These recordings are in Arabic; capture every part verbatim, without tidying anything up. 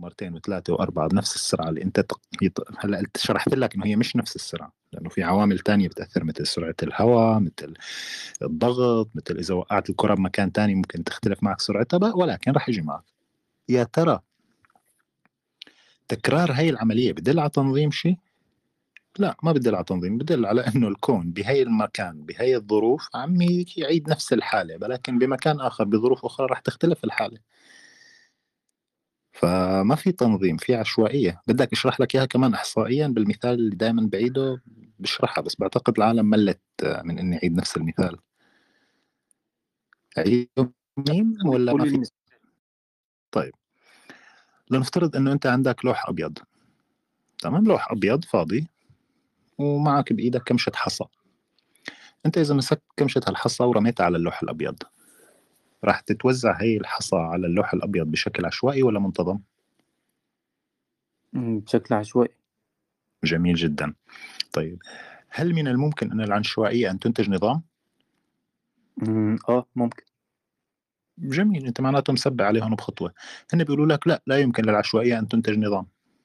ومرتين وثلاثة وأربعة بنفس السرعة اللي أنت تق... يط- هلا أنت شرحت لك إنه هي مش نفس السرعة، لأنه في عوامل تانية بتأثر مثل سرعة الهواء، مثل الضغط، مثل إذا وقعت الكرة بمكان تاني ممكن تختلف معك سرعتها بقى، ولكن رح يجي معك. يا ترى تكرار هاي العملية بدل على تنظيم شيء؟ لا، ما بدل على تنظيم، بدل على انه الكون بهي المكان بهي الظروف عم يعيد نفس الحالة، ولكن بمكان اخر بظروف اخرى راح تختلف الحالة. فما في تنظيم، في عشوائية. بدك اشرح لك اياها كمان احصائيا بالمثال اللي دائما بعيده؟ بشرحها، بس بعتقد العالم ملت من اني اعيد نفس المثال. اعيده مين ولا قول ما لي في؟ المثال. طيب، لنفترض انه انت عندك لوح ابيض، تمام؟ لوح ابيض فاضي ومعك بايدك كمشة حصى. انت اذا مسكت كمشة الحصى ورميتها على اللوح الابيض، راح تتوزع هي الحصى على اللوح الأبيض بشكل عشوائي ولا منتظم؟ مم، بشكل عشوائي. جميل جدا. طيب، هل من الممكن أن العشوائية أن تنتج نظام؟ مم، اه ممكن. جميل، أنت معناته مسبع عليهم بخطوة. هن بيقولوا لك لا، لا يمكن للعشوائية أن تنتج نظام.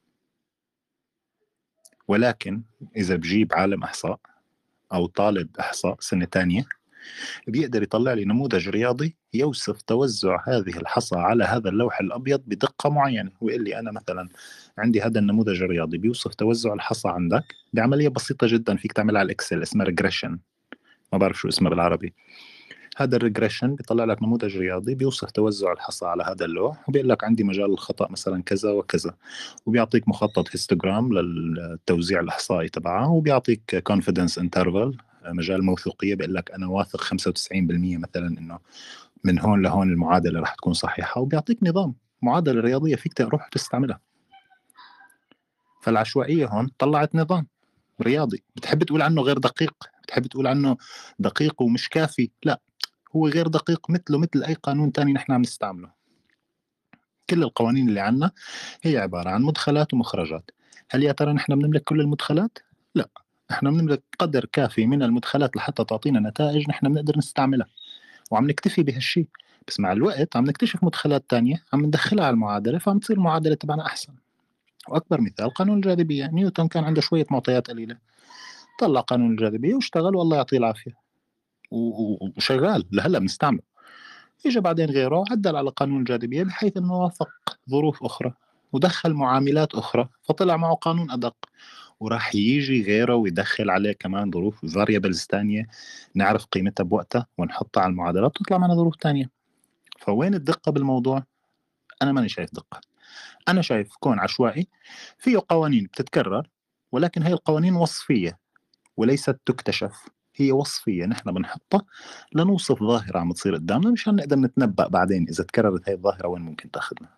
ولكن إذا بجيب عالم إحصاء أو طالب إحصاء سنة تانية، بيقدر يطلع لي نموذج رياضي يوصف توزع هذه الحصى على هذا اللوح الأبيض بدقة معينة، ويقول لي أنا مثلا عندي هذا النموذج الرياضي بيوصف توزع الحصى عندك بعملية بسيطة جدا فيك تعملها على الإكسل، اسمها ريجريشن، ما بعرف شو اسمها بالعربي. هذا الريجريشن بيطلع لك نموذج رياضي بيوصف توزع الحصى على هذا اللوح، وبيقول لك عندي مجال الخطأ مثلا كذا وكذا، وبيعطيك مخطط هيستوجرام للتوزيع الإحصائي تبعها، وبيعطيك كونفيدنس انترفال، مجال موثوقية، بيقول لك أنا واثق خمسة وتسعين بالمية مثلا إنه من هون لهون المعادلة راح تكون صحيحة، وبيعطيك نظام، معادلة رياضية فيك تروح تستعملها. فالعشوائية هون طلعت نظام رياضي. بتحب تقول عنه غير دقيق، بتحب تقول عنه دقيق ومش كافي، لا، هو غير دقيق مثله مثل أي قانون تاني نحن عم نستعمله. كل القوانين اللي عنا هي عبارة عن مدخلات ومخرجات. هل يا ترى نحن بنملك كل المدخلات؟ لا، احنا بنملك قدر كافي من المدخلات لحتى تعطينا نتائج نحن بنقدر نستعملها، وعم نكتفي بهالشيء. بس مع الوقت عم نكتشف مدخلات تانية عم ندخلها على المعادلة، فعم تصير المعادلة تبعنا أحسن. وأكبر مثال قانون الجاذبية، نيوتن كان عنده شوية معطيات قليلة، طلع قانون الجاذبية واشتغل والله يعطيه العافية، و- و- وشغال لهلا بنستعمله. اجى بعدين غيره عدل على قانون الجاذبية بحيث انه وافق ظروف اخرى ودخل معاملات اخرى فطلع معه قانون ادق، وراح يجي غيره ويدخل عليه كمان ظروف فاريبلز تانية نعرف قيمتها بوقتها ونحطها على المعادلات وتطلع معنا ظروف تانية. فوين الدقة بالموضوع؟ انا ماني شايف دقة. انا شايف كون عشوائي فيه قوانين بتتكرر، ولكن هي القوانين وصفية وليست تكتشف، هي وصفية نحن بنحطها لنوصف ظاهرة عم تصير قدامنا، مشان نقدر نتنبأ بعدين إذا تكررت هاي الظاهرة وين ممكن تاخذنا.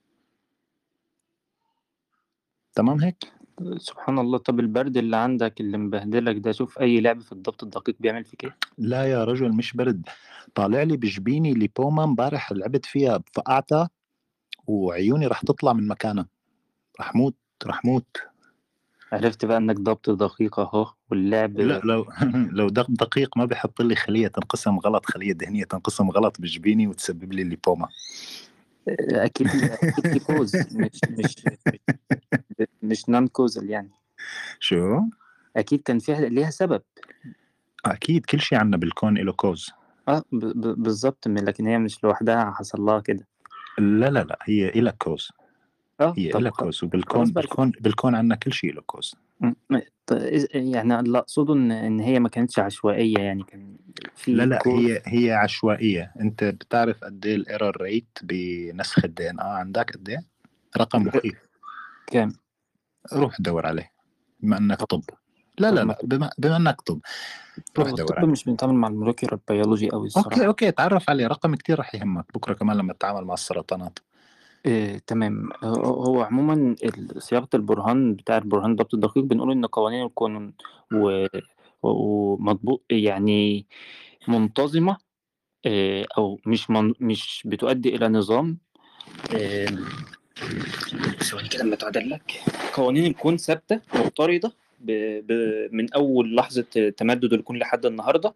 تمام هيك؟ سبحان الله. طب البرد اللي عندك اللي مبهدلك ده، شوف اي لعب في الضبط الدقيق بيعمل فيك ايه. لا يا رجل، مش برد، طالع لي بجبيني ليبوما امبارح لعبت فيها فقعتها وعيوني رح تطلع من مكانها، رح موت، رح موت. عرفت بقى انك ضبط دقيق اهو لا، واللعب. لو لو دق دقيق ما بيحط لي خلية تنقسم غلط، خلية دهنية تنقسم غلط بجبيني وتسبب لي ليبوما. اكيد اكيد في كوز، مش مش مش, مش نون كوزل يعني. شو؟ اكيد كان فيها ليها سبب. أكيد كل شيء عنا بالكون له كوز. اه ب- ب- بالظبط، لكن هي مش لوحدها حصل لها كده. لا لا لا، هي إلها كوز، اه هي طب إلها خ- كوز، خلاص وبالكون بقى. بالكون بالكون عنا كل شيء له كوز. م- م- ط- إز- يعني اللي اقصده ان ان هي ما كانتش عشوائيه، يعني كان لا في لا، كود. هي هي عشوائية. انت بتعرف قد ايه الايرور ريت بنسخ الدي ان اه عندك قد ايه؟ رقم مخيف. كام؟ روح دور عليه بما انك طب طب. لا طب لا ما لا، بما, بما انك طب روح هو دور الطب عليه. مش بيتعامل مع المولكيولر بيولوجي قوي اوكي الصراحه. اوكي، تعرف عليه، رقم كتير رح يهمك بكرة كمان لما تتعامل مع السرطانات. إيه تمام. هو هو عموما ال- صياغه البرهان بتاع البرهان ضبط الدقيق بنقول ان قوانين القانون و و- ومضبوط يعني منتظمه. إيه او مش من مش بتؤدي الى نظام. إيه، ثواني كده لما تعدل لك. قوانين الكون ثابته مضطرده ب... ب... من اول لحظه تمدد الكون لحد النهارده.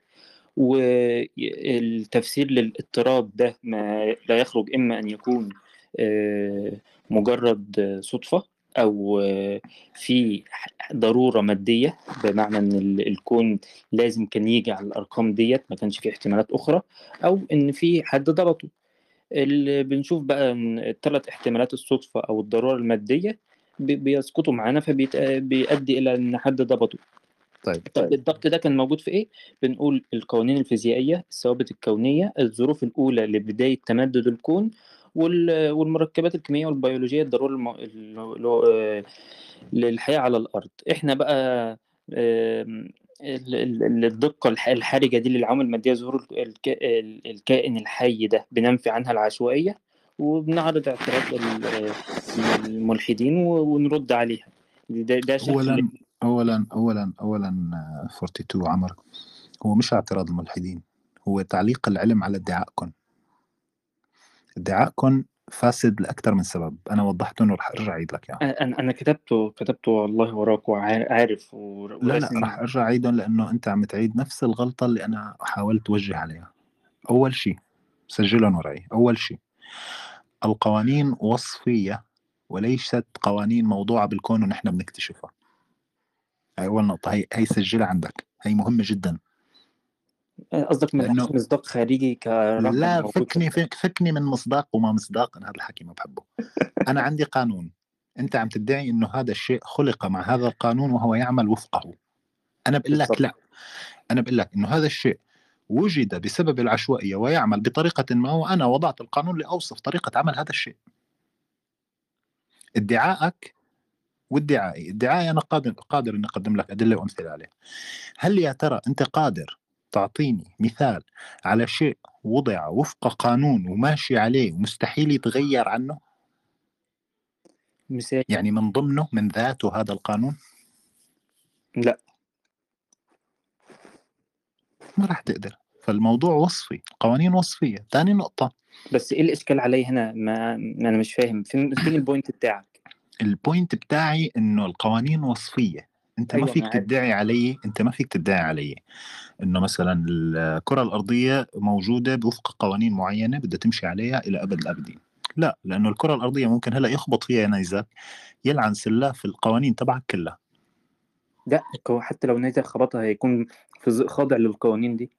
والتفسير للاضطراب ده ما لا يخرج إما أن يكون آه، مجرد صدفة، أو في ضرورة مادية، بمعنى إن ال- الكون لازم كان يجي على الأرقام ديت، ما كانش فيه احتمالات أخرى، أو إن في حد ضبطه. اللي بنشوف بقى إن الثلاث احتمالات، الصدفة أو الضرورة المادية، بي- بيسقطوا معانا، فبيؤدي إلى إن حد ضبطه. طيب طيب الضغط ده كان موجود في إيه؟ بنقول القوانين الفيزيائية، الثوابت الكونية، الظروف الأولى لبداية تمدد الكون، وال- والمركبات الكيميائية والبيولوجية الضرورية الم... ال- ال- للحياة على الأرض. إحنا بقى آم، ال- ال- الدقة الح- الحرجة دي للعوامل المادية، ظهور الك... ال- الكائن الحي ده، بننفي عنها العشوائية، وبنعرض اعتراض ال- الملحدين و- ونرد عليها. ده, ده شكل. اولا اولا اولا اولا آه، اثنين وأربعين عمر، هو مش اعتراض الملحدين، هو تعليق العلم على ادعائكم. ادعائكم فاسد لاكثر من سبب، انا وضحتهم ورح ارجع اعيد لك اياهم. انا انا كتبته كتبته والله وراك، وعارف لا لا، وراسم. رح ارجع اعيدهم لانه انت عم تعيد نفس الغلطه اللي انا حاولت اوجه عليها. اول شيء، سجلهم وراي. اول شيء، القوانين وصفيه وليست قوانين موضوعه بالكون ونحن بنكتشفها. هاي اول نقطه، هي هي سجلها عندك، هي مهمه جدا. قصدك ملهاش لانه مصداق خارجي كرقم لا، موجود في فكني الكتاب؟ فك فكني من مصداق وما مصداق، انا هذا الحكي ما بحبه. انا عندي قانون، انت عم تدعي انه هذا الشيء خلق مع هذا القانون وهو يعمل وفقه. انا بقول لك بالظبط. لا، انا بقول لك انه هذا الشيء وجد بسبب العشوائيه ويعمل بطريقه ما، وانا وضعت القانون لاوصف طريقه عمل هذا الشيء. ادعائك وادعائي، ادعائي انا قادر قادر اني اقدم لك ادله وامثله عليه. هل يا ترى انت قادر تعطيني مثال على شيء وضع وفق قانون وماشي عليه ومستحيل يتغير عنه؟ مثال. يعني من ضمنه من ذاته هذا القانون؟ لا. ما راح تقدر. فالموضوع وصفي، قوانين وصفية. ثاني نقطة، بس ايه الاشكال علي هنا؟ ما ما انا مش فاهم، فين فين البوينت بتاعك؟ البوينت بتاعي انه القوانين وصفية. انت ما ايوه انا فيك عارف. تدعي علي انت ما فيك تدعي علي انه مثلا الكرة الارضية موجودة بوفق قوانين معينة بدها تمشي عليها الى ابد الابدين. لا، لانه الكرة الارضية ممكن هلا يخبط فيها نيزك يلعن سلاف القوانين تبعك كلها. لا، هو حتى لو نيزك خبطها هيكون في ظ- خاضع للقوانين دي.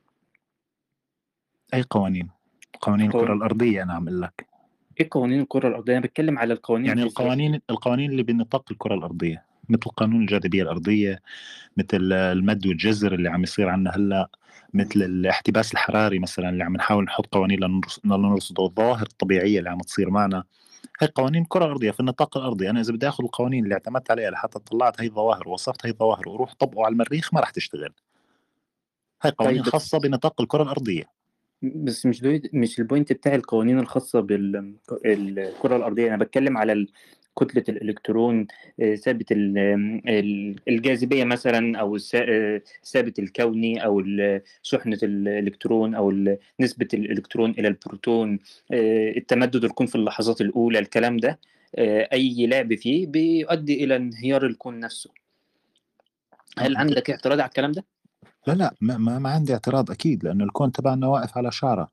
اي قوانين؟ قوانين الكرة قوانين الارضية انا عم اقول لك. ايه؟ قوانين الكرة الأرضية؟ انا بتكلم على القوانين يعني الفيزيائية. القوانين القوانين اللي بنطاق الكرة الارضية، مثل قانون الجاذبية الارضية، مثل المد والجزر اللي عم يصير عنا هلا، مثل الاحتباس الحراري مثلا اللي عم نحاول نحط قوانين لنرص- لنرصده، الظواهر الطبيعيه اللي عم تصير معنا. هي قوانين الكره الارضيه في النطاق الارضي. انا اذا بدي اخذ القوانين اللي اعتمدت عليها لحتى طلعت هي الظواهر ووصفت هي الظواهر واروح طبقه على المريخ، ما راح تشتغل. هي قوانين طيب بس خاصه بنطاق الكره الارضيه. بس مش دوي مش البوينت بتاع القوانين الخاصة بالكرة الأرضية. أنا بتكلم على ال- كتلة الإلكترون، آه، ثابت ال- ال- الجاذبية مثلا، أو الس- آه، الثابت الكوني، أو ال- شحنة الإلكترون، أو ال- نسبة الإلكترون إلى البروتون، آه، التمدد الكون في اللحظات الأولى، الكلام ده. آه، أي لعب فيه بيؤدي إلى انهيار الكون نفسه. آه، هل انت عندك اعتراض على الكلام ده؟ لا لا، ما, ما, ما عندي اعتراض اكيد، لانه الكون تبعنا واقف على شعره.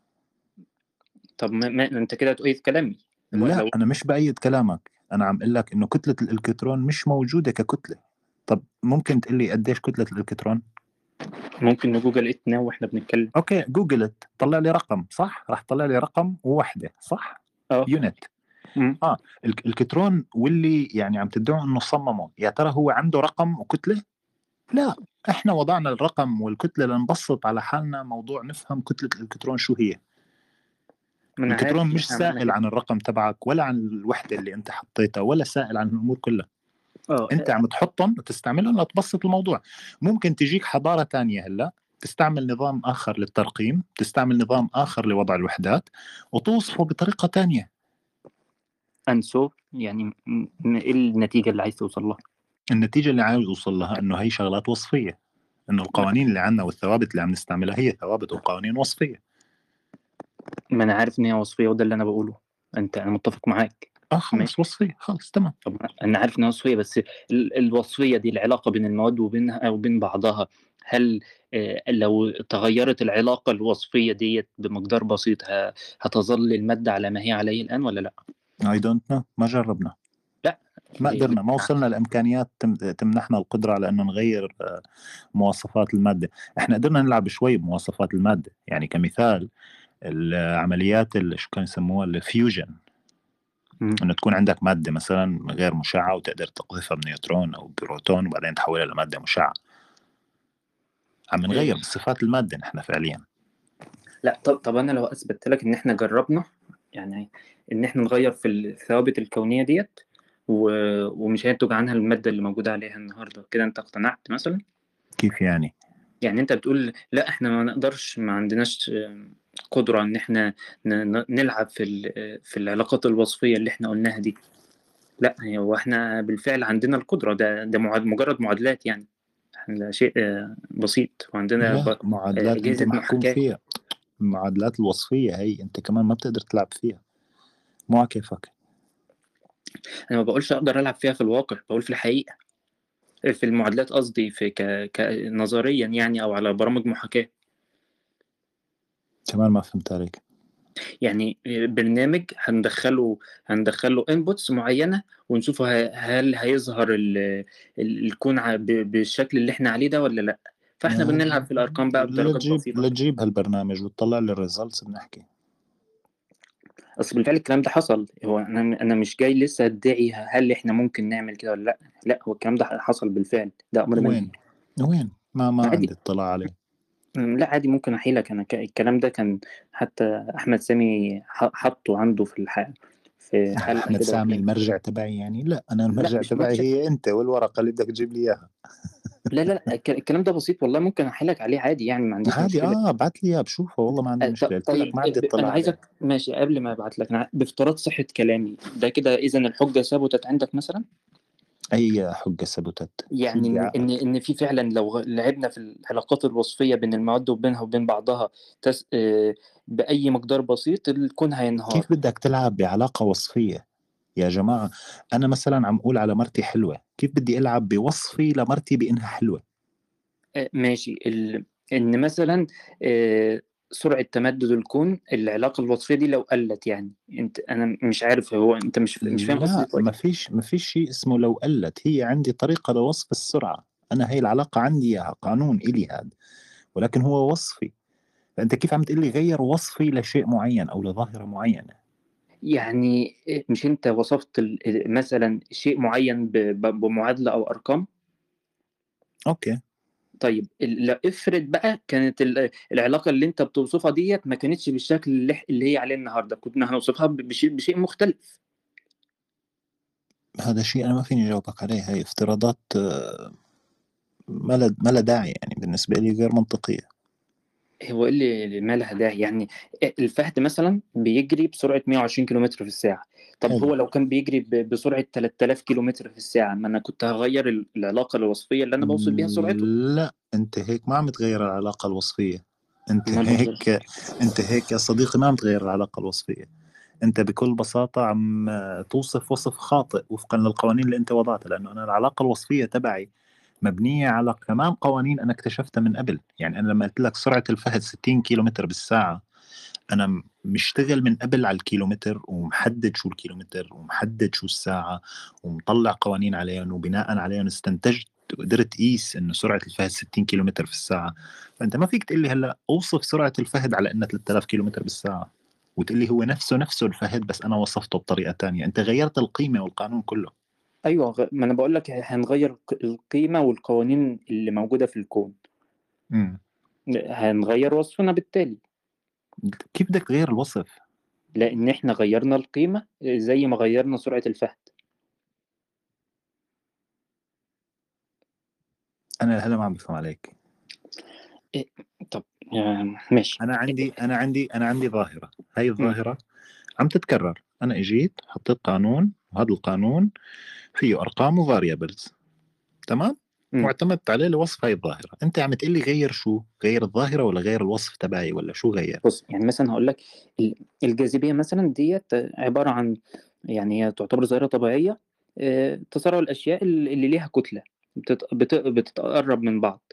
طب ما ما- أنت كده تؤيد كلامي. لا، لو انا مش بايد كلامك، انا عم اقول لك انه كتله الالكترون مش موجوده ككتله. طب ممكن تقول لي قديش كتله الالكترون؟ ممكن نجوجل ات ناو واحنا بنتكلم. اوكي، جوجلت طلع لي رقم، صح؟ راح طلع لي رقم ووحده، صح؟ اه. يونت. مم. اه، الك- الكترون واللي يعني عم تدعوا انه صممه، يا ترى هو عنده رقم وكتله؟ لا، احنا وضعنا الرقم والكتله لنبسط على حالنا موضوع نفهم كتله الالكترون شو هي. ما انا الكترون عارف ان مش احنا عملنا سائل كده. عن الرقم تبعك ولا عن الوحده اللي انت حطيتها ولا سائل عن الامور كلها. اه. انت عم تحطهم وتستعملهم لتبسط الموضوع. ممكن تجيك حضاره تانية هلا تستعمل نظام اخر للترقيم، تستعمل نظام اخر لوضع الوحدات، وتوصفه بطريقه تانية. انسو يعني م- م- ايه النتيجة اللي عايز توصل لها؟ النتيجه اللي عاوز اوصل لها انه هي شغلات وصفيه، انه القوانين اللي عندنا والثوابت اللي عم نستعملها هي ثوابت وقوانين وصفيه. ما انا عارف ان هي وصفية، وده اللي انا بقوله. انت انا متفق معاك. اه خلص، ماشي. وصفيه، خلص تمام. طب انا عارف انها وصفية، بس ال- الوصفية دي، العلاقة بين المواد وبينها وبين بعضها، هل آه، لو تغيرت العلاقة الوصفية ديت بمقدار بسيط ه- هتظل المادة على ما هي عليه الآن ولا لا؟ I don't know، ما جربنا، لا ما إيه، قدرنا، ما وصلنا لإمكانيات تم- تمنحنا القدرة على أنه نغير آه، مواصفات المادة. احنا قدرنا نلعب شوي بمواصفات المادة، يعني كمثال العمليات اللي شو كانوا يسموها الفيوجن، مم. انه تكون عندك مادة مثلا غير مشعة وتقدر تقذفها بنيوترون او بروتون وبعدين تحولها لمادة مشعة. عم إيه، نغير بصفات المادة نحن فعليا. لا طب طب انا لو اثبت لك ان احنا جربنا، يعني ان احنا نغير في الثوابت الكونيه ديت و... ومش هينتج عنها الماده اللي موجوده عليها النهارده، كده انت اقتنعت مثلا؟ كيف يعني؟ يعني انت بتقول لا احنا ما نقدرش، ما عندناش قدره ان احنا ن... ن- نلعب في ال... في العلاقات الوصفيه اللي احنا قلناها دي. لا هو احنا بالفعل عندنا القدره، ده ده معاد... مجرد معادلات يعني. ده شيء آه، بسيط، وعندنا ب... لا، آه، معادلات انت اجهزه محكوم محاكاه. فيها، المعادلات الوصفية هي انت كمان ما بتقدر تلعب فيها، مو على كيفك. انا ما بقولش اقدر العب فيها في الواقع، بقول في الحقيقه، في المعادلات قصدي، في ك... ك... نظريا يعني، او على برامج محاكاة. كمان ما فهمت عليك. يعني برنامج هندخله هندخله انبوتس معينة، ونشوف ه- هل هيظهر ال... ال... الكون ع- ب... بالشكل اللي احنا عليه ده ولا لا. فاحنا آه، بنلعب في الارقام بقى لا بدرجات تجيب بسيطة لا كده. تجيب هالبرنامج وتطلع لي الريزلتس بنحكي. اصل بالفعل الكلام ده حصل، هو انا انا مش جاي لسه ادعي هل احنا ممكن نعمل كده ولا لا. لا هو الكلام ده حصل بالفعل، ده امر من وين وين ما ما عادي. عندي اطلاع عليه. مم، لا عادي ممكن احيلك انا، ك- الكلام ده كان حتى احمد سامي ح- حطه عنده في الح... في حلقه احمد كده سامي واتنين. المرجع تبعي يعني؟ لا، انا لا المرجع مش تبعي مرجع. هي انت والورقة اللي بدك تجيب لي اياها. لا لا لا الك- الكلام ده بسيط والله، ممكن احيلك عليه عادي يعني، ما عنديش عادي، مشكله. اه ابعت لي اياه بشوفه، والله ما عندي أه، ط- مشكلة، قلت لك طيب ما عندي ب- اطلاع انا عليه. عايزك ماشي قبل ما ابعت لك، أنا بافتراض صحه كلامي ده كده، اذا الحجه ثبتت عندك مثلا. اي حجة ثبتت؟ شو يعني ان ان ادعائك؟ إن في فعلا لو غ- لعبنا في العلاقات الوصفيه بين المواد وبينها وبين بعضها، تس... آه، باي مقدار بسيط الكون هينهار. كيف بدك تلعب بعلاقة وصفية يا جماعة؟ انا مثلا عم اقول على مرتي حلوة، كيف بدي العب بوصفي لمرتي بانها حلوة؟ آه، ماشي ال... ان مثلا آه، سرعة تمدد الكون، العلاقة الوصفية دي لو قلت، يعني انت انا مش عارف، هو انت مش مش فاهم قصدي لا، ما كويس. فيش ما فيش شيء اسمه لو قلت، هي عندي طريقة لوصف السرعة. انا هي العلاقة عندي اياها، قانون الي هذا، ولكن هو وصفي. فانت كيف عم تقول لي غير وصفي لشيء معين او لظاهرة معينة؟ يعني آه، مش انت وصفت ال- ال- مثلا شيء معين ب... ب... بمعادلة او ارقام؟ اوكي. طيب ال- لا افرض بقى كانت ال- العلاقة اللي انت بتوصفها ديت ما كانتش بالشكل اللي, إح- اللي هي عليه النهاردة، كنا هنوصفها ب- بشيء بشيء مختلف. هذا شيء انا ما فيني اجاوبك عليه، هي افتراضات آه، ما لها ما لها داعي، يعني بالنسبة لي غير منطقية. هو ايه اللي اللي ما لها داعي يعني؟ الفهد مثلا بيجري بسرعة مية وعشرين كيلومتر في الساعة. طب حلو. هو لو كان بيجري ب- بسرعة تلات آلاف كيلومتر في الساعة، ما انا كنت هغير ال- العلاقة الوصفية اللي انا بوصل بيها سرعته. لا، انت هيك ما عم تغير العلاقة الوصفية. انت امال بتغير. هيك انت هيك يا صديقي ما عم تغير العلاقة الوصفية. انت بكل بساطة عم توصف وصف خاطئ وفقا للقوانين اللي انت وضعتها، لانه انا العلاقة الوصفية تبعي مبنية على كمان قوانين انا اكتشفتها من قبل. يعني انا لما قلت لك سرعة الفهد ستين كيلومتر بالساعة، انا م- مشتغل من قبل على الكيلومتر ومحدد شو الكيلومتر ومحدد شو الساعة ومطلع قوانين عليهم، وبناء عليهم استنتجت وقدرت اقيس انه سرعة الفهد ستين كيلومتر في الساعة. فانت ما فيك تقول لي هلا اوصف سرعة الفهد على انها ثلاثة آلاف كيلومتر بالساعة وتقول لي هو نفسه نفسه الفهد بس انا وصفته بطريقة تانية. انت غيرت القيمة والقانون كله. ايوه غ- ما انا بقول لك هنغير ق- القيمة والقوانين اللي موجودة في الكون، امم هنغير وصفنا بالتالي. كيف بدك تغير الوصف؟ لان احنا غيرنا القيمة زي ما غيرنا سرعة الفهد. انا هلا ما عم بفهم عليك. إيه، طب آه، ماشي. انا عندي انا عندي انا عندي ظاهرة، هاي مم. الظاهرة عم تتكرر. انا اجيت حطيت قانون، وهذا القانون فيه ارقام وفاريبلز، تمام، مم. واعتمدت عليه لوصف هاي الظاهرة. انت عم تقول لي غير شو؟ غير الظاهرة ولا غير الوصف تبعي ولا شو غير؟ بص يعني مثلا هقول لك، ال- الجاذبية مثلا ديت عبارة عن، يعني هي تعتبر ظاهرة طبيعية، آه، تسارع الأشياء اللي اللي ليها كتلة بتت- بت- بتتقرب من بعض.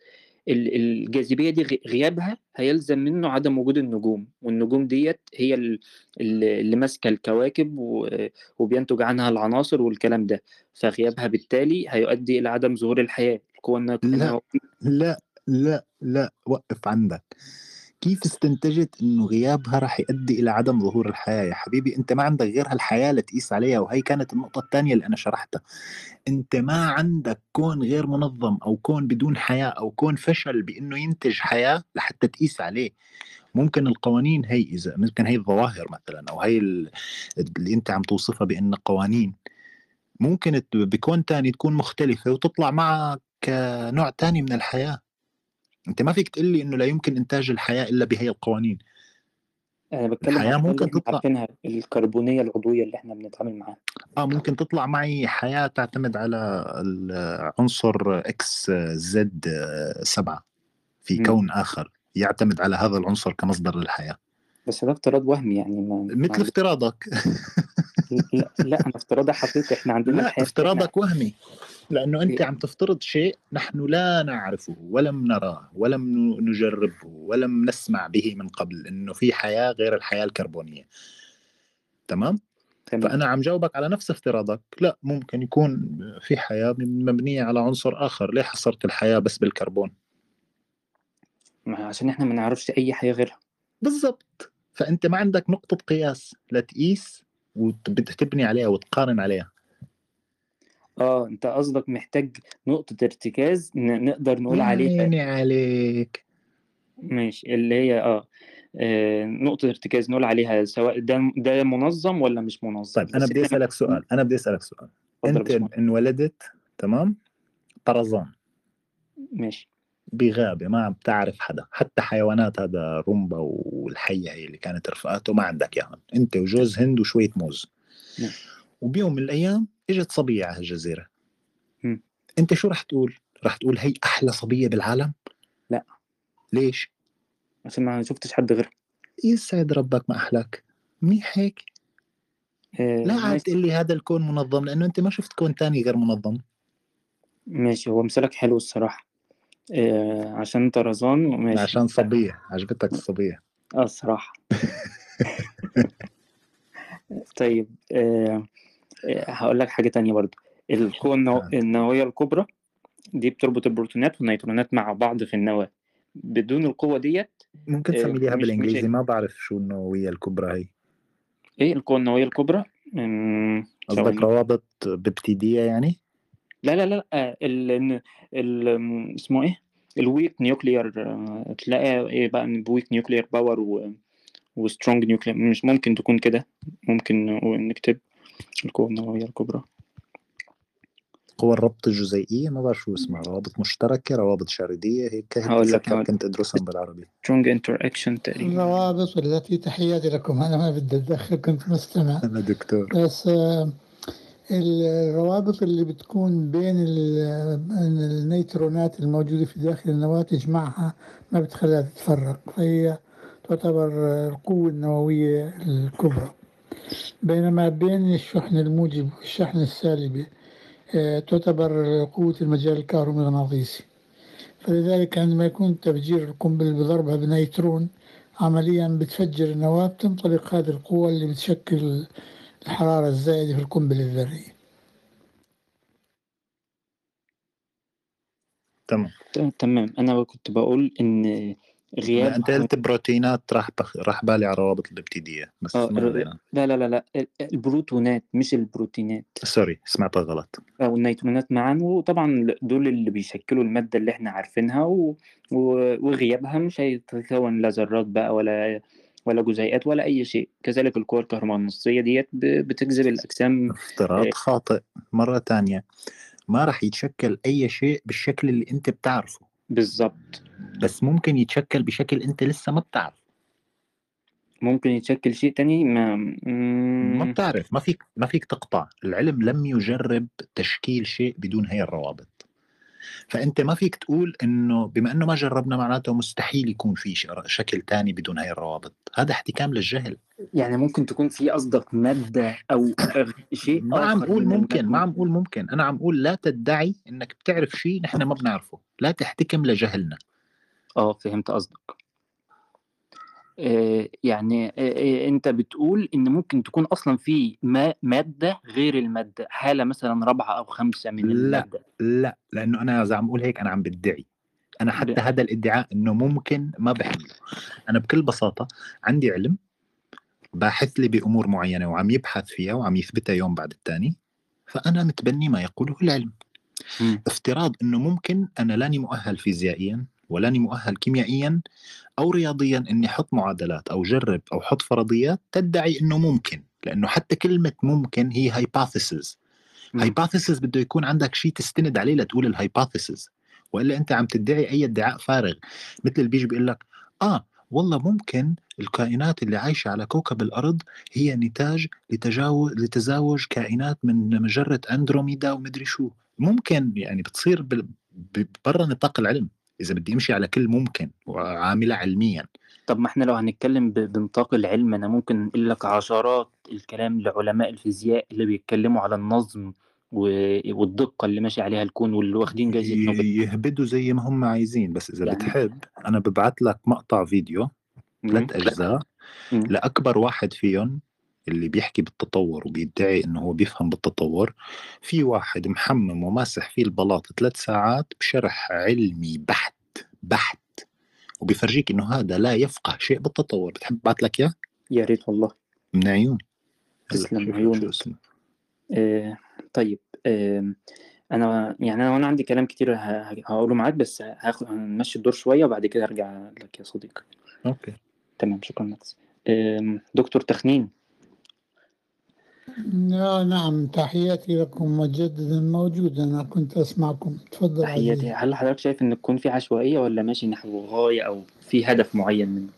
ال- الجاذبية دي غ- غيابها هيلزم منه عدم وجود النجوم، والنجوم ديت هي ال- ال- اللي ماسكة الكواكب و- وبينتج عنها العناصر والكلام ده، فغيابها بالتالي هيؤدي إلى عدم ظهور الحياة. القوة النو- لا النووية. لا لا لا، وقف عندك. كيف استنتجت انه غيابها راح يؤدي الى عدم ظهور الحياة؟ يا حبيبي انت ما عندك غير هالحياة لتقيس عليها، وهي كانت النقطة الثانية اللي انا شرحتها. انت ما عندك كون غير منظم او كون بدون حياة او كون فشل بانه ينتج حياة لحتى تقيس عليه. ممكن القوانين هي، اذا ممكن هي الظواهر مثلا، او هي ال- اللي انت عم توصفها بان قوانين، ممكن ت- بكون تاني تكون مختلفة وتطلع معك نوع تاني من الحياة. انت ما فيك تقول لي انه لا يمكن انتاج الحياة الا بهي القوانين. أنا بتكلم على الحياة الحياة اللي ممكن إحنا تطلع، عارفينها، الكربونية العضوية اللي إحنا بنتعامل معاها. اه ممكن تطلع معي حياة تعتمد على العنصر اكس زد سبعة في مم. كون اخر يعتمد على هذا العنصر كمصدر للحياة. بس ده افتراض وهمي يعني، ما, ما مثل عندي. افتراضك. لا لا، أنا افتراضي حقيقي. إحنا عندنا لا، الحياة اللي إحنا. افتراضك وهمي، لأنه أنت عم تفترض شيء نحن لا نعرفه ولم نراه ولم نجربه ولم نسمع به من قبل، إنه في حياة غير الحياة الكربونية. تمام؟ تمام. فأنا عم جاوبك على نفس افتراضك. لا، ممكن يكون في حياة مبنية على عنصر آخر. ليه حصرت الحياة بس بالكربون؟ ما عشان إحنا ما نعرفش أي حاجة غيرها. بالضبط. فأنت ما عندك نقطة قياس لتقيس وتبني عليها وتقارن عليها. اه، انت قصدك محتاج نقطة ارتكاز ن- نقدر نقول يا عليها. عيني عليك. ماشي، اللي هي اه آه، نقطة ارتكاز نقول عليها سواء ده ده منظم ولا مش منظم، طيب أنا بس بدي احنا أسألك محتاجين. سؤال، أنا بدي أسألك سؤال. اتفضل يا أنت باشمهندس. انولدت، تمام، طرزان ماشي. بغابة، ما بتعرف حدا، حتى حيوانات، هذا رومبا والحية هي اللي كانت رفقاته ما عندك يعني، أنت وجوز هند وشوية موز. ماشي. وبيوم من الأيام إجت صبية على هالجزيرة. مم. أنت شو رح تقول؟ رح تقول هي أحلى صبية بالعالم؟ لا، ليش؟ عشان ما شفتش حد غيرها. يسعد ربك ما أحلاك. منيح هيك. آه لا عاد ماشي. تقول لي هذا الكون منظم، لأنه أنت ما شفت كون تاني غير منظم. ماشي، هو مثالك حلو الصراحة. آه عشان طرزان، ماشي. عشان صبية عجبتك الصبية. اه الصراحة. طيب، آه آه هقول لك حاجة تانية برضو. القوة النو... النووية الكبرى دي بتربط البروتونات والنيوترونات مع بعض في النواة. بدون القوة ديت. ممكن آه، تسمي لي إياها مش مش بالإنجليزي؟ ما بعرف شو النووية الكبرى هي. ايه القوة النووية الكبرى؟ أمم، قصدك ثواني. روابط ببتيدية يعني؟ لا لا لا، آه، ال ال أم، اسمه ايه؟ الويك نيوكليير. تلاقي ايه بقى؟ بويك نيوكليير باور وسترونج نيوكليير. مش ممكن تكون كده؟ ممكن نقول- نكتب القوة النووية الكبرى. قوى الربط الجزيئية، ما بعرف شو اسمها، روابط مشتركة، روابط شردية، هيك هيك هقول لك بتذكر هقول كنت أدرسهم بالعربي. سترونج انتراكشن تقريبا. الروابط التي، تحياتي لكم، أنا ما بدي أتدخل، كنت مستمع. أنا دكتور. بس آه، الروابط اللي بتكون بين ال- النيترونات الموجودة في داخل النواة تجمعها، ما بتخليها تتفرق، فهي تعتبر آه، القوة النووية الكبرى. بينما بين الشحن الموجب والشحن السالب آه، تعتبر قوة المجال الكهرومغناطيسي. فلذلك عندما يكون تفجير القنبلة بضربها بنيترون، عمليا بتفجر النواة، بتنطلق هذه القوة اللي بتشكل الحرارة الزائدة في القنبلة الذرية. تمام. ت- تمام. انا كنت بقول ان لا غياب أنت قلت بروتينات، راح بخ... راح بالي على روابط الابتيدية، بس اه ما ر- علينا. لا لا لا لا، البروتونات مش البروتينات. سوري سمعتها غلط. أو النيترونات معا، وطبعا دول اللي بيشكلوا المادة اللي احنا عارفينها و... و... وغيابها مش هيتكون لا ذرات بقى ولا ولا جزيئات ولا أي شيء. كذلك القوى الكهرومغناطيسية ديت ب... بتجذب الأجسام. افتراض آه، خاطئ مرة تانية. ما راح يتشكل أي شيء بالشكل اللي أنت بتعرفه، بالظبط. بس ممكن يتشكل بشكل أنت لسه ما بتعرف. ممكن يتشكل شيء تاني ما ما مم... بتعرف، ما فيك ما فيك تقطع. العلم لم يجرب تشكيل شيء بدون هي الروابط. فانت ما فيك تقول انه بما انه ما جربنا معناته مستحيل يكون في ش- شكل تاني بدون هاي الروابط. هذا احتكام للجهل. يعني ممكن تكون في قصدك مادة أو أغ- شيء ما عم آخر اقول من ممكن، ما المادة. عم اقول ممكن، انا عم اقول لا تدعي انك بتعرف شيء نحن ما بنعرفه، لا تحتكم لجهلنا. اه فهمت قصدك. آه، يعني آه، آه، انت بتقول ان ممكن تكون اصلا في ما مادة غير المادة، حالة مثلا رابعة او خمسة من لا المادة. لا، لانه انا اذا عم اقول هيك انا عم بدعي. انا ب... حتى هذا الادعاء انه ممكن ما بحمله. انا بكل بساطه عندي علم باحث لي بامور معينه وعم يبحث فيها وعم يثبتها يوم بعد الثاني، فانا متبني ما يقوله العلم. مم. افتراض انه ممكن انا لاني مؤهل فيزيائيا ولاني مؤهل كيميائيا او رياضيا اني احط معادلات او جرب او احط فرضيات تدعي انه ممكن، لانه حتى كلمه ممكن هي هايبوثيسز. مم. هايبوثيسز بده يكون عندك شيء تستند عليه لتقول الهايبوثيسز، والا انت عم تدعي اي ادعاء فارغ. مثل اللي بيجي بيقول لك اه والله ممكن الكائنات اللي عايشه على كوكب الارض هي نتاج لتجاوز لتزاوج كائنات من مجره اندروميدا ومدري شو. ممكن يعني بتصير بال- ب- برا نطاق العلم اذا بدي امشي على كل ممكن وعاملة علميا. طب ما احنا لو هنتكلم ب- بنطاق العلم، انا ممكن اقول لك عشرات الكلام لعلماء الفيزياء اللي بيتكلموا على النظم و- والدقة اللي ماشي عليها الكون، واللي واخدين جائزة نوبل. ي- يهبدوا زي ما هم عايزين، بس اذا يعني بتحب انا ببعت لك مقطع فيديو ثلاث مم. اجزاء مم. لأكبر واحد فيهم اللي بيحكي بالتطور وبيدعي انه هو بيفهم بالتطور. في واحد محمم وماسح فيه البلاط ثلاث ساعات بشرح علمي بحت بحت، وبيفرجيك انه هذا لا يفقه شيء بالتطور. بتحب بعت لك اياه؟ يا ريت والله. من عيوني. هلا تسلم شوف لك شو عيونك. اسمه. آه طيب. آه انا يعني انا وانا عندي كلام كتير ه- ه- هقوله معاك، بس هاخد هنمشي الدور شوية وبعد كده ارجع لك يا صديقي. اوكي. تمام، شكرا ماكس. آم، دكتور تخنين. آه نعم، تحياتي لكم مجددا. موجود، أنا كنت أسمعكم. تفضل تحياتي. عزيزي. هل حضرتك شايف ان تكون في عشوائية ولا ماشي نحو غاية او في هدف معين منه؟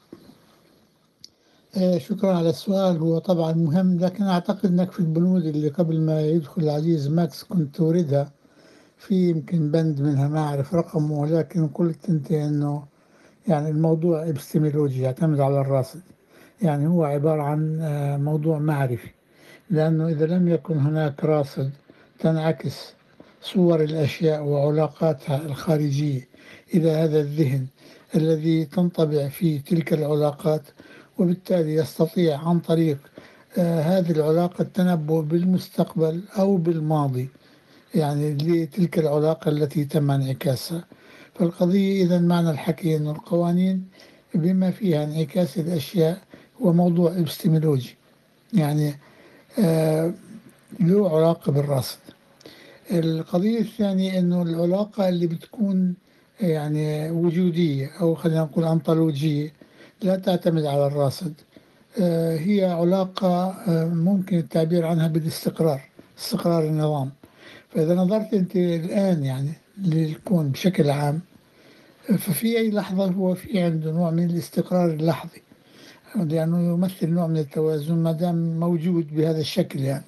آه شكرا على السؤال، هو طبعا مهم، لكن أعتقد أنك في البنود اللي قبل ما يدخل العزيز ماكس كنت توردها، في يمكن بند منها ما أعرف رقمه، ولكن قلت أنت أنه يعني الموضوع ابستمولوجي يعتمد على الراصد. يعني هو عبارة عن آه، موضوع معرفي، لأنه إذا لم يكن هناك راصد تنعكس صور الأشياء وعلاقاتها الخارجية إلى هذا الذهن الذي تنطبع فيه تلك العلاقات، وبالتالي يستطيع عن طريق آه، هذه العلاقة التنبؤ بالمستقبل أو بالماضي، يعني لتلك العلاقة التي تم انعكاسها. فالقضية إذا معنى الحكي أن القوانين بما فيها انعكاس الأشياء هو موضوع ابستمولوجي، يعني آه له علاقة بالرصد. القضية الثانية أنه العلاقة اللي بتكون يعني وجودية أو خلينا نقول أنطولوجية لا تعتمد على الراصد، آه هي علاقة آه ممكن التعبير عنها بالاستقرار، استقرار النظام. فإذا نظرت أنت الآن يعني للكون بشكل عام، ففي أي لحظة هو في عنده نوع من الاستقرار اللحظي، لأنه يمثل نوع من التوازن ما دام موجود بهذا الشكل يعني.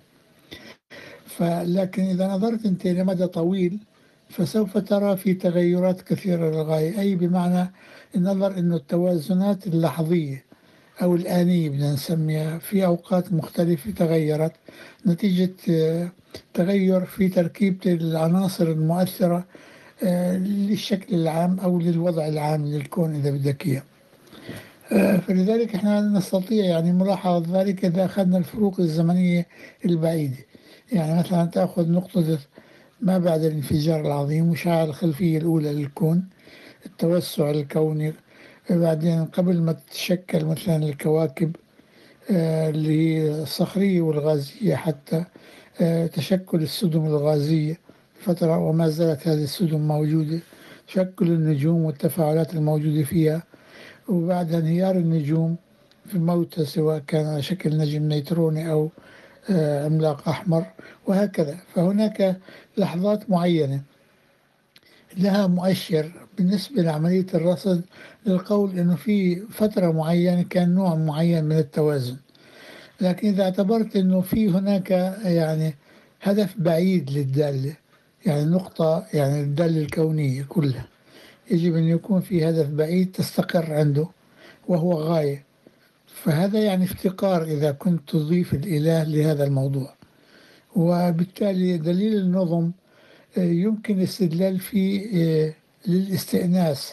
فلكن إذا نظرت أنت لمدى طويل فسوف ترى في تغيرات كثيرة للغاية، أي بمعنى النظر أنه التوازنات اللحظية أو الآنية بدنا نسميها في أوقات مختلفة تغيرت نتيجة آه، تغير في تركيبة العناصر المؤثرة آه، للشكل العام أو للوضع العام للكون إذا بدك إياه. آه، فلذلك احنا نستطيع يعني ملاحظة ذلك إذا أخذنا الفروق الزمنية البعيدة. يعني مثلا تأخذ نقطة ما بعد الانفجار العظيم وشعة الخلفية الأولى للكون، التوسع الكوني، بعدين قبل ما تتشكل مثلا الكواكب آه، اللي هي الصخرية والغازية، حتى آه، تشكل السدم الغازية فترة وما زالت هذه السدم موجودة، تشكل النجوم والتفاعلات الموجودة فيها، وبعد انهيار النجوم في موتها سواء كان على شكل نجم نيتروني أو آه، عملاق أحمر، وهكذا. فهناك لحظات معينة لها مؤشر بالنسبة لعملية الرصد للقول أنه في فترة معينة كان نوع معين من التوازن. لكن إذا اعتبرت أنه في هناك يعني هدف بعيد للدالة، يعني نقطة، يعني الدالة الكونية كلها يجب أن يكون في هدف بعيد تستقر عنده وهو غاية، فهذا يعني افتقار إذا كنت تضيف الإله لهذا الموضوع. وبالتالي دليل النظم آه، يمكن الاستدلال فيه آه، للاستئناس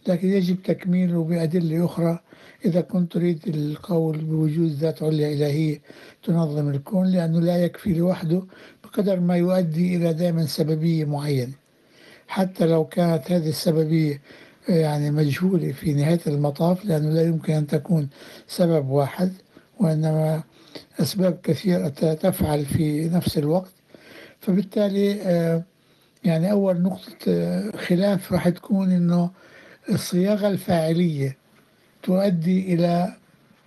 لكن يجب تكميله بأدلة أخرى إذا كنت تريد القول بوجود ذات عليا إلهية تنظم الكون، لأنه لا يكفي لوحده بقدر ما يؤدي إلى دائما سببية معينة، حتى لو كانت هذه السببية يعني مجهولة في نهاية المطاف، لأنه لا يمكن أن تكون سبب واحد، وإنما أسباب كثيرة تفعل في نفس الوقت. فبالتالي آه، يعني أول نقطة آه، خلاف راح تكون إنه الصياغة الفاعلية تؤدي إلى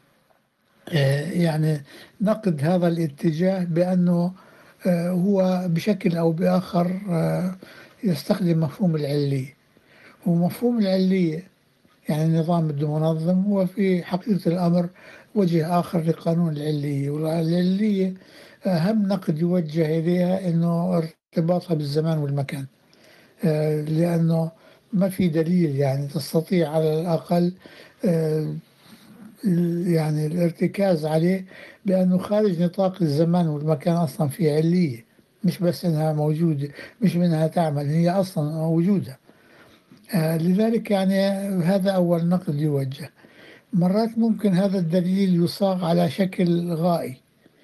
آه، يعني نقد هذا الاتجاه بأنه آه، هو بشكل أو بآخر آه، يستخدم مفهوم العلية. ومفهوم العلية يعني النظام المنظم هو في حقيقة الأمر وجه آخر لقانون العلية، والعلية أهم نقد يوجه إليها أنه ارتباطها بالزمان والمكان، آه، لأنه ما في دليل يعني تستطيع على الأقل آه، يعني الارتكاز عليه بأنه خارج نطاق الزمان والمكان أصلا في علية، مش بس أنها موجودة، مش منها تعمل، هي أصلا موجودة. آه، لذلك يعني هذا أول نقد يوجه. مرات ممكن هذا الدليل يصاغ على شكل غائي،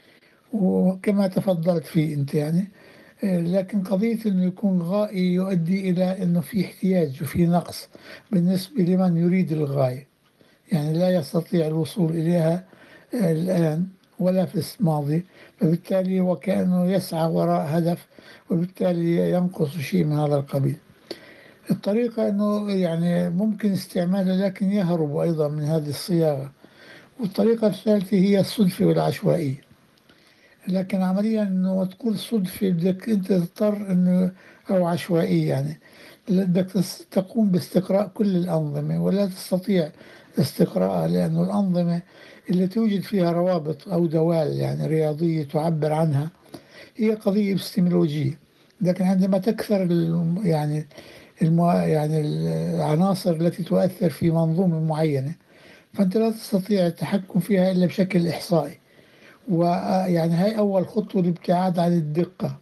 وكما تفضلت فيه أنت يعني آه، لكن قضية أنه يكون غائي يؤدي إلى أنه في احتياج وفي نقص بالنسبة لمن يريد الغاية، يعني لا يستطيع الوصول إليها آه، الآن ولا في الماضي، فبالتالي وكأنه يسعى وراء هدف، وبالتالي ينقص شيء من هذا القبيل. الطريقة أنه يعني ممكن استعمالها لكن يهرب أيضا من هذه الصياغة. والطريقة الثالثة هي الصدفة والعشوائية، لكن عمليا أنه تقول صدفة بدك أنت تضطر أنه أو عشوائية يعني بدك تس- تقوم باستقراء كل الأنظمة ولا تستطيع استقراءها، لأنه الأنظمة اللي توجد فيها روابط أو دوال يعني رياضية تعبر عنها هي قضية ابستمولوجية. لكن عندما تكثر الم- يعني المو... يعني العناصر التي تؤثر في منظومة معينة، فأنت لا تستطيع التحكم فيها إلا بشكل إحصائي. ويعني هاي أول خطوة الابتعاد عن الدقة.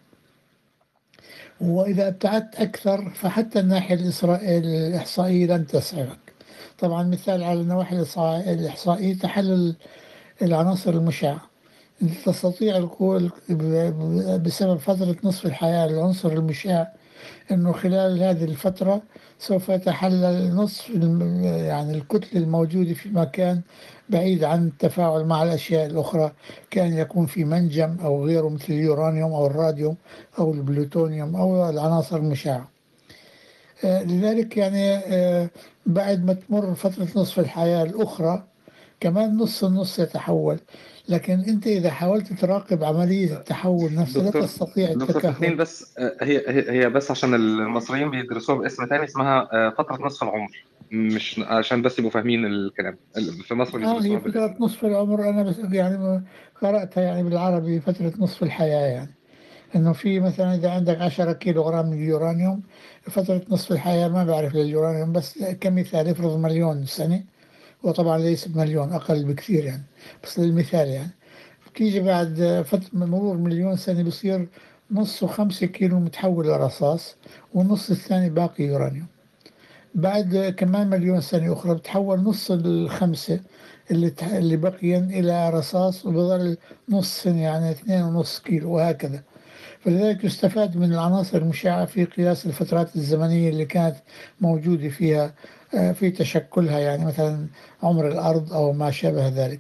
وإذا ابتعدت أكثر فحتى الناحية الإسرا- الإحصائية لن تسعفك. طبعا مثال على النواحي الإحصا- الإحصائية تحلل العناصر المشعة. أنت تستطيع القول ب- ب- بسبب فترة نصف الحياة للعنصر المشع أنه خلال هذه الفترة سوف يتحلل نصف الم- يعني الكتلة الموجودة في مكان بعيد عن التفاعل مع الأشياء الأخرى، كان يكون في منجم أو غيره مثل اليورانيوم أو الراديوم أو البلوتونيوم أو العناصر المشعة. آه، لذلك يعني آه، بعد ما تمر فترة نصف الحياة الأخرى كمان نص النص يتحول. لكن أنت إذا حاولت تراقب عملية التحول نفسها لا دكتور تستطيع دكتور التكهن. تسنيم، بس آه، هي هي هي بس عشان المصريين بيدرسوها باسم تاني اسمها آه، فترة نصف العمر، مش عشان بس يبقوا فاهمين الكلام. في مصر آه هي بيدرسوها فترة بالاسم. نصف العمر، أنا بس يعني ما قرأتها يعني بالعربي فترة نصف الحياة، يعني إنه في مثلا إذا عندك عشرة كيلو غرام من اليورانيوم فترة نصف الحياة، ما بعرف لليورانيوم بس كمثال افرض مليون سنة، وطبعا ليس بمليون أقل بكثير يعني، بس للمثال يعني بتيجي بعد فترة مرور مليون سنة بصير نصه خمسة كيلو متحول لرصاص، والنص الثاني باقي يورانيوم. بعد كمان مليون سنة أخرى بتحول نص الخمسة اللي تح- اللي بقيا إلى رصاص، وبظل نص سنة يعني اثنين ونص كيلو، وهكذا. فلذلك يستفاد من العناصر المشعة في قياس الفترات الزمنية اللي كانت موجودة فيها آه، في تشكلها، يعني مثلا عمر الأرض أو ما شابه ذلك.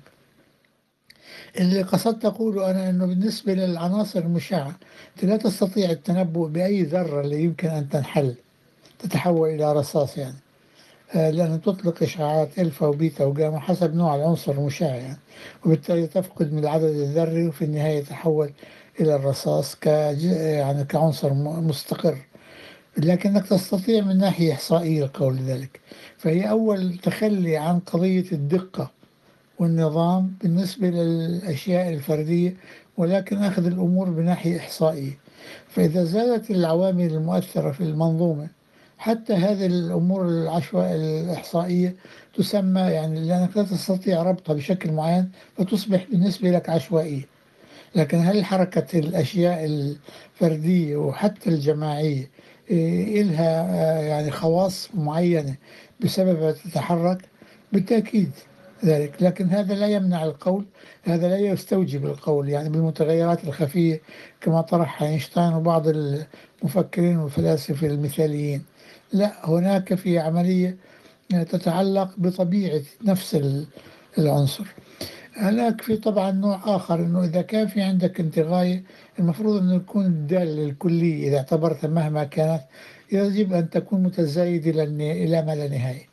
اللي قصدت أقوله أنا أنه بالنسبة للعناصر المشعة أنت لا تستطيع التنبؤ بأي ذرة اللي يمكن أن تنحل تتحول إلى رصاص يعني، آه، لأن تطلق إشعاعات ألفا وبيتا وجاما حسب نوع العنصر المشع يعني، وبالتالي تفقد من العدد الذري وفي النهاية يتحول إلى الرصاص كج... يعني كعنصر م- مستقر. لكنك تستطيع من ناحية إحصائية القول ذلك. فهي أول تخلي عن قضية الدقة والنظام بالنسبة للأشياء الفردية، ولكن أخذ الأمور بناحية إحصائية. فإذا زادت العوامل المؤثرة في المنظومة حتى هذه الأمور العشوائية الإحصائية تسمى يعني لأنك لا تستطيع ربطها بشكل معين فتصبح بالنسبة لك عشوائية. لكن هل حركة الأشياء الفردية وحتى الجماعية إيه، إلها آه، يعني خواص معينة بسببها تتحرك، بالتأكيد ذلك، لكن هذا لا يمنع القول، هذا لا يستوجب القول يعني بالمتغيرات الخفية كما طرح أينشتاين وبعض المفكرين والفلاسفة المثاليين. لا، هناك في عملية تتعلق بطبيعة نفس ال- العنصر. هناك في طبعا نوع آخر، أنه إذا كان في عندك أنت غاية، المفروض أنه يكون الدالة الكلية إذا اعتبرتها مهما كانت يجب أن تكون متزايدة إلى الن- إلى ما لا نهاية.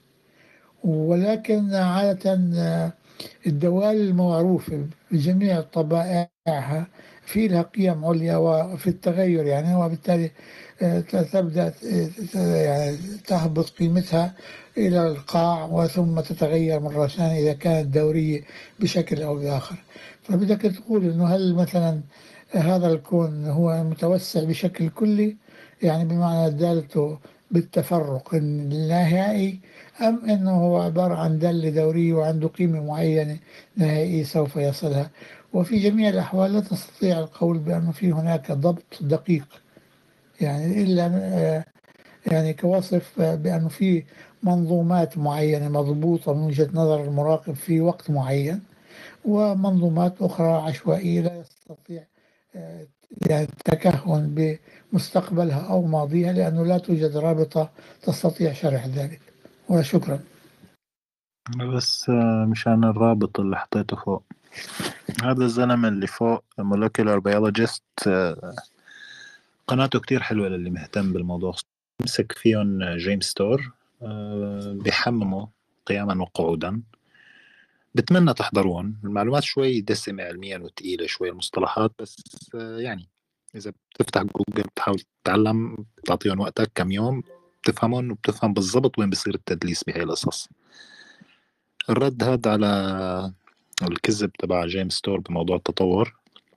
ولكن عادة آه، الدوال المعروفة بجميع طبائعها في لها قيم عليا وفي التغير يعني، وبالتالي آه، ت- تبدأ ت- ت- يعني تهبط قيمتها إلى القاع وثم تتغير مرة ثانية إذا كانت دورية بشكل أو بآخر. فبدك تقول إنه هل مثلا هذا الكون هو متوسع بشكل كلي، يعني بمعنى دالته بالتفرق النهائي، أم أنه هو عبارة عن دالة دورية وعنده قيمة معينة نهائية سوف يصلها. وفي جميع الأحوال لا تستطيع القول بأنه في هناك ضبط دقيق، يعني إلا آه، يعني كوصف آه، بأنه في منظومات معينة مضبوطة من وجهة نظر المراقب في وقت معين، ومنظومات أخرى عشوائية لا يستطيع آه، يعني التكهن بمستقبلها أو ماضيها، لأنه لا توجد رابطة تستطيع شرح ذلك. وشكرا. بس آه، مشان الرابط اللي حطيته فوق، هذا الزلمة اللي فوق molecular biologist، آه، قناته كتير حلوة للي مهتم بالموضوع. مسك فيهم جيمس ستور، آه، بيحمموا قياما وقعودا. بتمنى تحضرون. المعلومات شوي دسمة علميا وتقيلة شوي المصطلحات، بس آه، يعني إذا بتفتح جوجل بتحاول تتعلم، تعطيهم وقتك كم يوم بتفهمون وبتفهم بالضبط وين بصير التدليس بهاي القصص. الرد هذا على الكذب تبع جيمس ستور بموضوع التطور،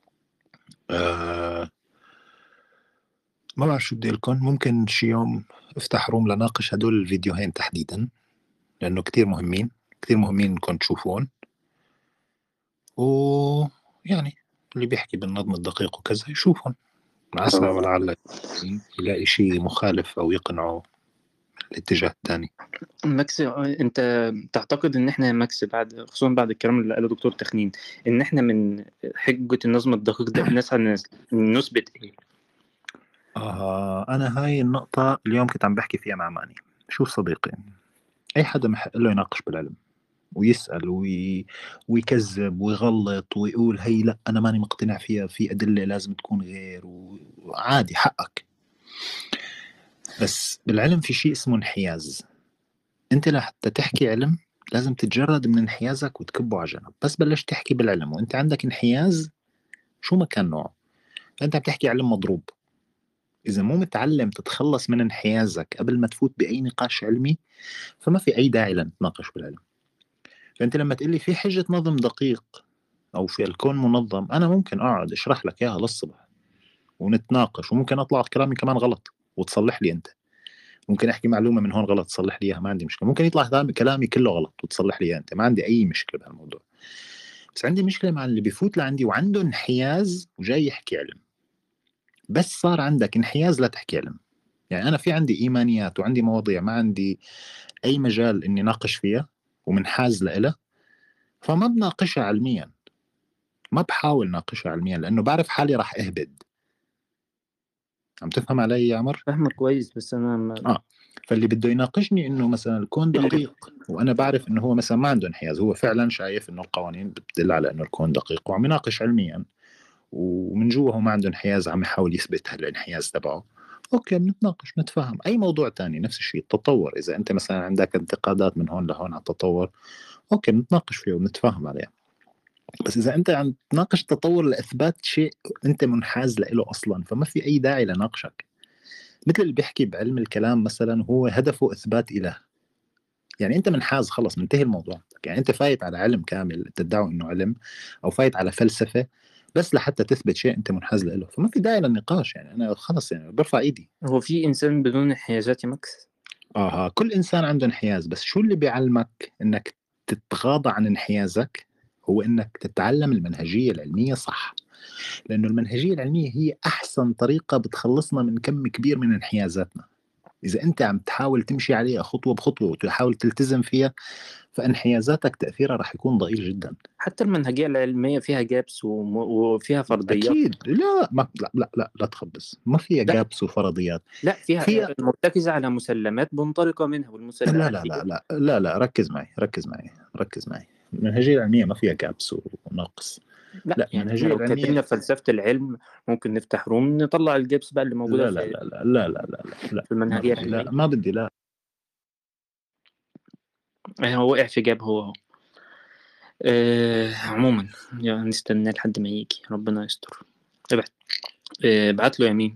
آه ما بعرف شو بدي لكم. ممكن شي يوم افتح روم لناقش هدول الفيديوهين تحديدا، لأنه كتير مهمين، كتير مهمين انكم تشوفون. ويعني اللي بيحكي بالنظم الدقيق وكذا يشوفهم، عسى ولعل يلاقي شيء مخالف أو يقنعه الاتجاه الثاني. ماكس، انت تعتقد ان احنا ماكس بعد، خصوصا بعد الكلام اللي قاله دكتور تخنين، ان احنا من حجة النظم الدقيق ده نسعى نثبت ايه؟ آه أنا هاي النقطة اليوم كنت عم بحكي فيها مع ماني. شوف صديقي، أي حدا محق له يناقش بالعلم ويسأل وي... ويكذب ويغلط ويقول هي لا أنا ماني مقتنع فيها، في أدلة لازم تكون غير، وعادي حقك. بس بالعلم في شيء اسمه انحياز. أنت لحتى تحكي علم لازم تتجرد من انحيازك وتكبه على جنب. بس بلش تحكي بالعلم وأنت عندك انحياز شو ما كان نوعه، أنت بتحكي علم مضروب. إذا مو متعلم تتخلص من انحيازك قبل ما تفوت بأي نقاش علمي، فما في أي داعي لنتناقش بالعلم. فأنت لما تقول لي في حجة نظم دقيق أو في الكون منظم، أنا ممكن أقعد أشرح لك إياها للصبح ونتناقش، وممكن أطلع كلامي كمان غلط وتصلح لي أنت. ممكن أحكي معلومة من هون غلط تصلح لي إياها، ما عندي مشكلة. ممكن يطلع كلامي كله غلط وتصلح لي إياها أنت، ما عندي أي مشكلة بهالموضوع. بس عندي مشكلة مع اللي بيفوت لعندي وعنده انحياز وجاي يحكي علم. بس صار عندك انحياز لا تحكي علم. يعني أنا في عندي إيمانيات وعندي مواضيع ما عندي أي مجال إني ناقش فيها ومنحاز لإلها، فما بناقشها علميا، ما بحاول ناقشها علميا، لأنه بعرف حالي راح أهبد. عم تفهم علي يا عمر؟ فاهمك كويس، بس انا ما... آه فاللي بده يناقشني إنه مثلا الكون دقيق وأنا بعرف إنه هو مثلا ما عنده انحياز، هو فعلا شايف إنه القوانين بتدل على إنه الكون دقيق وعم يناقش علميا، ومن جوا هو ما عنده انحياز عم يحاول يثبت هالانحياز تبعه. اوكي بنتناقش نتفاهم. اي موضوع تاني نفس الشيء، التطور، اذا انت مثلا عندك انتقادات من هون لهون على التطور، اوكي بنتناقش فيه ونتفاهم عليه. بس اذا انت عم تناقش تطور لاثبات شيء انت منحاز له اصلا، فما في اي داعي لناقشك. مثل اللي بيحكي بعلم الكلام مثلا هو هدفه اثبات اله، يعني انت منحاز خلص منتهي الموضوع. يعني انت فايت على علم كامل تدعي انه علم، او فايت على فلسفه بس لحتى تثبت شيء انت منحاز له، فما في داعي للنقاش. يعني انا خلص يعني برفع ايدي. هو في انسان بدون انحيازات يا ماكس؟ اه كل انسان عنده انحياز، بس شو اللي بيعلمك انك تتغاضى عن انحيازك؟ هو انك تتعلم المنهجيه العلميه صح. لأنه المنهجية العلمية هي أحسن طريقة بتخلصنا من كم كبير من انحيازاتنا. إذا أنت عم تحاول تمشي عليها خطوة بخطوة وتحاول تلتزم فيها، فانحيازاتك تأثيرها راح يكون ضئيل جدا. حتى المنهجية العلمية فيها جابس وم- وفيها فرضيات. أكيد لا ما لا لا لا, لا تخبص، ما فيها لا جابس وفرضيات. لا فيها فيها مرتكزة على مسلمات منطلقة منها، لا والمسلمات لا دي لا لا لا لا ركز معي ركز معي ركز معي المنهجية العلمية ما فيها جابس ونقص. لا لا يعني احنا المنهجية لو العلمية اتكلمنا في فلسفة العلم ممكن نفتح روم نطلع الجابس بقى اللي موجودة لا لا في لا لا لا لا لا لا في ما المنهجية بدي لا العلمية. ما بدي لا يعني هو وقع في جاب هو هو. آه عموما يعني نستنى لحد ما يجي، ربنا يستر. ابعت آه، ابعت له يمين.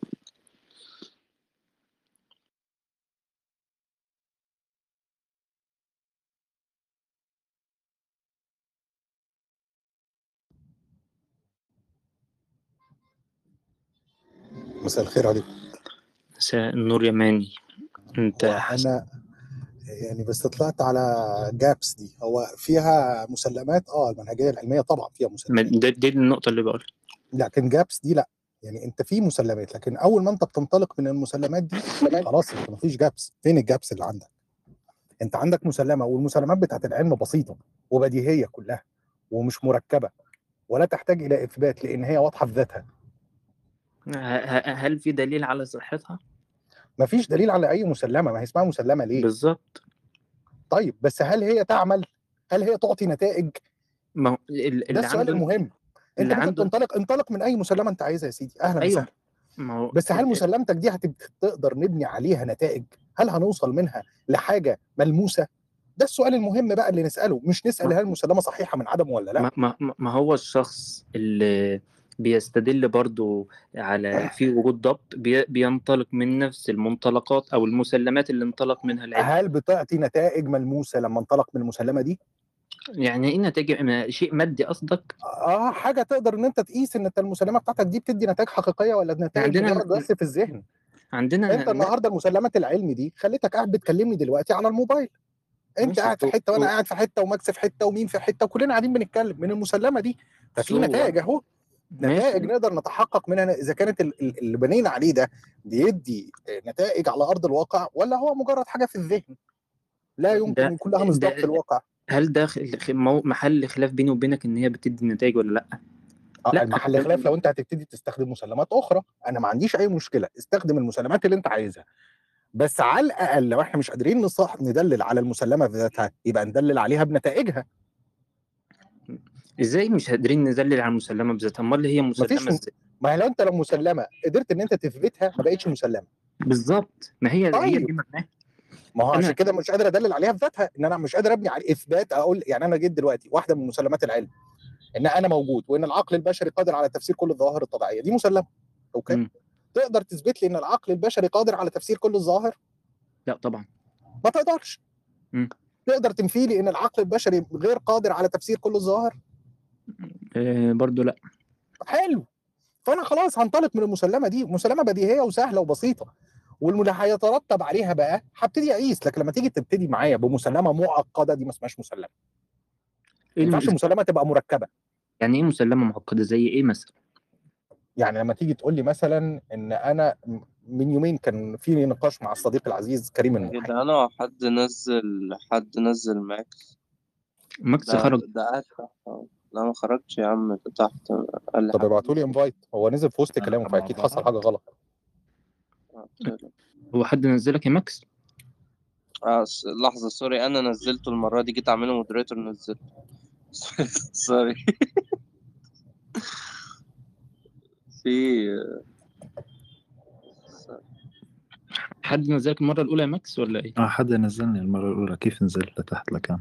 مساء الخير عليكم. مساء النور يا ماني. انت حسن وانا يعني بس طلعت على جابس دي، هو فيها مسلمات اه المنهجيه العلميه طبعا فيها ما- مسلمات، دي, دي النقطة اللي بقولها. لكن جابس دي لا. يعني انت في مسلمات، لكن اول ما انت بتنطلق من المسلمات دي خلاص انت مفيش جابس. فين الجابس اللي عندك؟ انت عندك مسلمه، والمسلمات بتاعت العلم بسيطه وبديهيه كلها ومش مركبه ولا تحتاج الى اثبات لان هي واضحه في ذاتها. ه- ه- هل في دليل على صحتها؟ مفيش دليل على اي مسلمه، ما هي اسمها مسلمه ليه؟ بالظبط. طيب بس هل هي تعمل؟ هل هي تعطي نتائج؟ ما هو ال- ده اللي السؤال عنده المهم. انت اللي ممكن عنده تنطلق انطلق من اي مسلمه انت عايزها يا سيدي، اهلا ايوه. وسهلا. ما هو بس هل ال- مسلمتك دي هتقدر نبني عليها نتائج؟ هل هنوصل منها لحاجه ملموسه؟ ده السؤال المهم بقى اللي نساله، مش نسال هل المسلمه صحيحه من عدم ولا لا. ما, ما, ما ما هو الشخص اللي بيستدل برضو على في وجود ضبط بي بينطلق من نفس المنطلقات او المسلمات اللي انطلق منها العلم. هل بتعطي نتائج ملموسه لما انطلق من المسلمه دي؟ يعني ايه نتائج؟ ما- شيء مادي قصدك؟ اه حاجه تقدر ان انت تقيس ان انت المسلمه بتاعتك دي بتدي نتائج حقيقيه ولا نتائج عندنا مجرد بس في الذهن. عندنا انت ن- النهارده المسلمات العلمي دي خليتك قاعد بتكلمني دلوقتي على الموبايل، انت ماشي. قاعد في حته وانا صو- قاعد في حته وماكس في حته ومين في حته وكلنا قاعدين بنتكلم من المسلمه دي. ففي صو- نتائج اهو، نتائج ماشي. نقدر نتحقق منها اذا كانت ال- ال- اللي بنينا عليه ده بيدي نتائج على ارض الواقع ولا هو مجرد حاجه في الذهن لا يمكن ده يكون لها مصداق في ده الواقع. هل ده خ- خ- مو- محل خلاف بيني وبينك ان هي بتدي نتائج ولا لا؟ آه، لا. المحل خلاف لو انت هتبتدي تستخدم مسلمات اخرى، انا ما عنديش اي مشكله، استخدم المسلمات اللي انت عايزها، بس على الاقل لو احنا مش قادرين نصح ندلل على المسلمه بذاتها يبقى ندلل عليها بنتائجها. ازاي مش قادرين نذلل على المسلمه بذاتها؟ امال هي مفيش مسلمه م... ازاي؟ ما هي لو انت لو مسلمه قدرت ان انت تثبتها ما بقتش مسلمه. بالظبط. ما هي هي طيب دي معناها. ما هو عشان انا كده مش قادر ادلل عليها بذاتها، ان انا مش قادر ابني على اثبات اقول يعني انا جيت دلوقتي واحده من مسلمات العلم ان انا موجود وان العقل البشري قادر على تفسير كل الظواهر الطبيعيه، دي مسلمه اوكي. مم. تقدر تثبت لي ان العقل البشري قادر على تفسير كل الظواهر؟ لا طبعا. ما تقدرش. مم. تقدر تنفي لي ان العقل البشري غير قادر على تفسير كل الظواهر؟ آه برضو لا. حلو. فانا خلاص هنطلق من المسلمه دي، مسلمه بديهيه وسهله وبسيطه، واللي هيترتب عليها بقى هبتدي اقيس. لكن لما تيجي تبتدي معايا بمسلمه معقده دي ما اسمهاش مسلمه. ما ايه ينفعش الم... المسلمه تبقى مركبه. يعني ايه مسلمه معقده؟ زي ايه مثلا؟ يعني لما تيجي تقول لي مثلا ان انا من يومين كان في نقاش مع الصديق العزيز كريم يا المحي. جدعان هو حد نزل حد نزل ماكس ماكس ده خرج. ده قاعد تحت أهو. لا ما خرجش يا عم، ده تحت قال لي طب حد ابعتوا لي انفايت، هو نزل في وسط كلامه فاكيد حصل حاجه غلط. نزل. هو حد نزلك يا ماكس؟ آه س- لحظة سوري، أنا نزلته المرة دي، جيت أعمله مودريتور نزلته. سوري. في حد نزلك المره الاولى يا ماكس ولا ايه؟ اه حدا نزلني المرة الأولى، كيف نزلت لتحت لكام؟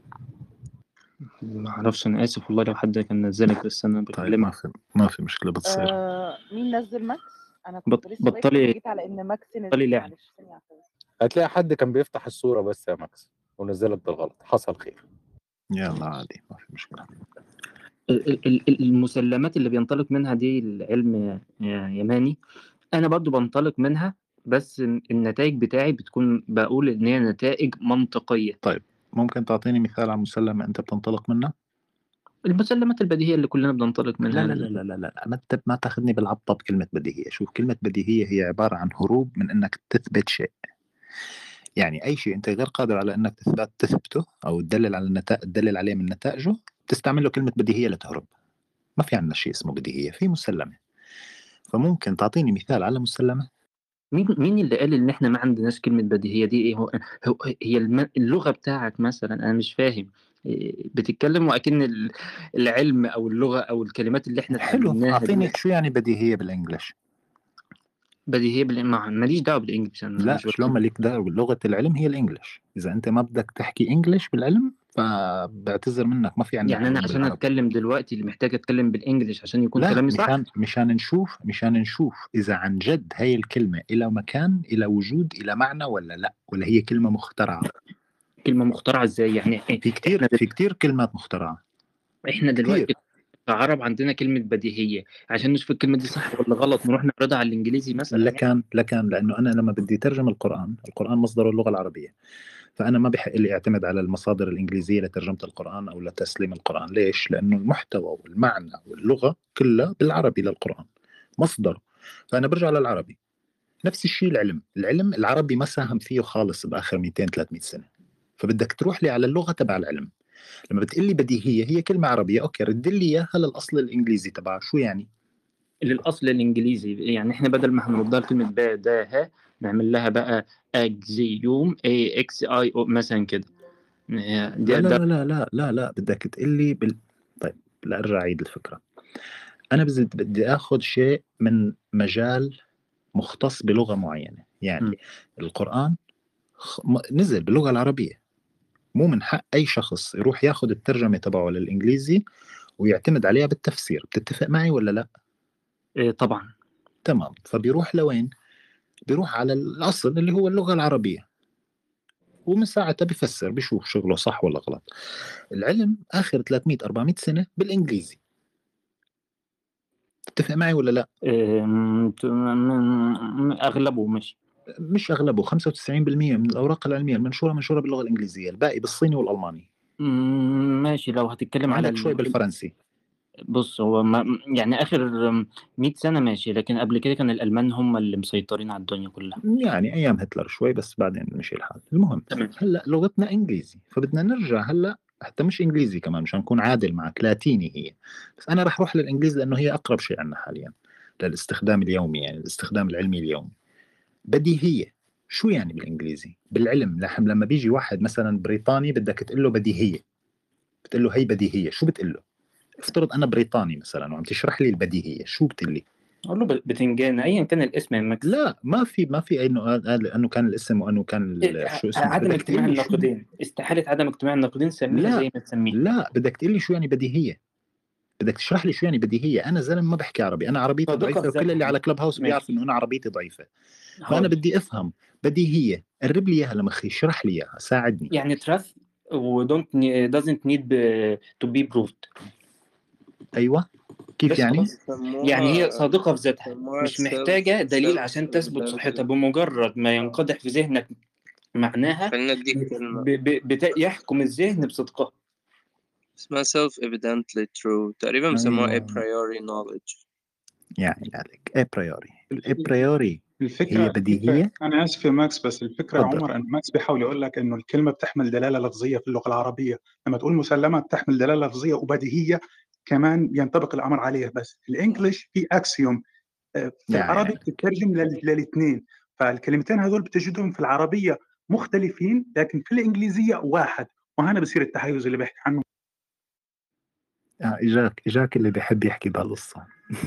ما اعرفش، انا اسف والله لو حد كان نزلك، بس انا طيب ما بكلمك. في ما في مشكلة بتصير. آه مين نزل ماكس؟ انا بط... كنت لسه بطلي باكل جيت على ان ماكس بطلي نزل. لعب. معلش ثانيه واحده. هتلاقي حد كان بيفتح الصوره بس يا ماكس ونزلك بالغلط، حصل خير. يلا عادي ما في مشكلة. ال- ال- ال- المسلمات اللي بينطلق منها دي العلم يا يا يماني، انا برضو بنطلق منها، بس النتائج بتاعي بتكون بقول ان هي نتائج منطقيه. طيب ممكن تعطيني مثال على مسلمة أنت بتنطلق منه؟ المسلمات البديهية اللي كلنا بننطلق لا منها لا لا لا لا, لا. ما ت- ما تاخذني بالعبطة بكلمة بديهية. شوف، كلمة بديهية هي عبارة عن هروب من انك تثبت شيء. يعني اي شيء انت غير قادر على انك تثبت تثبته او تدلل على النتائج، تدلل عليه من نتائجه، تستعمل له كلمة بديهية لتهرب. ما في عندنا شيء اسمه بديهية، في مسلمة. فممكن تعطيني مثال على مسلمة؟ مين مين اللي قال ان احنا ما عندناش كلمة بديهية دي؟ ايه هو, هو هي الم- اللغة بتاعك مثلا، انا مش فاهم. إيه، بتتكلم وأكن ال- العلم او اللغة او الكلمات اللي احنا حلو، اتعلمناها اعطيني دي شو يعني بديهية بالانجلش. بديهية بال- ما- ماليش دعوة بالانجلش، انا لا، مش شلون بتكلم. مالك دعوة؟ لغة العلم هي الانجليش. اذا انت ما بدك تحكي انجليش بالعلم فبعتذر منك، ما في عندنا يعني انا علم عشان بالعربي. اتكلم دلوقتي اللي محتاج اتكلم بالانجلش عشان يكون لا، كلامي صح. مشان مشان نشوف مشان نشوف اذا عن جد هاي الكلمة الى مكان، الى وجود، الى معنى، ولا لا، ولا هي كلمة مخترعة. كلمة مخترعة ازاي يعني؟ إيه؟ في كتير احنا دل... في كتير كلمات مخترعة احنا كتير. دلوقتي كعرب عندنا كلمة بديهية، عشان نشوف الكلمة دي صح ولا غلط نروح نعرضها على الانجليزي مثلا يعني. لكان لكان لانه انا لما بدي ترجم القرآن، القرآن مصدره اللغة العربية، فأنا ما بحق لي أعتمد على المصادر الإنجليزية لترجمة القرآن أو لتسليم القرآن. ليش؟ لأنه المحتوى والمعنى واللغة كلها بالعربي للقرآن مصدر. فأنا برجع للعربي. نفس الشيء العلم العلم العربي ما ساهم فيه خالص بآخر مئتين ثلاثمئة سنة. فبدك تروح لي على اللغة تبع العلم. لما بتقلي بديهية هي كلمة عربية، أوكي، رد لي إياها للأصل الإنجليزي تبعها، شو يعني؟ للأصل الإنجليزي يعني إحنا بدل ما هنردها كلمة با دا ها نعمل لها بقى أكزيوم أي إكس أي أو مثلا كده. لا ده لا ده لا لا لا لا, لا. بدك تقلي بال... طيب، لا أرجع أعيد الفكرة. أنا بزد بدي أخذ شيء من مجال مختص بلغة معينة. يعني م. القرآن خ- م- نزل باللغة العربية. مو من حق أي شخص يروح ياخذ الترجمة تبعه للإنجليزي ويعتمد عليها بالتفسير. بتتفق معي ولا لا؟ إيه طبعا. تمام. فبيروح لوين؟ بيروح على الأصل اللي هو اللغة العربية، ومن ساعتها بيفسر، بيشوف شغله صح ولا غلط. العلم آخر ثلاثمئة أربعمئة سنة بالإنجليزي. تتفق معي ولا لا؟ إيه م- م- م- أغلبه مش مش أغلبه، خمسة وتسعين بالمئة من الأوراق العلمية المنشورة منشورة باللغة الإنجليزية، الباقي بالصيني والألماني، م- ماشي. لو هتتكلم على وعندك شوي ال... بالفرنسي. بص هو ما يعني آخر مئة سنة ماشي، لكن قبل كده كان الألمان هم اللي مسيطرين على الدنيا كلها. يعني ايام هتلر شوي، بس بعدين مشي الحال. المهم، تمام. هلا لغتنا انجليزي، فبدنا نرجع هلا حتى مش انجليزي كمان مشان نكون عادل معك، لاتيني هي. بس انا رح اروح للانجليزي لانه هي اقرب شيء عندنا حاليا للاستخدام اليومي، يعني الاستخدام العلمي اليومي. بديهيه شو يعني بالانجليزي؟ بالعلم لحم لما بيجي واحد مثلا بريطاني بدك تقول له بديهيه، بتقول له هي بديهيه، شو بتقول له؟ افترض انا بريطاني مثلا وعم تشرح لي البديهيه، شو بتقول لي؟ أقول له ب- بتنجان أيا كان الاسم يا ماكس. لا، ما في ما في انه انه كان الاسم وانه كان إيه، ال- شو اسمه. عدم بدك تقول اجتماع لي شو. النقيضين، استحالة عدم اجتماع النقيضين، سميها لا زي ما تسميها. لا، بدك تقول لي شو يعني بديهيه. بدك تشرح لي شو يعني بديهيه. انا زلمه ما بحكي عربي، انا عربيتي صادقة ضعيفه، في وكل اللي ذاتها. على كلب هاوس بيعرف ماشي. انه انا عربيتي ضعيفه. فانا هقول بدي افهم بديهيه، قرب لي اياها لمخي، اشرح لي اياها، ساعدني. يعني trust و don't ne- doesn't need be- to be proved. ايوه، كيف بس يعني؟ خلاص. يعني هي بيسموها صادقة في ذاتها، بيسموها مش self محتاجة دليل self عشان تثبت صحتها، evidently. بمجرد ما ينقدح في ذهنك معناها خلينا اديك كلمة ب... ب... بت... يحكم الذهن بصدقها. اسمها self evidently true، تقريبا بيسموها a ايوه، priori knowledge. يعني عليك ابريوري. الابريوري هي الفكرة الفكرة بديهيه. أنا آسف يا ماكس، بس الفكرة يا تفضل. عمر أن ماكس بيحاول يقول لك إنه الكلمة بتحمل دلالة لفظية في اللغة العربية. لما تقول مسلمة بتحمل دلالة لفظية وبديهية كمان ينطبق الأمر عليها. بس الإنجليش في أكسيوم في يعني العربي يعني بتترجم للاثنين، فالكلمتين هذول بتجدهم في العربية مختلفين لكن في الإنجليزية واحد، وهنا بصير التحيز اللي بيحكي عنه. آه، اجاك اجاك اللي بيحب يحكي بهالقصه.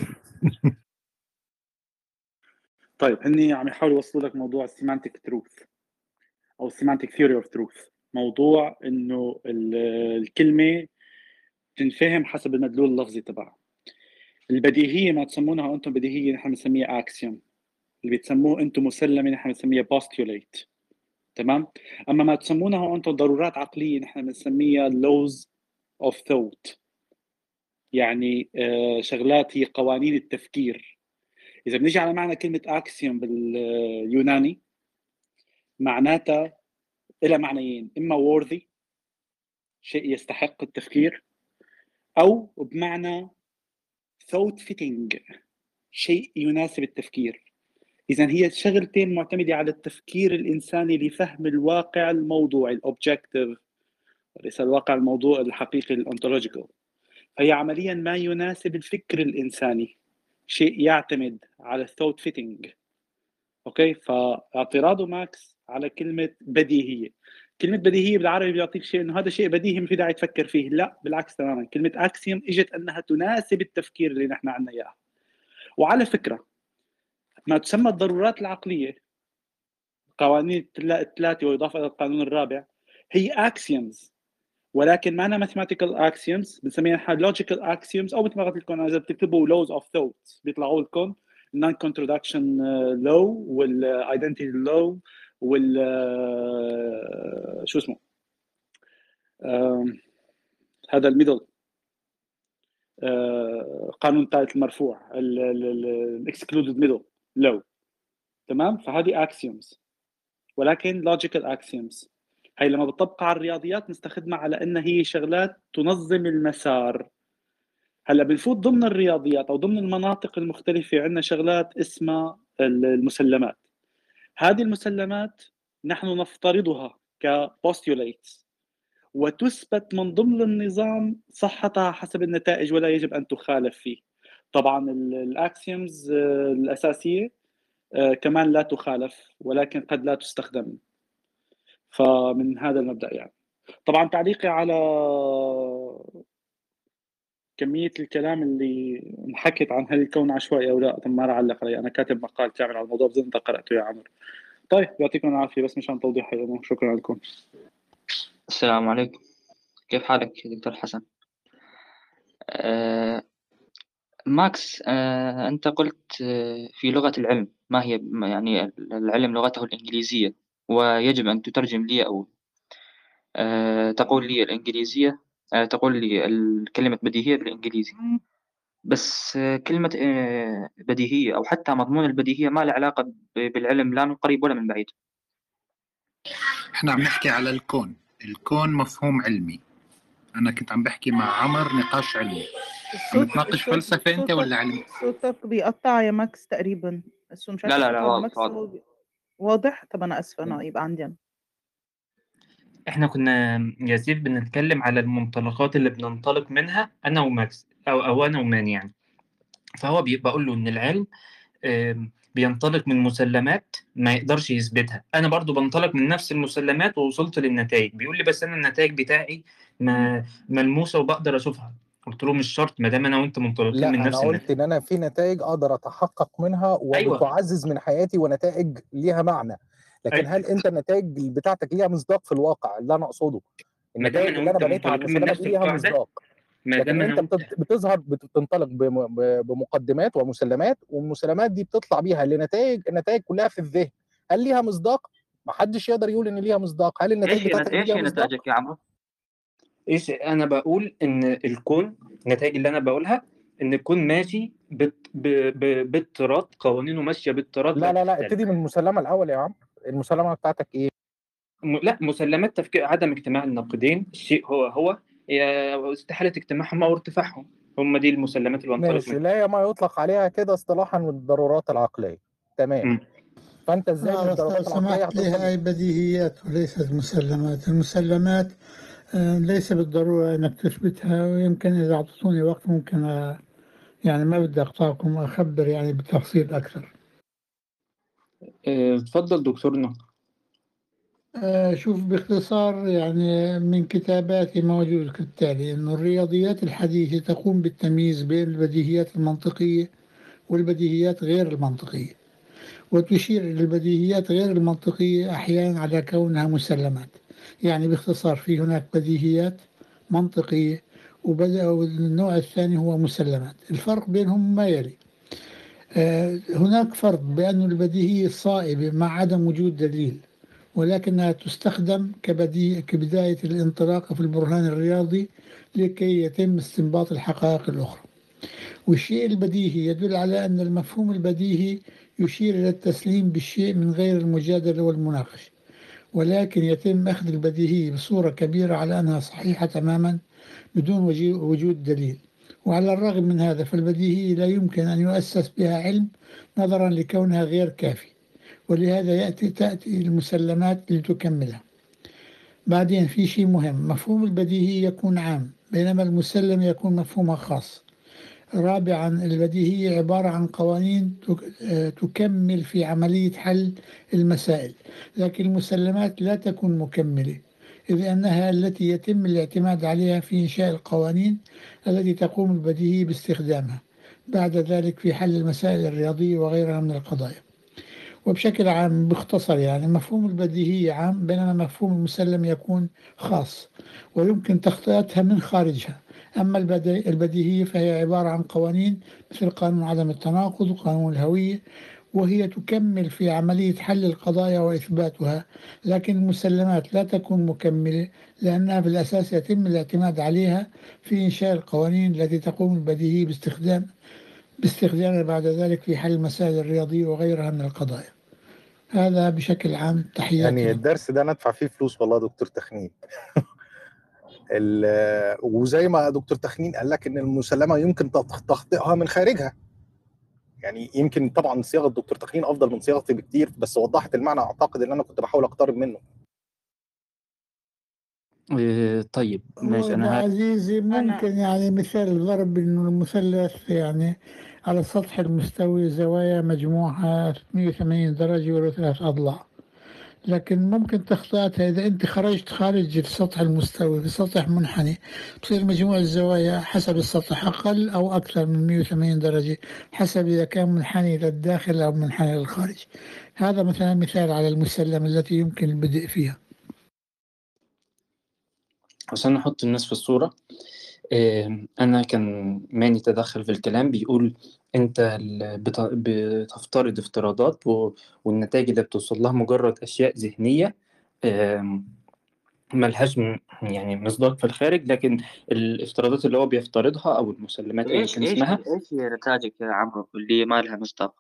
طيب هني عم يحاولوا يوصلوا لك موضوع السيمانتيك تروث او السيمانتيك ثيوري اوف تروث، موضوع انه ال- الكلمه تنفهم حسب المدلول اللفظي تبعها. البديهيه ما تسمونها انتم بديهيه نحن بنسميها اكسيوم، اللي بتسموه انتم مسلمه نحن بنسميها بوستوليت. تمام. اما ما تسمونها انتم ضرورات عقليه نحن بنسميها لوز اوف ثوت، يعني آه، شغلات هي قوانين التفكير. اذا بنيجي على معنى كلمه اكسيوم باليوناني معناتها إلى معنيين، إما worthy شيء يستحق التفكير، أو بمعنى thought fitting، شيء يناسب التفكير. إذا هي شغلتين معتمدة على التفكير الإنساني لفهم الواقع الموضوعي الأوبجكتيف، وليس الواقع الموضوع الحقيقي الأنتولوجيكال. فهي عمليا ما يناسب الفكر الإنساني، شيء يعتمد على الثوت فيتنج. أوكي، فاعتراضه ماكس على كلمة بديهية. كلمة بديهية بالعربي بيعطيك شيء إنه هذا شيء بديهي ما في داعي تفكر فيه. لا بالعكس تماما، كلمة أكسيوم إجت أنها تناسب التفكير اللي نحن عنا إياه. وعلى فكرة ما تسمى الضرورات العقلية، قوانين الثلاثة وإضافة إلى القانون الرابع، هي axioms، ولكن معنا mathematical axioms بنسميها نحن logical axioms، أو مثل ما قلت لكم إذا بتكتبوا laws of thought بيطلعوا لكم non contradiction law وال identity law وال شو اسمه هذا الميدل قانون الثالث المرفوع ال excluded middle law. تمام، فهذه axioms ولكن logical axioms. هي لما بتطبق على الرياضيات نستخدمها على انها هي شغلات تنظم المسار. هلا بنفوت ضمن الرياضيات او ضمن المناطق المختلفه عندنا شغلات اسمها المسلمات. هذه المسلمات نحن نفترضها كبوستيوليتس وتثبت من ضمن النظام صحتها حسب النتائج ولا يجب ان تخالف فيه. طبعا الاكسيومز الاساسيه كمان لا تخالف ولكن قد لا تستخدم. فمن هذا المبدأ يعني. طبعا تعليقي على كمية الكلام اللي انحكت عن هل الكون عشوائي أو لا، ما راح أعلق عليه، أنا كاتب مقال كامل على الموضوع، بظن أنت قرأته يا عمر. طيب يعطيكم العافية، بس مشان توضيح الأمور. شكرا لكم. السلام عليكم، كيف حالك دكتور حسن؟ أه ماكس، أه أنت قلت أه في لغة العلم ما هي، يعني العلم لغته الإنجليزية ويجب أن تترجم لي أو أه تقول لي الإنجليزية، أه تقول لي الكلمة بديهية بالإنجليزي. بس أه كلمة أه بديهية أو حتى مضمون البديهية ما له علاقة بالعلم لا من قريب ولا من بعيد. احنا عم نحكي على الكون. الكون مفهوم علمي. أنا كنت عم بحكي مع عمر نقاش علمي. عم تناقش فلسفة أنت ولا علم؟ صوتك بيقطع يا ماكس تقريبا. بس مش لا لا لا واضح. واضح. واضح. طب أنا أسفة، أنا يبقى عندي أنا. احنا كنا يا سيف بنتكلم على المنطلقات اللي بننطلق منها انا وماكس او او انا ومان يعني. فهو بيقول له ان العلم بينطلق من مسلمات ما يقدرش يثبتها. انا برضو بنطلق من نفس المسلمات ووصلت للنتائج. بيقول لي بس انا النتائج بتاعي ما ملموسه وبقدر اشوفها. قلت له مش شرط ما دام انا وانت منطلقين من لا نفس انا قلت النتائج. ان انا في نتائج اقدر اتحقق منها أيوة. وبتعزز من حياتي ونتائج ليها معنى، لكن أيوة. هل انت النتائج بتاعتك ليها مصداق في الواقع؟ اللي انا اقصده ما دام النتائج انا اللي انا وانت بنيتها على منطلقين من المسلمات نفس دي ليها القاعده، مصداق، ما لكن دام انا انت وانت بت- بتظهر بتنطلق بم- بمقدمات ومسلمات، والمسلمات دي بتطلع بيها لنتائج، النتائج كلها في الذهن. هل ليها مصداق؟ ما حدش يقدر يقول ان ليها مصداق. هل النتائج ايش هي بتاعتك دي ايش ليها هي مصداق؟ نتائجك يا عمرو؟ ايش انا بقول؟ ان الكون، النتائج اللي انا بقولها ان الكون ماشي بت... ب... ب... باضطراد، قوانينه ماشيه باضطراد لا لا لا لا تختلف. ابتدي من المسلمه الاول يا عم. المسلمه بتاعتك ايه؟ م... لا مسلمات تفكير عدم اجتماع النقيضين، الشيء هو هو يا استحاله اجتماعهم او ارتفاعهم. هم دي المسلمات اللي بنطلق ماشي، منها. لا هي ما يطلق عليها كده اصطلاحا من الضرورات العقليه. تمام. م. فانت ازاي من لا بس الضرورات لو العقليه سمحت لي، هتوصل؟ هاي بديهيات وليست مسلمات. المسلمات آه، ليس بالضرورة أنك تثبتها، ويمكن إذا أعطيتوني وقت ممكن آه، يعني ما بدي أقطعكم أخبر يعني بتفصيل أكثر. اه، اتفضل دكتورنا. آه، شوف باختصار يعني من كتاباتي موجود كالتالي: أن الرياضيات الحديثة تقوم بالتمييز بين البديهيات المنطقية والبديهيات غير المنطقية، وتشير إلى البديهيات غير المنطقية أحيانا على كونها مسلمات. يعني باختصار في هناك بديهيات منطقية والنوع الثاني هو مسلمات. الفرق بينهم ما يلي: آه، هناك فرق بأن البديهية صائبة مع عدم وجود دليل، ولكنها تستخدم كبدي كبداية الانطلاق في البرهان الرياضي لكي يتم استنباط الحقائق الأخرى. والشيء البديهي يدل على أن المفهوم البديهي يشير إلى التسليم بالشيء من غير المجادلة والمناقشة، ولكن يتم أخذ البديهي بصورة كبيرة على أنها صحيحة تماما بدون وجود دليل. وعلى الرغم من هذا فالبديهية لا يمكن أن يؤسس بها علم نظرا لكونها غير كافي، ولهذا يأتي تأتي المسلمات لتكملها. بعدين في شيء مهم، مفهوم البديهية يكون عام بينما المسلم يكون مفهومها خاص. رابعا البديهية عبارة عن قوانين تكمل في عملية حل المسائل، لكن المسلمات لا تكون مكملة، إذ أنها التي يتم الاعتماد عليها في إنشاء القوانين التي تقوم البديهية باستخدامها بعد ذلك في حل المسائل الرياضية وغيرها من القضايا. وبشكل عام باختصر يعني مفهوم البديهية عام بينما مفهوم المسلم يكون خاص ويمكن تخطئتها من خارجها. أما البديهية فهي عبارة عن قوانين مثل قانون عدم التناقض وقانون الهوية، وهي تكمل في عملية حل القضايا وإثباتها، لكن المسلمات لا تكون مكملة لأنها في الأساس يتم الاعتماد عليها في إنشاء القوانين التي تقوم البديهية باستخدام باستخدامها بعد ذلك في حل المسائل الرياضية وغيرها من القضايا. هذا بشكل عام. تحياتي. يعني الدرس ده ندفع فيه فلوس والله دكتور تخنين. وزي ما دكتور تخنين قال لك ان المسلمه يمكن تخطئها من خارجها، يعني يمكن طبعا صياغه دكتور تخنين افضل من صياغتي بكتير، بس وضحت المعنى اعتقد ان انا كنت بحاول اقترب منه. طيب ماشي. انا عزيزي ممكن أنا... يعني مثال الضرب انه المثلث يعني على السطح المستوي زوايا مجموعها ثمانية وثمانين درجه وله ثلاث اضلاع، لكن ممكن تخطئتها إذا أنت خرجت خارج السطح المستوي في سطح منحني تصير مجموع الزوايا حسب السطح أقل أو أكثر من مئة وثمانين درجة حسب إذا كان منحني للداخل أو منحني للخارج. هذا مثلا مثال على المسلم التي يمكن البدء فيها. عشان نحط الناس في الصورة، أنا كان ماني تدخل في الكلام بيقول أنت بتفترض افتراضات والنتائج اللي بتوصل لها مجرد أشياء ذهنية ملهاش يعني مصداق في الخارج، لكن الافتراضات اللي هو بيفترضها أو المسلمات اللي كان اسمها إيش هي نتائجك يا عمرو اللي ما لها مصداق؟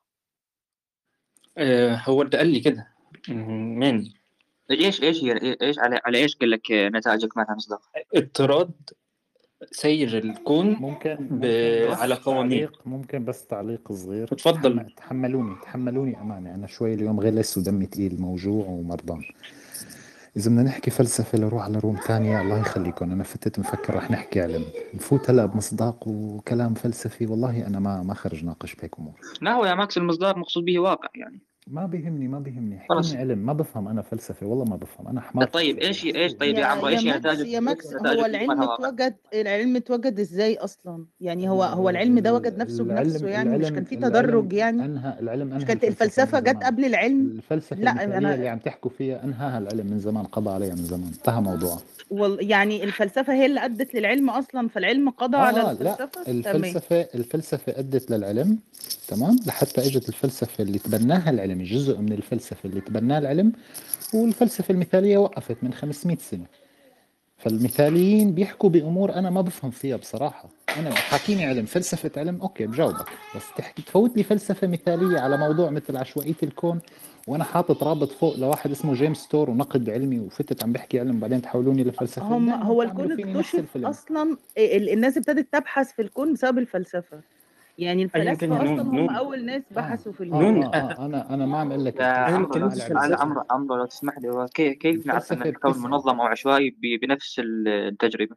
هو اللي قال لي كده ماني. إيش إيش هي إيش على على إيش قال لك نتائجك ما لها مصداق؟ اضطراد سير الكون ممكن, ب... ممكن على قوانين. ممكن بس تعليق صغير. اتفضل. تحملوني تحملوني أمانة، أنا شوي اليوم غلس ودمي تقيل موجوع ومرضان. إذا بدنا نحكي فلسفة لروح على روم تانية الله يخليكم، أنا فتت مفكر رح نحكي علم نفوت هلا بمصداق وكلام فلسفي، والله أنا ما ما خرج ناقش بهيك أمور. لا هو يا ماكس المصداق مقصود به واقع يعني. ما بيهمني ما بيهمني احكيني علم، ما بفهم أنا فلسفة والله ما بفهم، أنا حمار. طيب إيش إيش طيب يا عمرو إيش نتائج يا ماكس هو العلم اتوجد العلم اتوجد إزاي أصلا؟ يعني هو هو العلم ده وجد نفسه بنفسه يعني مش كان في تدرج يعني؟ أنهى العلم أنهى مش كانت الفلسفة جت قبل العلم؟ الفلسفة لا أنا اللي عم تحكوا فيها أنهاها العلم من زمان، قضى عليها من زمان، انتهى موضوعها. وال يعني الفلسفة هي اللي أدت للعلم أصلا، فالعلم قضى آه على الفلسفة. لا الفلسفة تمام. الفلسفة أدت للعلم تمام لحتى اجت الفلسفة اللي تبناها العلم، جزء من الفلسفة اللي تبناها العلم، والفلسفة المثالية وقفت من خمسمئة سنة. فالمثاليين بيحكوا بأمور أنا ما بفهم فيها بصراحة. أنا حاكيني علم فلسفة علم أوكي بجاوبك، بس تحكي تفوت لي فلسفة مثالية على موضوع مثل عشوائية الكون وأنا حاطط رابط فوق لواحد اسمه جيمس ستور ونقد علمي وفتت عم بحكي علم بعدين تحولوني لفلسفة. هم هو الكون اكتشف أصلا الناس ابتدت تبحث في الكون بسبب الفلسفة، يعني الفلاسفة أصلا هم نون. أول ناس بحثوا في الكون. آه آه آه أنا أنا ما عم أقول لك عمرو عمرو لو تسمح لي، كيف كيف نعرف أن الكون منظم أو عشوائي بنفس التجربة؟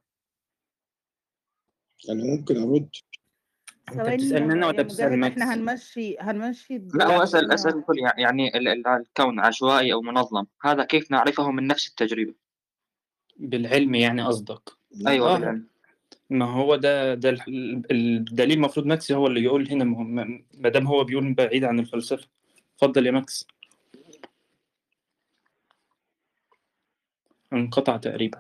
أنا ممكن أرد. أنت بتسألني أنا ولا بتسأل ماكس؟ إحنا هنمشي هنمشي لا هو أسأل أسأل كل يعني الكون عشوائي أو منظم، هذا كيف نعرفه من نفس التجربة؟ بالعلم يعني قصدك؟ أيوة آه. بالعلم. ما هو ده ده الدليل المفروض ماكس هو اللي يقول هنا، ما دام هو بيقول بعيد عن الفلسفة. اتفضل يا ماكس. انقطع تقريبا.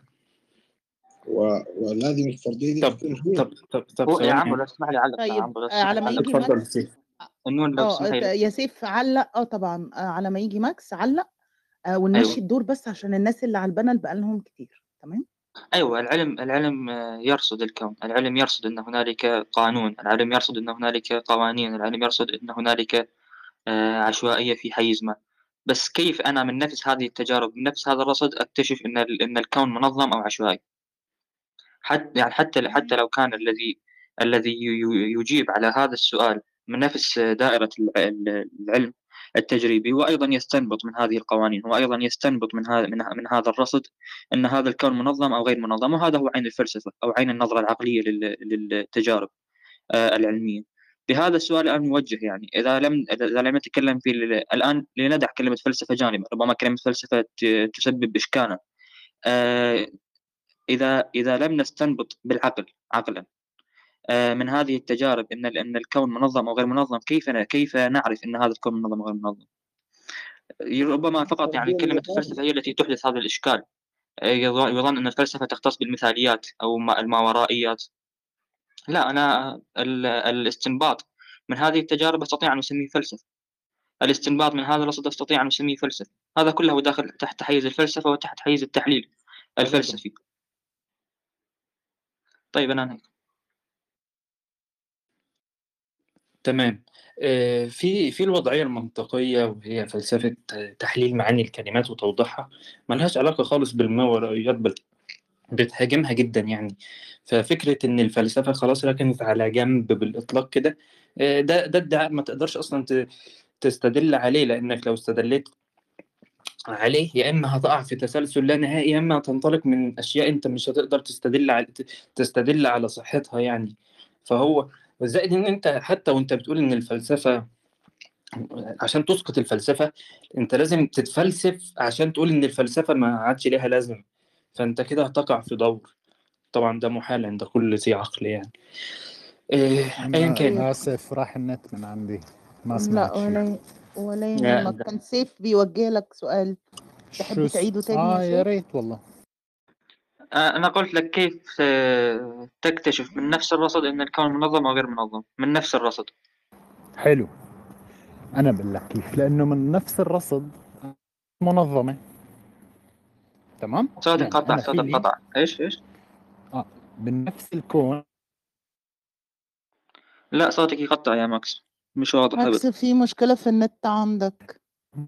ولازم الفرضية دي طب طب طب طب هو يا عمرو لو تسمح لي علق. طيب على ما يجي ماكس النون لو تسمح لي يا سيف علق. اه طبعا على ما يجي ماكس علق آه ونمشي أيوة. الدور بس عشان الناس اللي على البانل بقى لهم كتير. تمام. أيوة العلم العلم يرصد الكون، العلم يرصد أن هنالك قانون، العلم يرصد أن هنالك قوانين، العلم يرصد أن هنالك عشوائية في حيز ما. بس كيف أنا من نفس هذه التجارب من نفس هذا الرصد أكتشف أن أن الكون منظم أو عشوائي؟ حتى يعني حتى حتى لو كان الذي الذي ي- ي- يجيب على هذا السؤال من نفس دائرة الع- العلم التجريبي، هو أيضا يستنبط من هذه القوانين، هو أيضا يستنبط من هذا من من هذا الرصد أن هذا الكون منظم أو غير منظم. وهذا هو عين الفلسفة أو عين النظرة العقلية لل- للتجارب آه، العلمية. بهذا السؤال الآن موجه، يعني إذا لم إذا لم نتكلم في ال- الآن لندع كلمة فلسفة جانبا، ربما كلمة فلسفة ت- تسبب إشكالا. آه، إذا إذا لم نستنبط بالعقل عقلا آه، من هذه التجارب ان ال- ان الكون منظم او غير منظم، كيف كيف نعرف ان هذا الكون منظم او غير منظم؟ ربما فقط يعني كلمة الفلسفة هي التي تحدث هذا الإشكال. آه، يظن يظن أن الفلسفة تختص بالمثاليات أو ما- الماورائيات. لا، أنا ال- الاستنباط من هذه التجارب أستطيع أن أسميه فلسفة. الاستنباط من هذا الرصد أستطيع أن أسميه فلسفة. هذا كله داخل تحت حيز الفلسفة وتحت حيز التحليل الفلسفي. طيب أنا هيك. تمام. آه، في في الوضعية المنطقية، وهي فلسفة تحليل معاني الكلمات وتوضيحها، ملهاش علاقة خالص بالماورائيات، بل بتهاجمها جدا يعني. ففكرة إن الفلسفة خلاص ركنت على جنب بالإطلاق كده، آه، ده ده ادعاء ما تقدرش أصلا ت- تستدل عليه، لأنك لو استدليت عليه يا إما هتقع في تسلسل لا نهائي، يا إما هتنطلق من أشياء أنت مش هتقدر تستدل على تستدل على صحتها يعني. فهو وزائد إن أنت حتى وأنت بتقول إن الفلسفة، عشان تسقط الفلسفة أنت لازم تتفلسف عشان تقول إن الفلسفة ما عادش ليها لازمة، فأنت كده هتقع في دور. طبعا ده محال عند كل ذي عقل يعني. إيه، أيا كان. أنا آسف راح النت من عندي، ما سمعت لا شيء. ولا ولا يا- يهمك، كان سيف بيوجه لك سؤال، تحب شو س... تعيده تاني آه يا يا سيف؟ ريت والله. آه، أنا قلت لك كيف آه، تكتشف من نفس الرصد أن الكون منظم أو غير منظم من نفس الرصد. حلو، أنا بقول لك كيف، لأنه من نفس الرصد منظمة. تمام، صوتك يعني قطع أنا في صوتك لي قطع إيش إيش آه من نفس الكون. لا، صوتك يقطع يا ماكس، مش واضح ماكس أبدا. في مشكلة في النت عندك.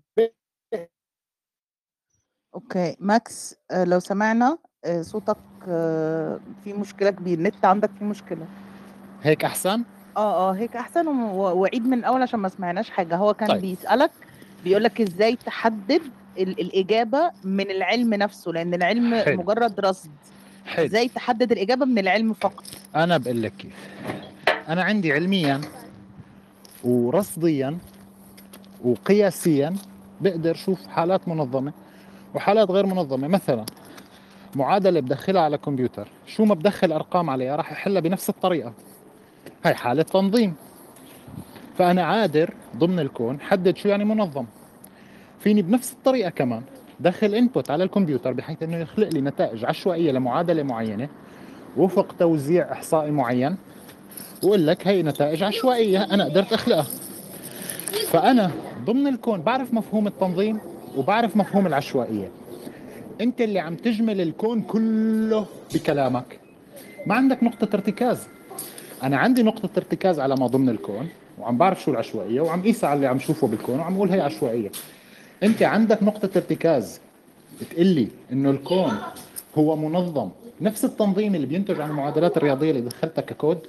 اوكي ماكس، آه، لو سمعنا آه، صوتك آه، في مشكلة كبيرة، النت عندك في مشكلة. هيك أحسن؟ اه اه هيك احسن، و- وعيد من الاول عشان ما سمعناش حاجة. هو كان طيب. بيسألك، بيقولك ازاي تحدد ال- الإجابة من العلم نفسه، لأن العلم حلو. مجرد رصد. حلو، ازاي تحدد الإجابة من العلم فقط؟ أنا بقول لك كيف. أنا عندي علميا ورصديا وقياسيا بقدر شوف حالات منظمة وحالات غير منظمة. مثلا معادلة بدخلها على كمبيوتر، شو ما بدخل أرقام عليها راح يحلها بنفس الطريقة، هاي حالة تنظيم. فأنا عادر ضمن الكون حدد شو يعني منظم. فيني بنفس الطريقة كمان دخل انبوت على الكمبيوتر بحيث انه يخلق لي نتائج عشوائية لمعادلة معينة وفق توزيع إحصائي معين، وقول لك هي نتائج عشوائية أنا قدرت أخلقها. فأنا ضمن الكون بعرف مفهوم التنظيم وبعرف مفهوم العشوائية. أنت اللي عم تجمل الكون كله بكلامك، ما عندك نقطة ارتكاز. أنا عندي نقطة ارتكاز على ما ضمن الكون، وعم بعرف شو العشوائية، وعم قيس على اللي عم شوفه بالكون وعم أقول هي عشوائية. أنت عندك نقطة ارتكاز تقلي إنه الكون هو منظم نفس التنظيم اللي بينتج عن المعادلات الرياضية اللي دخلتها ككود.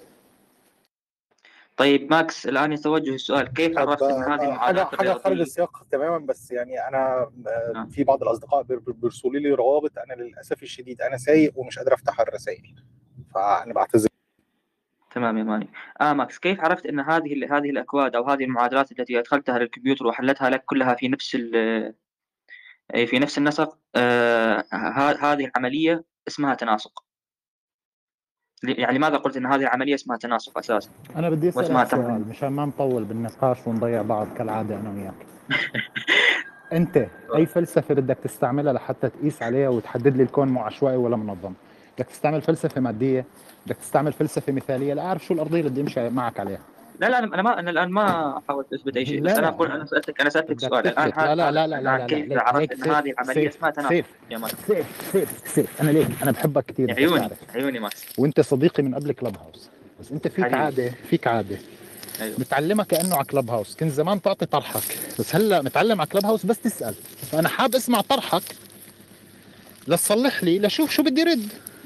طيب ماكس، الآن يتوجه السؤال، كيف طب عرفت أن هذه آه، حاجه المعادلات حاجه خارج الرياضية؟ السياق تماما، بس يعني انا آه، نعم. في بعض الاصدقاء بير- بير- بيرسلوا لي روابط، انا للاسف الشديد انا سايق ومش قادر افتح الرسائل، فانا بعتذر. تمام يا ماني. آه ماكس، كيف عرفت أن هذه ال- هذه الأكواد أو هذه المعادلات التي أدخلتها للكمبيوتر وحلتها لك كلها في نفس ال- أي في نفس النسق، آه ه- هذه العملية اسمها تناسق؟ يعني لماذا قلت أن هذه العملية اسمها تناسق أساسا؟ أنا بدي واسمها أسألك سؤال تنظيم. مشان ما نطول بالنقاش ونضيع بعض كالعادة أنا وياك. أنت أي فلسفة بدك تستعملها لحتى تقيس عليها وتحدد لي الكون مو عشوائي ولا منظم؟ بدك تستعمل فلسفة مادية؟ بدك تستعمل فلسفة مثالية لأعرف شو الأرضية اللي بدي أمشي معك عليها؟ لا لا، أنا ما أنا الآن ما حاولت أثبت أي شيء، بس لا أنا لا أقول أنا سألتك أنا سألتك بدك سؤال الآن. تثبت. لا هذا لا هذا لا لا لا, الآن لا. كيف ليك عرفت ليك أن سيف هذه العملية سيف اسمها تناسق سيف يا ماكس؟ سيف سيف سيف أنا ليك أنا بحبك كثير بدك عيوني تعرف، عيوني ماكس وأنت صديقي من قبل كلب هاوس، بس أنت فيك حبيبي. عادة فيك عادة أيوه. متعلمة كأنه على كلب هاوس. كنت زمان تعطي طرحك، بس هلا متعلم على كلب هاوس بس تسأل. فأنا حاب أسمع طرحك لتصلح لي لشوف شو بدي رد.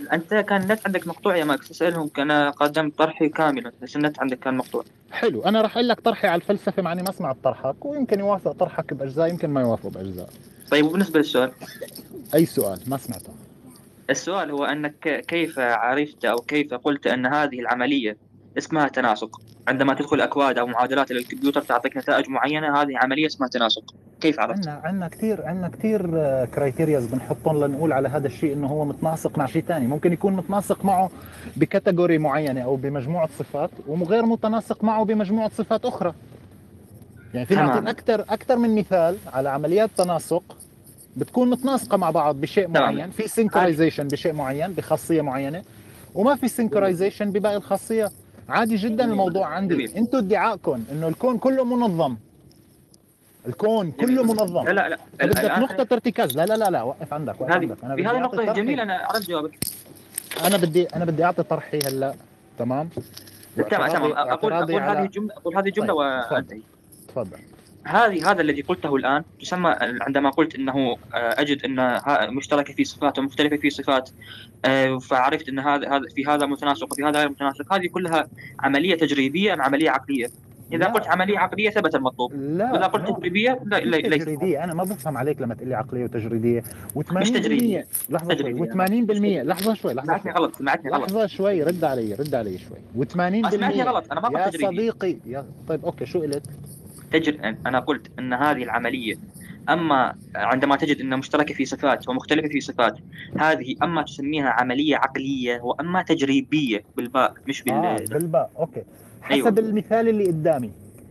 انت كان النت عندك مقطوع يا ماكس، اسالهم كان قدمت طرحي كاملا بس النت عندك كان مقطوع. حلو، انا راح اقول لك طرحي على الفلسفه مع اني ما سمعت طرحك، ويمكن يوافق طرحك باجزاء يمكن ما يوافق باجزاء. طيب وبالنسبه للسؤال، اي سؤال؟ ما سمعته. السؤال هو انك كيف عرفت او كيف قلت ان هذه العمليه اسمها تناسق؟ عندما تدخل اكواد او معادلات للكمبيوتر تعطيك نتائج معينه، هذه عمليه اسمها تناسق، كيف عرفت؟ عندنا عندنا كثير عندنا كثير كرايتيرياز بنحطهم لنقول على هذا الشيء انه هو متناسق مع شيء ثاني. ممكن يكون متناسق معه بكاتيجوري معينه او بمجموعه صفات، وغير متناسق معه بمجموعه صفات اخرى. يعني في نعطيك اكثر اكثر من مثال على عمليات تناسق بتكون متناسقه مع بعض بشيء معين، في سينكرايزيشن بشيء معين بخاصيه معينه، وما في سينكرايزيشن بباقي الخاصيات. عادي جدا الموضوع عندي. انتوا ادعائكم انه الكون كله منظم، الكون كله منظم. لا لا لا بدك نقطة ارتكاز. لا لا لا لا وقف عندك وقف عندك. أنا بهذه النقطة الجميلة أنا عرفت جوابك. أنا بدي أنا بدي أعطي طرحي هلا. تمام تمام تمام. أقول أقول هذه الجملة أقول هذه الجملة وأنتهي. تفضل. هذه هذا الذي قلته الآن تسمى عندما قلت أنه أجد أن مشتركة في صفات ومختلفة في صفات، فعرفت أن هذا هذا في هذا متناسق وفي هذا غير متناسق. هذه كلها عملية تجريبية أم عملية عقلية؟ إذا لا. قلت عملية عقلية ثبت المطلوب. لا. وإذا قلت تجريبية لا لا ليس. تجريدية. أنا ما بفهم عليك لما تقول لي عقلية وتجريدية. مش تجريدية. لحظة شوي. و80% لحظة شوي لحظة سمعتني غلط سمعتني غلط. لحظة شوي رد علي رد علي شوي. و80% سمعتني غلط. أنا ما قلت يا تجريدية. صديقي يا طيب أوكي شو قلت؟ تجر... أنا قلت أن هذه العملية أما عندما تجد أنها مشتركة في صفات ومختلفة في صفات، هذه أما تسميها عملية عقلية وأما تجريبية بالباء مش بال آه بالباء. أوكي حسب أيوة. المثال اللي قدامي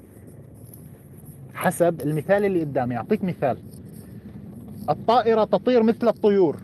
حسب المثال اللي قدامي أعطيك مثال. الطائرة تطير مثل الطيور،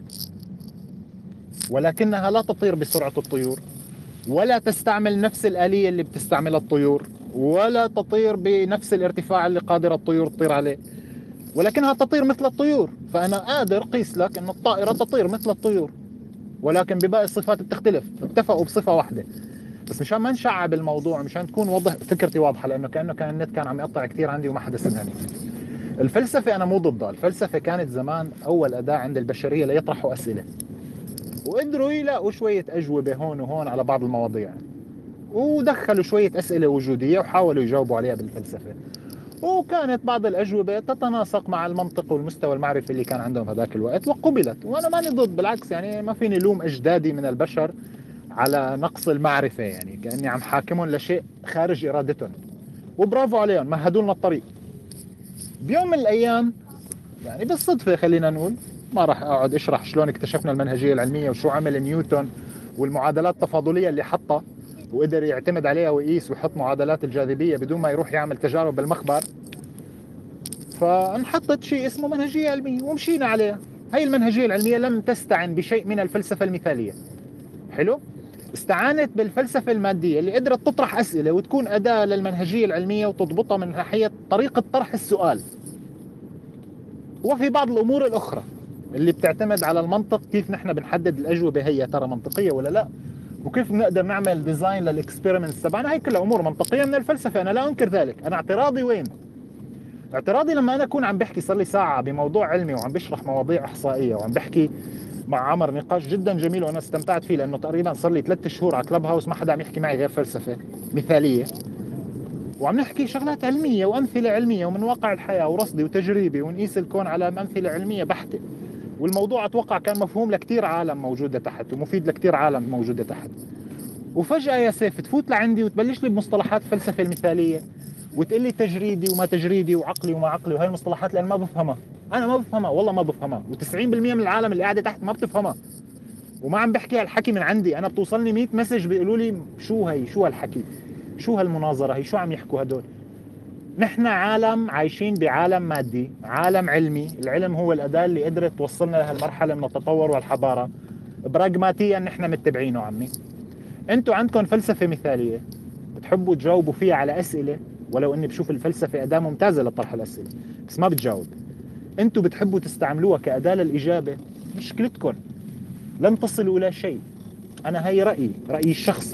ولكنها لا تطير بسرعة الطيور، ولا تستعمل نفس الآلية اللي بتستعملها الطيور، ولا تطير بنفس الارتفاع اللي قادرة الطيور تطير عليه، ولكنها تطير مثل الطيور. فأنا قادر قيس لك أن الطائرة تطير مثل الطيور، ولكن بباقي الصفات بتختلف. اتفقوا بصفة واحدة. بس مشان ما نشعب الموضوع، مشان تكون وضح فكرتي واضحة، لأنه كأنه كان النت كان عم يقطع كثير عندي وما حدا سمعني. الفلسفة أنا مو ضدها. الفلسفة كانت زمان أول أداة عند البشرية ليطرحوا أسئلة، وقدروا يلاقوا شوية أجوبة هون وهون على بعض المواضيع، ودخلوا شوية أسئلة وجودية وحاولوا يجاوبوا عليها بالفلسفة، وكانت بعض الأجوبة تتناسق مع المنطق والمستوى المعرفي اللي كان عندهم هذاك الوقت وقبلت. وأنا ماني ضد، بالعكس يعني ما فيني لوم أجدادي من البشر على نقص المعرفة، يعني كأني عم حاكمهم لشيء خارج إرادتهم، وبرافو عليهم مهدوا لنا الطريق. بيوم من الأيام يعني بالصدفة خلينا نقول، ما راح أقعد أشرح شلون اكتشفنا المنهجية العلمية وشو عمل نيوتن والمعادلات التفاضلية اللي حطها وقدر يعتمد عليها ويقيس ويحط معادلات الجاذبية بدون ما يروح يعمل تجارب بالمخبر. فانحطت شيء اسمه منهجية علمية ومشينا عليها. هاي المنهجية العلمية لم تستعن بشيء من الفلسفة المثالية. حلو؟ استعانت بالفلسفة المادية اللي قدرت تطرح أسئلة وتكون أداة للمنهجية العلمية وتضبطها من ناحية طريقة طرح السؤال. وفي بعض الأمور الأخرى اللي بتعتمد على المنطق، كيف نحن بنحدد الأجوبة هي ترى منطقية ولا لا، وكيف بنقدر نعمل ديزاين للإكسبيرمنتس تبعنا. هي كلها أمور منطقية من الفلسفة، أنا لا أنكر ذلك. أنا اعتراضي وين؟ اعتراضي لما أنا أكون عم بحكي صار لي ساعة بموضوع علمي وعم بشرح مواضيع إحصائية وعم بحكي مع عمر نقاش جدا جميل وأنا استمتعت فيه، لأنه تقريبا صار لي ثلاثة شهور على كلب هاوس ما حدا عم يحكي معي غير فلسفة مثالية، وعم نحكي شغلات علمية وأمثلة علمية ومن واقع الحياة ورصدي وتجريبي، ونقيس الكون على أمثلة علمية بحتة. والموضوع أتوقع كان مفهوم لكتير عالم موجودة تحت ومفيد لكتير عالم موجودة تحت. وفجأة يا سيف تفوت لعندي وتبلش لي بمصطلحات فلسفة المثالية وتقول لي تجريدي وما تجريدي وعقلي وما عقلي، وهي المصطلحات اللي أنا ما بفهمها. أنا ما بفهمها والله ما بفهمها، وتسعين بالمئة من العالم اللي قاعدة تحت ما بتفهمها. وما عم بحكي هالحكي من عندي، أنا بتوصلني مية مسج بيقولوا لي شو هي، شو هالحكي، شو هالمناظرة هي، شو عم يحكوا هدول. نحن عالم عايشين بعالم مادي، عالم علمي. العلم هو الأداة اللي قدرت توصلنا لهالمرحلة من التطور والحضارة. براغماتيا نحن متبعينه عمي. انتوا عندكم فلسفة مثالية بتحبوا تجاوبوا فيها على أسئلة، ولو اني بشوف الفلسفة أداة ممتازة لطرح الأسئلة بس ما بتجاوب. انتوا بتحبوا تستعملوها كأداة للإجابة، مشكلتكم لن تصلوا إلى شيء. أنا هاي رأيي رأيي الشخصي.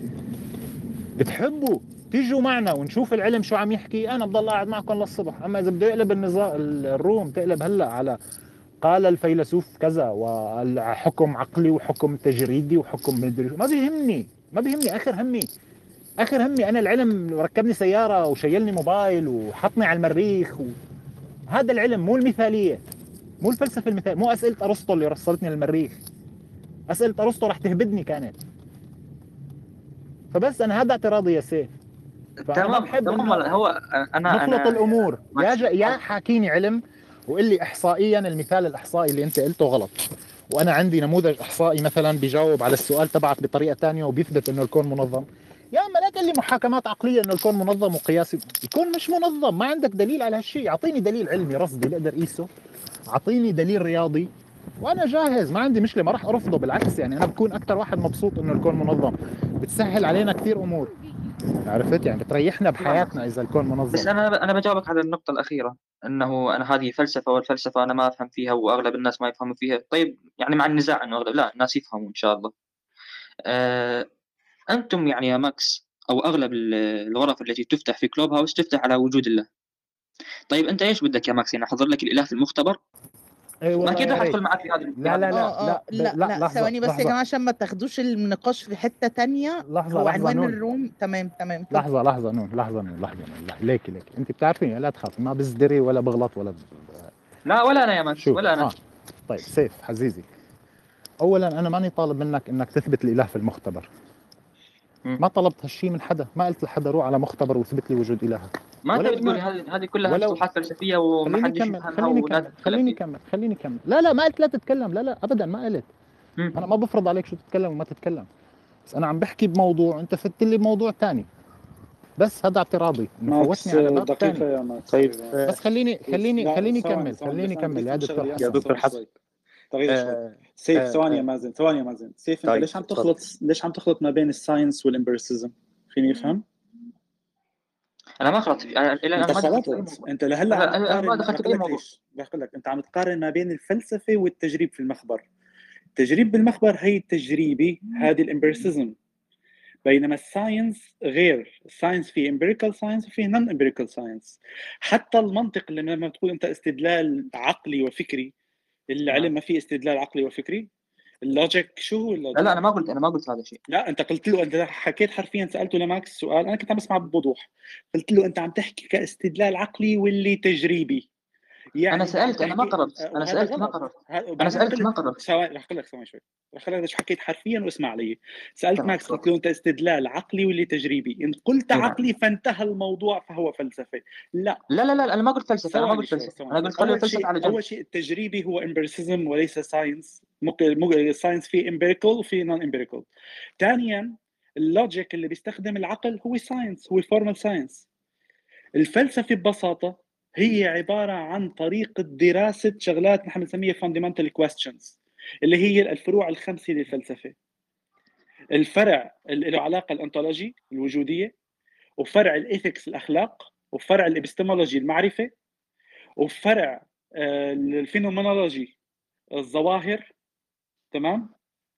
بتحبوا تيجوا معنا ونشوف العلم شو عم يحكي، أنا بضل قاعد معكم للصبح. أما إذا بده يقلب النظام الروم تقلب هلأ على قال الفيلسوف كذا وحكم عقلي وحكم تجريدي وحكم مدري، ما بيهمني ما بيهمني اخر همي اخر همي انا العلم ركبني سياره وشيلني موبايل وحطني على المريخ و... هذا العلم، مو المثاليه، مو الفلسفه المثاليه، مو اسئله ارسطو اللي وصلتني للمريخ. اسئله ارسطو راح تهبدني كانت. فبس انا هذا اعتراضي يا سيف. فانا ما تمام بحب تمام انه والله. هو انا نخلط انا الامور. يا ماكس جا يا حاكيني علم وقل لي احصائيا المثال الاحصائي اللي انت قلته غلط، وانا عندي نموذج احصائي مثلا بيجاوب على السؤال تبعك بطريقه ثانيه وبيثبت انه الكون منظم. يا اما لا تقول لي محاكمات عقليه انه الكون منظم وقياسي. الكون مش منظم، ما عندك دليل على هالشيء. اعطيني دليل علمي رصدي بقدر اقيسه، اعطيني دليل رياضي وانا جاهز، ما عندي مشكله، ما راح ارفضه. بالعكس يعني انا بكون اكثر واحد مبسوط انه الكون منظم. بتسهل علينا كثير امور، عرفت يعني، بتريحنا بحياتنا اذا الكون منظم. بس انا انا بجاوبك على النقطه الاخيره، انه انا هذه فلسفه والفلسفه انا ما افهم فيها واغلب الناس ما يفهموا فيها. طيب يعني مع النزاع انه اغلب، لا الناس يفهموا ان شاء الله. آه انتم يعني يا ماكس او اغلب الغرف التي تفتح في كلوب هاوس تفتح على وجود الله. طيب انت ايش بدك يا ماكس؟ يعني احضر لك الاله في المختبر؟ اي والله اكيد يا راح ريت. ادخل معك في هذا لا لا لا اه اه لا لا لا لا لحظه ثواني بس يا لحظه جماعه عشان ما تاخدوش النقاش في حته تانية. لحظه هو لحظه عنوان نون الروم تمام تمام اتفضل. لحظه لحظه نون لحظه نون لحظه نون لحظة. ليكي ليكي انت بتعرفيني، لا تخاف، ما بزدري ولا بغلط ولا ب... لا ولا انا يا ماكس شوف ولا انا. آه. طيب سيف حزيزي، اولا انا ماني طالب منك انك تثبت الاله في المختبر. م. ما طلبت هالشيء من حدا، ما قلت لحدا روح على مختبر وثبت لي وجود الهك. ما انت ولو بتقولي إنه- هذه هذه كلها ولو مصطلحات فلسفيه وما خليني حدش كمل يفهمها خليني ولا كمل تتكلم خليني فيها. كمل خليني كمل لا لا ما قلت لا تتكلم، لا لا ابدا ما قلت. م. انا ما بفرض عليك شو تتكلم وما تتكلم، بس انا عم بحكي بموضوع انت فدت لي بموضوع ثاني. بس هذا اعتراضي انه ماكس فوتني على باب دقيقة ثاني. يا ماكس. طيب طيب بس خليني خليني لا خليني ثواني كمل ثواني خليني بس أنا كمل بدي يا أفهم دكتور شغلة يا حسن. يا ماكس. دكتور ثواني حسن. شوي دقيقة شوي. آه سيف آه ثواني يا آه مازن ثواني يا مازن. سيف انت طيب ليش عم تفضل. تخلط ليش عم تخلط ما بين الساينس والامبيرسيزم؟ فيني افهم؟ انا ما خلطت في... الى الان انت ما دخلت في اي خلطت، موضوع. انت لهلا عم أنا- أنا ما تقارن. دخلت رح في اي لك موضوع. ليش؟ رح لك انت عم تقارن ما بين الفلسفة والتجريب في المخبر. التجريب بالمخبر هي التجريبي، هذه الامبيرسيزم. بينما الساينس غير. الساينس في امبيريكال ساينس وفي نون امبيريكال ساينس. حتى المنطق اللي لما بتقول انت استدلال عقلي وفكري، العلم ما في استدلال عقلي وفكري. اللوجيك شو هو لا اللوجيك؟ لا انا ما قلت انا ما قلت هذا الشيء. لا انت قلت له، انت حكيت حرفيا، سالته لماكس سؤال، انا كنت عم بسمع بوضوح. قلت له انت عم تحكي كاستدلال عقلي واللي تجريبي. يعني انا انت عم سالت انا ما تحكي قررت انا وهذا سالت ما غلط. قررت ه- انا وبعدين سالت ما قلت قررت. ثواني، رح اقول لك ثواني شوي. رح اقول لك ايش حكيت حرفيا واسمع علي. سالت تمام ماكس قلت تفضل. له انت استدلال عقلي واللي تجريبي، ان قلت اي نعم. عقلي فانتهى الموضوع فهو فلسفه. لا لا لا لا انا ما قلت فلسفه انا ما ثواني قلت شوي فلسفه ثواني انا شوي. قلت خلي اول الفلسفه شيء على جنب. اول شيء التجريبي هو امبيرسيزم وليس ساينس. ممكن ساينس فيه امبيريكال وفي نون امبيريكال. ثانيا اللوجيك اللي بيستخدم العقل هو ساينس، هو الفورمال ساينس. الفلسفه ببساطه هي عباره عن طريقه دراسه شغلات نحن بنسميها fundamental questions، اللي هي الفروع الخمسه للفلسفه. الفرع اللي له علاقه الانطولوجي الوجوديه، وفرع الايثكس الاخلاق، وفرع الابستمولوجي المعرفه، وفرع الفينومينولوجي الظواهر، تمام،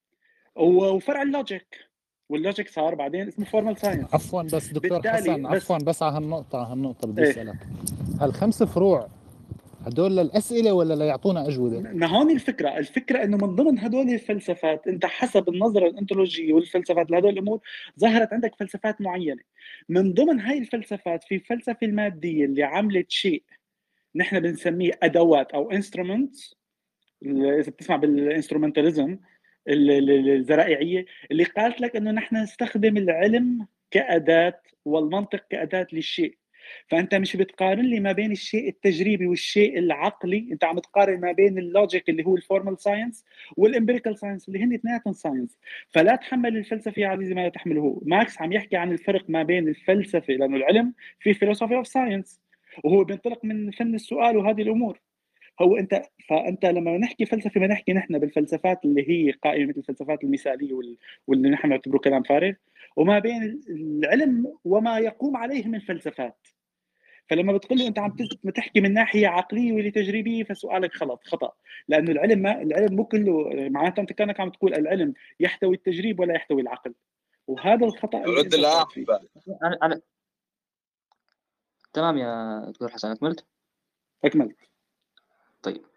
وفرع اللوجيك. واللوجيك صار بعدين اسمه فورمال ساينس. عفوا بس دكتور بالتالي حسن بس عفوا بس على هالنقطة على هالنقطة بدي ايه اسألك، هالخمس فروع هدول للأسئلة ولا ليعطونا أجوبة؟ ما هون الفكره، الفكره انه من ضمن هدول الفلسفات انت حسب النظره الانطولوجيه والفلسفات لهدول الامور ظهرت عندك فلسفات معينه. من ضمن هاي الفلسفات في الفلسفه الماديه اللي عملت شيء نحن بنسميه ادوات او انسترومنتس. اذا بتسمع بالانسترومنتاليزم الذرائعيه، اللي قالت لك انه نحن نستخدم العلم كاداه والمنطق كاداه للشيء. فانت مش بتقارن لي ما بين الشيء التجريبي والشيء العقلي، انت عم تقارن ما بين اللوجيك اللي هو الفورمال ساينس والامبيريكال ساينس اللي هن اثنيناتهم ساينس. فلا تحمل الفلسفه يا عزيزي ما لا تحمله. ماكس عم يحكي عن الفرق ما بين الفلسفه، لانه العلم في فيلوسوفي اوف ساينس وهو بينطلق من فن السؤال وهذه الامور. هو انت فانت لما نحكي فلسفه ما نحكي نحن بالفلسفات اللي هي قائمه مثل الفلسفات المثاليه وال... واللي نحن نعتبره كلام فارغ، وما بين العلم وما يقوم عليه من فلسفات. فلما بتقول له انت عم تحكي من ناحيه عقليه واللي تجريبيه فسؤالك غلط خطا، لانه العلم ما العلم مو كله معناته انت كانك عم تقول العلم يحتوي التجريب ولا يحتوي العقل، وهذا الخطا اللي انت وقعت فيه. أنا أنا تمام يا دكتور حسن، أكملت؟ اكمل. طيب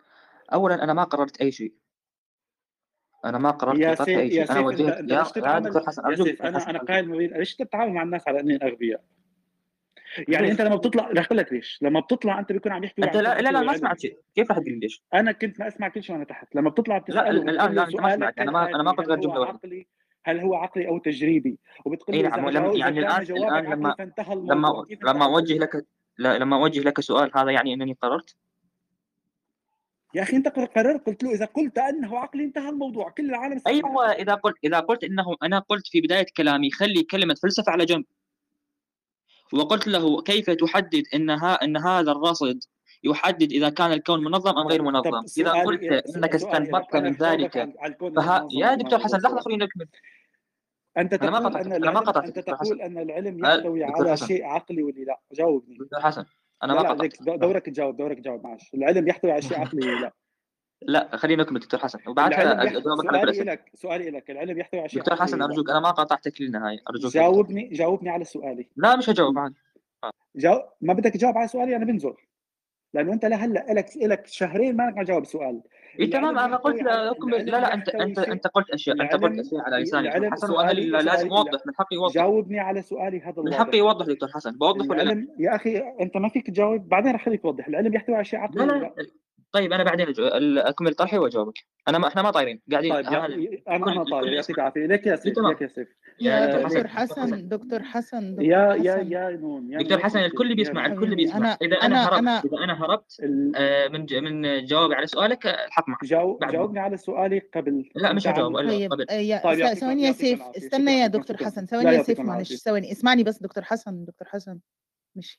اولا انا ما قررت اي شيء، انا ما قررت يا بطرح سيف اي يا شيء، انا سيف انت وجهت انت يا ليش يا تتعامل دكتور حسن يا ارجوك سيف دكتور انا حسن انا ارجوك قاعد ما بين ليش تتعامل مع الناس على انهم اغبياء؟ يعني انت لما بتطلع رح اقول لك ليش، لما بتطلع انت بيكون عم يحكوا انت عن لا لا, لا ما وعلم. سمعت شيء، كيف راح تقول لي ليش؟ انا كنت ما اسمع كل شيء وانا تحت، لما بتطلع لا بتساله ال- الان بتقول له لا انت ما سؤالك سمعت، انا ما انا ما كالآتي: قلت هل غير هو جمله واحده. عقلي هل هو عقلي او تجريبي؟ وبتقول اي له نعم، اذا ولم جاوب اذا يعني كان الان جوابك الان عقلي لما فانتهى الموضوع. لما كيف انتهى لما اوجه الموضوع؟ لك لا لما اوجه لك سؤال، هذا يعني انني قررت؟ يا اخي انت قررت، قلت له اذا قلت انه عقلي انتهى الموضوع، كل العالم سكت. ايوه اذا قلت اذا قلت انه انا قلت في بدايه كلامي خلي كلمه فلسفه على جنب، وقلت له كيف تحدد ان ها ان هذا الرصد يحدد اذا كان الكون منظم ام غير طب منظم؟ طب اذا سؤالي قلت إلك انك سؤالي إلك استنبطت انا من بجاوبك ذلك على على الكون فها المنظم يا ولا دكتور ما حسن لحظه منظم. خليني اكمل. انت انا ما تقول قطعتك ان انا ما العلم قطعتك انت دكتور حسن. تقول ان العلم أه، يحتوي دكتور على حسن شيء عقلي ولا لا؟ جاوبني. دكتور حسن انا لا ما لا قطعتك. ليك دورك تجاوب، دورك تجاوب معلش. العلم يحتوي على شيء عقلي ولا لا؟ لا خليني اكمل دكتور حسن وبعدها العلم يحت... اجاوبك على كل سؤالي الاسئله. لك سؤالي لك العلم يحتوي على شيء دكتور عقلي حسن ولا لا؟ ارجوك انا ما قاطعتك للنهايه، ارجوك يا دكتور. جاوبني جاوبني على سؤالي. لا مش هجاوب عادي. جاوب. ما بدك تجاوب على سؤالي انا بنزل، لانه انت لهلا لك لك شهرين ما عم تجاوب سؤال. اي تمام انا قلت لكم لا لا انت انت شيء... انت قلت اشياء انت قلت اشياء على لساني دكتور حسن وانا سؤالي لازم سؤالي اوضح، من حقي اوضح. جاوبني على سؤالي هذا من الواضح. حقي اوضح دكتور حسن، بوضح ولا لا؟ العلم يا اخي انت ما فيك تجاوب، بعدين رح خليك توضح. العلم يحتوي على شيء عقلي لا ولا لا لا؟ طيب انا بعدين أجو... اكمل طرحي واجاوبك. انا ما احنا ما طايرين قاعدين. طيب أنا... انا انا طاير، يعطيك العافيه. ليك يا سيف، ليك يا سيف. يا دكتور دكتور حسن حسن دكتور حسن دكتور يا حسن يا يا نون يا دكتور نون حسن الكل بيسمع، الكل حبيبي بيسمع. انا اذا انا انا هربت انا اذا انا هربت ال... آه، من ج... من جوابي على سؤالك آه، الحق معك. جاو... بعد جاوبني على سؤالي قبل. لا مش انت هجاوب عم... الا طيب قبل. آه، يا طيب س- يعطيك ثواني يا يعطيك سيف، العافيه. استنى شكرا يا شكرا دكتور شكرا. حسن، لا ثواني يا يعطيكم سيف معلش، العافيه. ثواني اسمعني بس دكتور حسن دكتور حسن ماشي.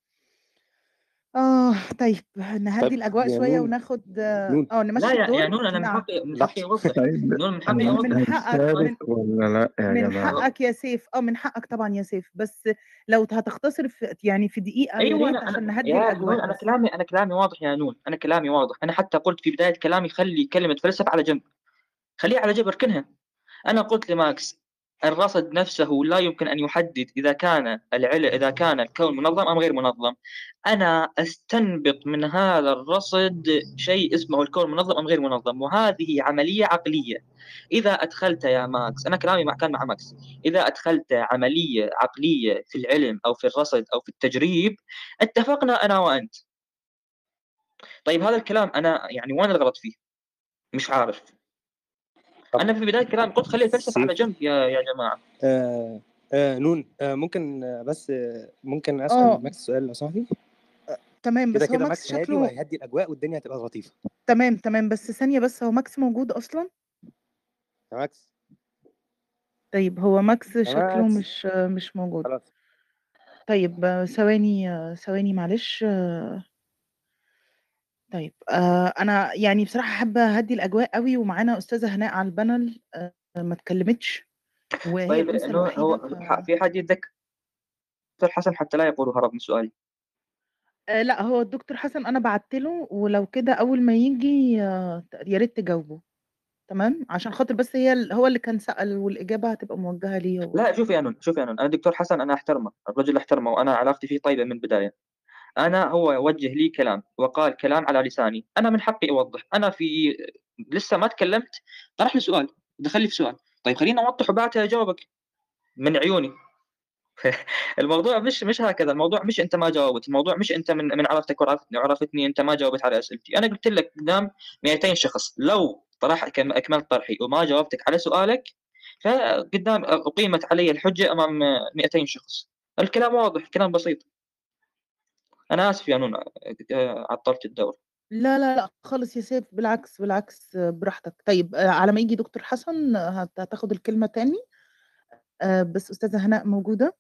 اه طيب نهدي طيب الاجواء يا شويه نون وناخد نون اه لا نمشي يا يا الدور. نون انا من نعم حقي من لحظة. حقي اوضح. طيب نون من حقي من اوضح. من حقك من هنشارك ولا لا يا من جماعة؟ حقك يا سيف، اه من حقك طبعا يا سيف، بس لو هتختصر في يعني في دقيقه يا ايوه ريت انا عشان انا نهدي يا نون الاجواء انا بس. كلامي انا كلامي واضح يا نون، انا كلامي واضح. انا حتى قلت في بدايه كلامي خلي كلمه فلسفه على جنب، خليها على جنب اركنها. انا قلت لماكس الرصد نفسه لا يمكن ان يحدد اذا كان العلم اذا كان الكون منظم ام غير منظم. انا استنبط من هذا الرصد شيء اسمه الكون منظم ام غير منظم، وهذه عمليه عقليه. اذا ادخلت يا ماكس، انا كلامي مع كان مع ماكس، اذا ادخلت عمليه عقليه في العلم او في الرصد او في التجريب اتفقنا انا وانت. طيب هذا الكلام انا يعني وين الغلط فيه؟ مش عارف. انا في بدايه كلامي قلت خلي الفلسفه على جنب يا يا جماعه. آه آه نون آه ممكن آه بس آه ممكن اسال اه ماكس سؤال لو سمحتي؟ تمام كده بس هو كده ماكس ماكس هادي شكله وهيهدي الاجواء والدنيا هتبقى لطيفه. تمام تمام بس ثانيه بس، هو ماكس موجود اصلا؟ يا ماكس طيب هو ماكس يا شكله ماكس مش مش موجود. خلاص. طيب آه، ثواني آه، ثواني معلش آه، طيب آه، انا يعني بصراحه حابه اهدي الاجواء قوي، ومعانا استاذه هناء على البانل آه، ما اتكلمتش وهي طيب الانثى انه هو الوحيده ف... ح- في حد يتذكر حسن حتى لا يقول هرب من سؤالي. آه لا هو الدكتور حسن انا بعت له، ولو كده اول ما يجي آه يا ريت تجاوبه تمام، عشان خاطر بس هي ال- هو اللي كان سأل والاجابه هتبقى موجهه ليه هو. لا شوف يا نون شوف يا نون انا دكتور حسن انا احترمه، الرجل احترمه وانا علاقتي فيه طيبه من البدايه. انا هو وجه لي كلام وقال كلام على لساني، انا من حقي اوضح. انا في لسه ما تكلمت طرح لي سؤال دخل لي في سؤال، طيب خليني اوضح وبعدها اجاوبك من عيوني. الموضوع مش مش هكذا، الموضوع مش انت ما جاوبت، الموضوع مش انت من من عرفتك وعرفتني وعرفتني انت ما جاوبت على اسئلتي. انا قلت لك قدام مئتين شخص، لو طرح كم- اكملت طرحي وما جاوبتك على سؤالك فقدام اقيمت علي الحجه امام مئتين شخص. الكلام واضح، الكلام بسيط. انا اسف يا نونا عطلت الدور. لا لا لا خالص يا سيف، بالعكس بالعكس آه، براحتك. طيب آه، على ما يجي دكتور حسن آه، هت- هتاخد الكلمه تاني آه، بس استاذه هناء موجوده.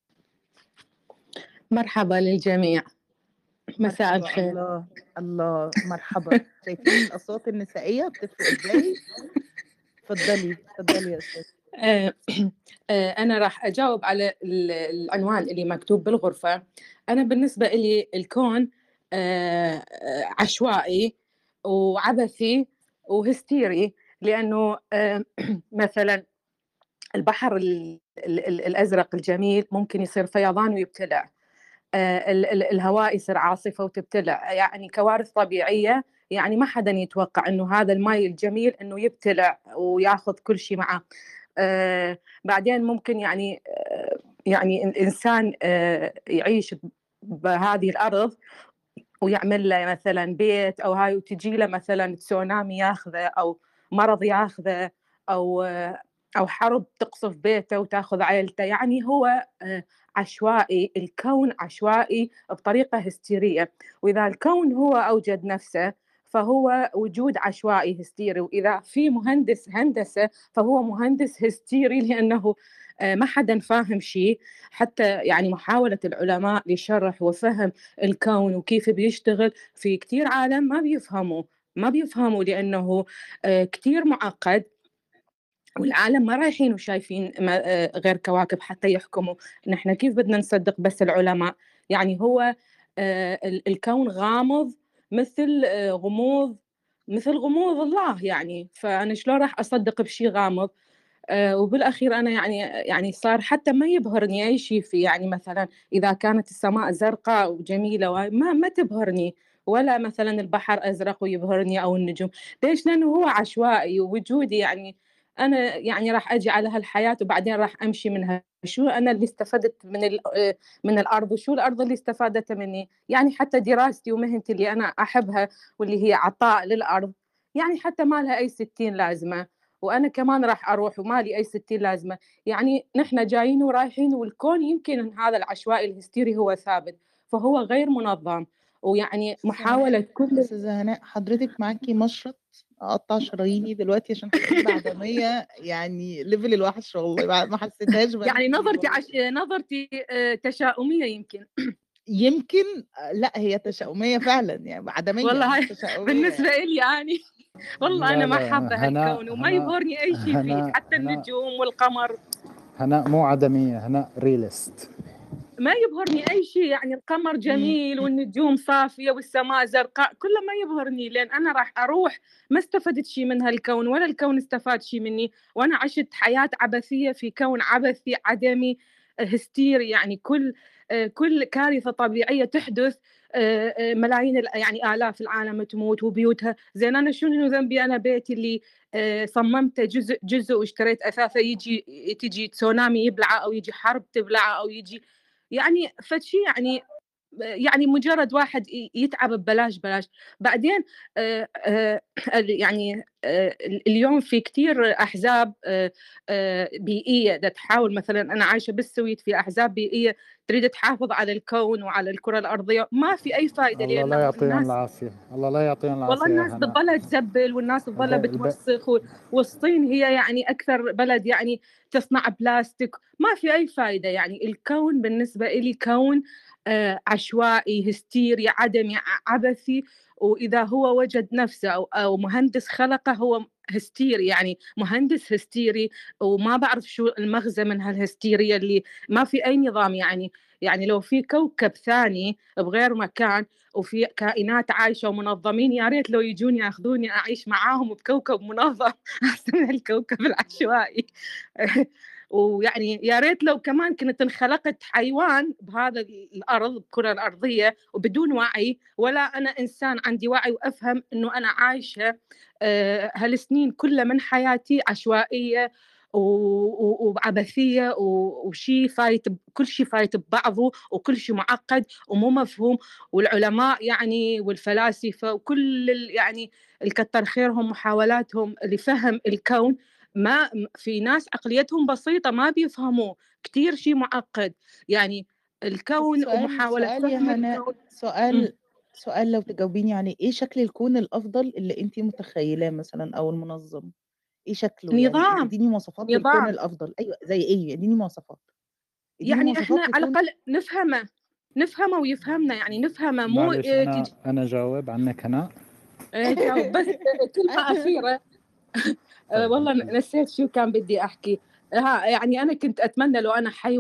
مرحبا للجميع، مساء مرحبا الخير. الله الله مرحبا. شايفين الاصوات النسائيه بتفرق ازاي؟ اتفضلي اتفضلي يا استاذ. آه، آه، أنا راح أجاوب على ال- العنوان اللي مكتوب بالغرفة. أنا بالنسبة لي الكون آه، آه، عشوائي وعبثي وهستيري، لأنه آه، مثلا البحر ال- ال- ال- الأزرق الجميل ممكن يصير فيضان ويبتلع، آه، ال- ال- الهواء يصير عاصفة وتبتلع، يعني كوارث طبيعية يعني ما حدا يتوقع إنه هذا الماء الجميل إنه يبتلع وياخذ كل شيء معه. آه بعدين ممكن يعني آه يعني الإنسان آه يعيش بهذه الأرض ويعمل له مثلا بيت أو هاي، وتجي له مثلا تسونامي ياخذه، أو مرض ياخذه، أو أو حرب تقصف بيته وتاخذ عائلته. يعني هو عشوائي، الكون عشوائي بطريقة هستيرية. وإذا الكون هو أوجد نفسه فهو وجود عشوائي هستيري، وإذا في مهندس هندسة فهو مهندس هستيري، لأنه ما حدا فاهم شيء. حتى يعني محاولة العلماء لشرح وفهم الكون وكيف بيشتغل في كتير عالم ما بيفهموا ما بيفهموا لأنه كتير معقد، والعالم ما رايحين وشايفين غير كواكب حتى يحكموا. نحن كيف بدنا نصدق بس العلماء؟ يعني هو الكون غامض مثل غموض مثل غموض الله يعني. فأنا شلون راح أصدق بشي غامض؟ وبالأخير أنا يعني يعني صار حتى ما يبهرني أي شيء فيه. يعني مثلا إذا كانت السماء زرقاء وجميلة ما ما تبهرني، ولا مثلا البحر أزرق ويبهرني أو النجوم. ليش؟ لأنه هو عشوائي ووجودي يعني أنا يعني راح أجي على هالحياة وبعدين راح أمشي منها. شو أنا اللي استفدت من من الأرض، وشو الأرض اللي استفادت مني؟ يعني حتى دراستي ومهنتي اللي أنا أحبها واللي هي عطاء للأرض يعني حتى ما لها أي ستين لازمة، وأنا كمان راح أروح وما لي أي ستين لازمة. يعني نحن جايين ورايحين، والكون يمكن هذا العشوائي الهستيري هو ثابت، فهو غير منظم. ويعني محاولة كل أستاذة هناء، حضرتك معاكي مشرط أقطع شراييني دلوقتي عشان حسيت بعدمية يعني ليفل الوحش والله ما حسيتهاش. يعني نظرتي عش... نظرتي تشاؤمية يمكن يمكن لا هي تشاؤمية فعلا يعني بعدمية والله تشاؤمية بالنسبة لي يعني والله لا أنا ما لا حابة هناء هالكون وما هناء يبهرني أي شيء فيه، هناء حتى هناء النجوم والقمر هناء مو عدمية، هناء ريلست. ما يبهرني أي شيء. يعني القمر جميل والنجوم صافية والسماء زرقاء كله ما يبهرني، لأن أنا راح أروح ما استفدت شيء من هالكون ولا الكون استفاد شيء مني، وأنا عشت حياة عبثية في كون عبثي عدمي هستيري. يعني كل كل كارثة طبيعية تحدث ملايين يعني آلاف العالم تموت وبيوتها. زين أنا شنو ذنبي؟ أنا بيتي اللي صممته جزء جزء واشتريت أثاثه يجي تجي تسونامي يبلعه، أو يجي حرب تبلعه، أو يجي يعني فشي يعني يعني مجرد واحد يتعب ببلاش بلاش. بعدين آآ آآ يعني آآ اليوم في كتير أحزاب آآ بيئية دا تحاول. مثلا أنا عايشة بالسويد، في أحزاب بيئية تريد تحافظ على الكون وعلى الكرة الأرضية، ما في أي فائدة. الله لا يعطيهم العافية، الله لا يعطيهم العافية. والله الناس بتضلها تزبل والناس بتضلها بتوسخ، والصين هي يعني أكثر بلد يعني تصنع بلاستيك، ما في أي فائدة. يعني الكون بالنسبة إلي كون آه عشوائي هستيري عدمي عبثي، وإذا هو وجد نفسه أو, أو مهندس خلقه هو هستيري، يعني مهندس هستيري، وما بعرف شو المغزى من هالهستيرية اللي ما في أي نظام. يعني يعني لو في كوكب ثاني بغير مكان وفي كائنات عايشة ومنظمين، يا ريت لو يجوني ياخذوني أعيش معاهم بكوكب منظم أحسن من الكوكب العشوائي. ويعني يا ريت لو كمان كنت انخلقت حيوان بهذا الأرض بكرة الأرضية وبدون وعي، ولا أنا إنسان عندي وعي وأفهم إنه أنا عايشة هالسنين كلها من حياتي عشوائية وعبثية وشي فايت، كل شيء فايت ببعضه وكل شيء معقد ومو مفهوم. والعلماء يعني والفلاسفة وكل يعني الكتر خيرهم محاولاتهم لفهم الكون، ما في ناس عقليتهم بسيطة ما بيفهموا كتير شيء معقد. يعني الكون سؤال ومحاولة سؤال يا فهم هناء الكون. سؤال م. سؤال لو تجاوبيني عليه، ايه شكل الكون الافضل اللي انت متخيلاه مثلا او المنظم؟ ايه شكله؟ يعني نظام اديني مواصفات للكون نظام الافضل. ايوه زي ايه؟ اديني مواصفات اديني يعني مواصفات احنا على لكون. الاقل نفهمه نفهمه ويفهمنا، يعني نفهمه مو معلش اه أنا تجي أنا جاوب عنك هناء. اه جاوب بس كلمة أخيرة. أه والله نسيت شو كان بدي أحكي. ها يعني أنا كنت أتمنى لو أنا حيوان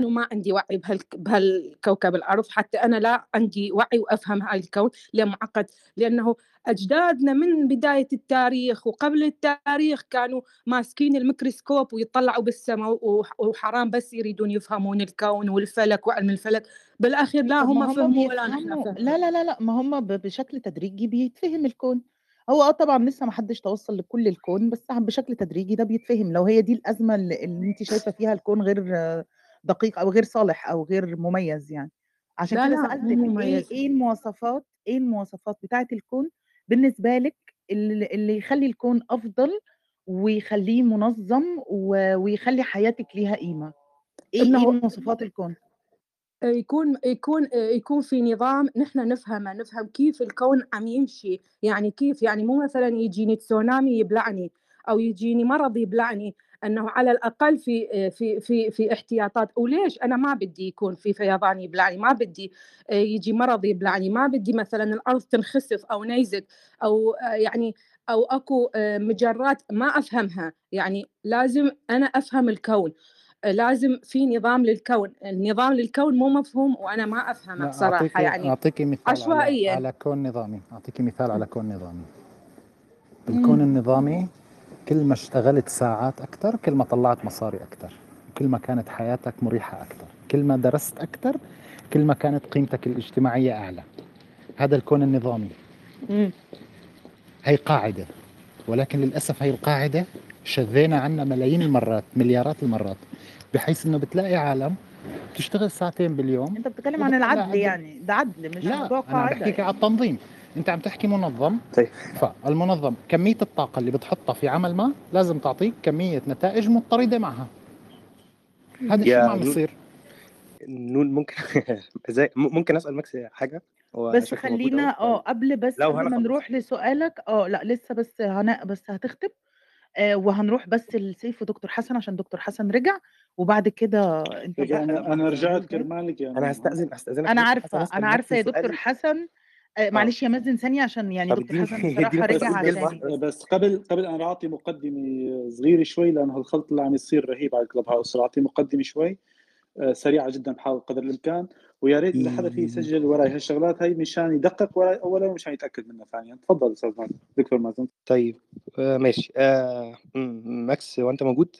ما عندي وعي بهالك بهالكوكب الأرض، حتى أنا لا عندي وعي وأفهم هاي الكون ليه معقد، لأنه أجدادنا من بداية التاريخ وقبل التاريخ كانوا ماسكين الميكروسكوب ويطلعوا بالسماء وحرام بس يريدون يفهمون الكون والفلك وعلم الفلك، بالأخير لا طب ما هم هم فهموا ولا نحن بيفهموا، فهمنا. لا لا لا لا ما هم ب- بشكل تدريجي بيتفهم الكون. هو اه طبعا لسه ما حدش توصل لكل الكون، بس بشكل تدريجي ده بيتفهم. لو هي دي الأزمة اللي, اللي انت شايفة فيها الكون غير آه، دقيق او غير صالح او غير مميز يعني، عشان لا كده لا مو سألتك ايه مميز. ايه المواصفات ايه المواصفات بتاعة الكون بالنسبة لك اللي, اللي يخلي الكون أفضل ويخليه منظم و- ويخلي حياتك ليها قيمة. ايه ايه إنه مواصفات الكون؟ يكون يكون يكون في نظام نحن نفهمه، نفهم كيف الكون عم يمشي، يعني كيف، يعني مو مثلا يجيني تسونامي يبلعني او يجيني مرض يبلعني، انه على الاقل في في في في احتياطات. وليش انا ما بدي يكون في فيضان يبلعني، ما بدي يجي مرض يبلعني، ما بدي مثلا الارض تنخسف او نيزك او يعني او اكو مجرات ما افهمها، يعني لازم انا افهم الكون، لازم في نظام للكون. النظام للكون مو مفهوم وأنا ما أفهمه لا بصراحة، أعطيك يعني أعطيك مثال على عشوائية. على كون نظامي أعطيك مثال على كون نظامي. بالكون مم. النظامي كل ما اشتغلت ساعات أكتر كل ما طلعت مصاري أكتر، كل ما كانت حياتك مريحة أكتر، كل ما درست أكتر كل ما كانت قيمتك الاجتماعية أعلى. هذا الكون النظامي. مم. هي قاعدة، ولكن للأسف هي القاعدة شذينا عنها ملايين المرات، مليارات المرات، بحيث إنه بتلاقي عالم تشتغل ساعتين باليوم انت بتتكلم عن وبتطلع العدل، عدل. يعني ده عدل مش لا موضوع أنا عم قاعدة بحكيك على يعني. التنظيم، أنت عم تحكي منظم. طيب فالمنظم كمية الطاقة اللي بتحطها في عمل ما لازم تعطيك كمية نتائج مضطردة معها. هذا الشيء ما يا عم نون يصير. نون ممكن ازاي م- ممكن اسال ماكس حاجه؟ هو بس شكله موجود خلينا اهو. اه طيب قبل بس لو قبل انا ما خلصت نروح لسؤالك، اه لا لسه بس هناء بس هتختم، آه وهنروح بس لسيف ودكتور حسن عشان دكتور حسن رجع، وبعد كده انت طيب بقى. انا انا رجعت كرمالك يعني. انا هستاذن هستاذنك انا يا دكتور حسن عارفة اسال انا ماكس عارفة يا دكتور سؤال. حسن. آه اه معلش يا مازن ثانية، عشان يعني طب دكتور اديني حسن بصراحة اديني فرصه رجع اقول كلمه عشاني. واحده بس. بس قبل قبل انا اعطي مقدمه صغيره شوي، لانه الخلط اللي عم يصير رهيب على الكلب هاوس، اعطي مقدمه شوي آه، سريعه جدا بحاول قدر الامكان، ويا ريت اذا حدا فيه يسجل وراي هالشغلات هي مشان يدقق وراي اولا ومشان يتاكد منها ثانيا. تفضل استاذ مازن، دكتور مازن. طيب آه ماشي. آه م- ماكس وانت موجود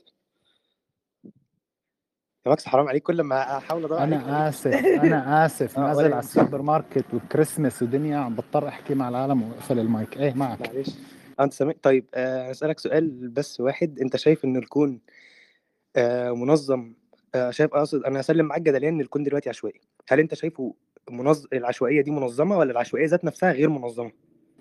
يا ماكس؟ حرام عليك، كل ما احاول ادور عليك أنا آسف أنا آسف اه نازل ولا على يهمك. السوبر ماركت والكريسماس ودنيا عم بضطر أحكي مع العالم وأقفل المايك. إيه معك؟ معلش آه، انت سامع؟ طيب آه اسالك سؤال بس واحد. انت شايف ان الكون آه منظم؟ آه شايف، اقصد انا هسلم معاك جدليا ان الكون دلوقتي عشوائي. هل انت شايفه منظم، العشوائيه دي منظمه ولا العشوائيه ذات نفسها غير منظمه؟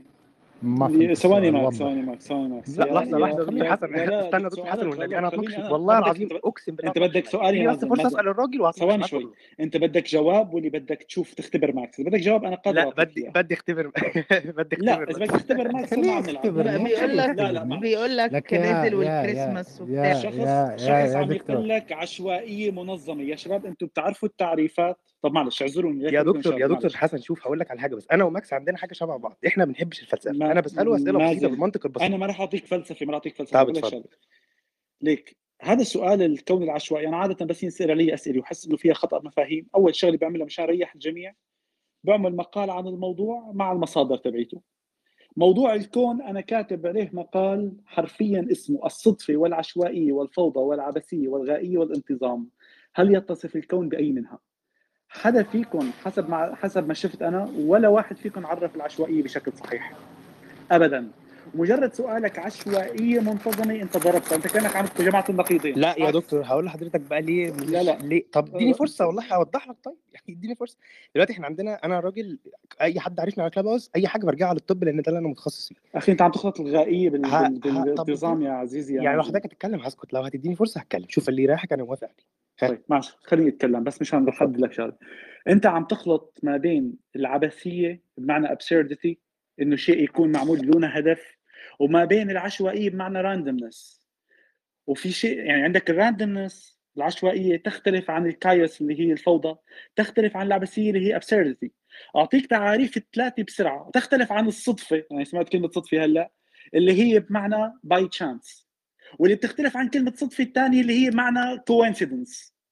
ما فهمت ثواني السؤال، ماكس وضح. ثواني ماكس ثواني ماكس لا يا لحظه يا لحظه دكتور يا حسن لا لا استنى دكتور حسن سؤالك والنبي، هلا انا خليني هتناقش انا والله ما بدك العظيم، انت, اقسم بالله انت هتناقش بدك معاك. سؤال يا اديني بس مازن فرصه مازن اسال الراجل وهتناقش ثواني معاك شوي. برضه. انت بدك جواب واللي بدك تشوف تختبر ماكس؟ اذا بدك جواب انا قادر لا اعطيك بدي اياه. بدي اختبر بدي لا اختبر اذا بس. بدك تختبر ماكس خليه ما عم نلعب. لا يختبرني لا بيقول خليه لك لا لا يختبرني. بيقول لك لك يا نازل يا يا والكريسماس وبتاع. يا شخص يا شخص يا, يا عم دكتور. يقول لك عشوائيه منظمه. يا شباب انتم بتعرفوا التعريفات. طب معلش اعذروني ليك يا لكم دكتور يا شغله دكتور معلش. حسن شوف هقول لك على حاجه بس. انا وماكس عندنا حاجه شبه بعض، احنا ما بنحبش الفلسفه. ما انا بساله اسئله بسيطه مازن بالمنطق البسيط. انا ما راح اعطيك فلسفه ما راح اعطيك فلسفه. طب بقول لك اتفضل. شغله ليك. هذا السؤال الكون العشوائي انا عاده بس ينسال علي اسئله وحس انه فيها خطا مفاهيم، اول شغله بعملها مشان اريح الجميع بعمل مقال عن الموضوع مع المصادر تبعيته. موضوع الكون انا كاتب عليه مقال حرفيا اسمه الصدفه والعشوائيه والفوضى والعبثيه والغائيه والانتظام، هل يتصف الكون باي منها؟ حدا فيكم حسب ما حسب ما شفت انا ولا واحد فيكم عرف العشوائيه بشكل صحيح ابدا. مجرد سؤالك عشوائيه منتظمه انت ضربتها، انت كانك عم جمعت النقيضين. لا يا عكس. دكتور هقول لحضرتك بقى ليه مش لا لا ليه. طب اديني فرصه والله اوضح لك. طيب يعني اديني فرصه. دلوقتي احنا عندنا، انا راجل اي حد عارفني على كلاب هاوس اي حاجه برجع للطب لان ده اللي انا متخصص فيه. اخي انت عم تخلط الغائيه بال... ها بال... ها طب بالانتظام اديني يا عزيزي يا يعني لو مازن. حضرتك هتتكلم هسكت، لو هتديني فرصه هتكلم. شوف اللي يريحك انا موافق عليه. ها طيب ماشي خليني اتكلم بس مشان اتفضل. احدد لك شغله. انت عم تخلط ما بين العبثيه بمعنى absurdity انه شيء يكون معمول دون هدف، وما بين العشوائيه بمعنى randomness. وفي شيء يعني عندك الراندمنس العشوائيه تختلف عن الكايوس اللي هي الفوضى، تختلف عن العبثيه اللي هي absurdity. اعطيك تعاريف الثلاثه بسرعه. تختلف عن الصدفه، يعني سمعت كلمه صدفه هلا اللي هي بمعنى باي تشانس، واللي بتختلف عن كلمه صدفه الثانيه اللي هي معنى coincidence.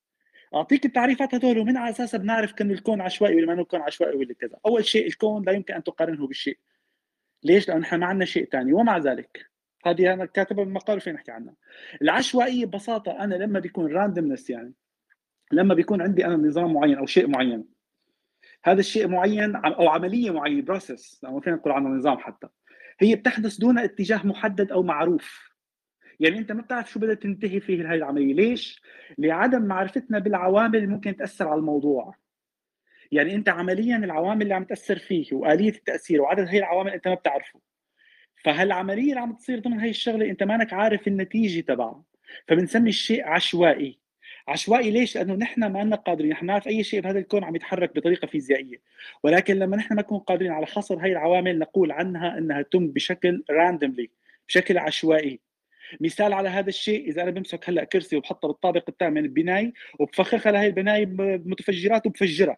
اعطيك التعريفات هذول ومن على اساسها بنعرف كان الكون عشوائي ولا ما انه الكون عشوائي ولا كذا. اول شيء الكون لا يمكن ان تقارنه بالشيء. ليش؟ لان احنا ما عندنا شيء ثاني. ومع ذلك هذه انا كاتبها بالمقال فين نحكي عنها. العشوائيه ببساطه انا لما بيكون راندمنس، يعني لما بيكون عندي انا نظام معين او شيء معين، هذا الشيء معين او عمليه معينه بروسيس، لو فينا نقول عنه نظام حتى، هي بتحدث دون اتجاه محدد او معروف. يعني انت ما بتعرف شو بدها تنتهي فيه هاي العمليه. ليش؟ لعدم معرفتنا بالعوامل اللي ممكن تاثر على الموضوع. يعني انت عمليا العوامل اللي عم تاثر فيه واليه التاثير وعدد هاي العوامل انت ما بتعرفه. فهالعمليه اللي عم تصير ضمن هاي الشغله انت مانك عارف النتيجه تبعها، فبنسمي الشيء عشوائي. عشوائي ليش؟ لانه نحن ما لنا قادرين، نحن نعرف اي شيء بهذا الكون عم يتحرك بطريقه فيزيائيه، ولكن لما نحن ما نكون قادرين على حصر هاي العوامل نقول عنها انها تم بشكل راندوملي، بشكل عشوائي. مثال على هذا الشيء، اذا انا بمسك هلا كرسي وبحطها بالطابق الثامن البناي وبفخخها لهي البناي بمتفجرات وبفجرها،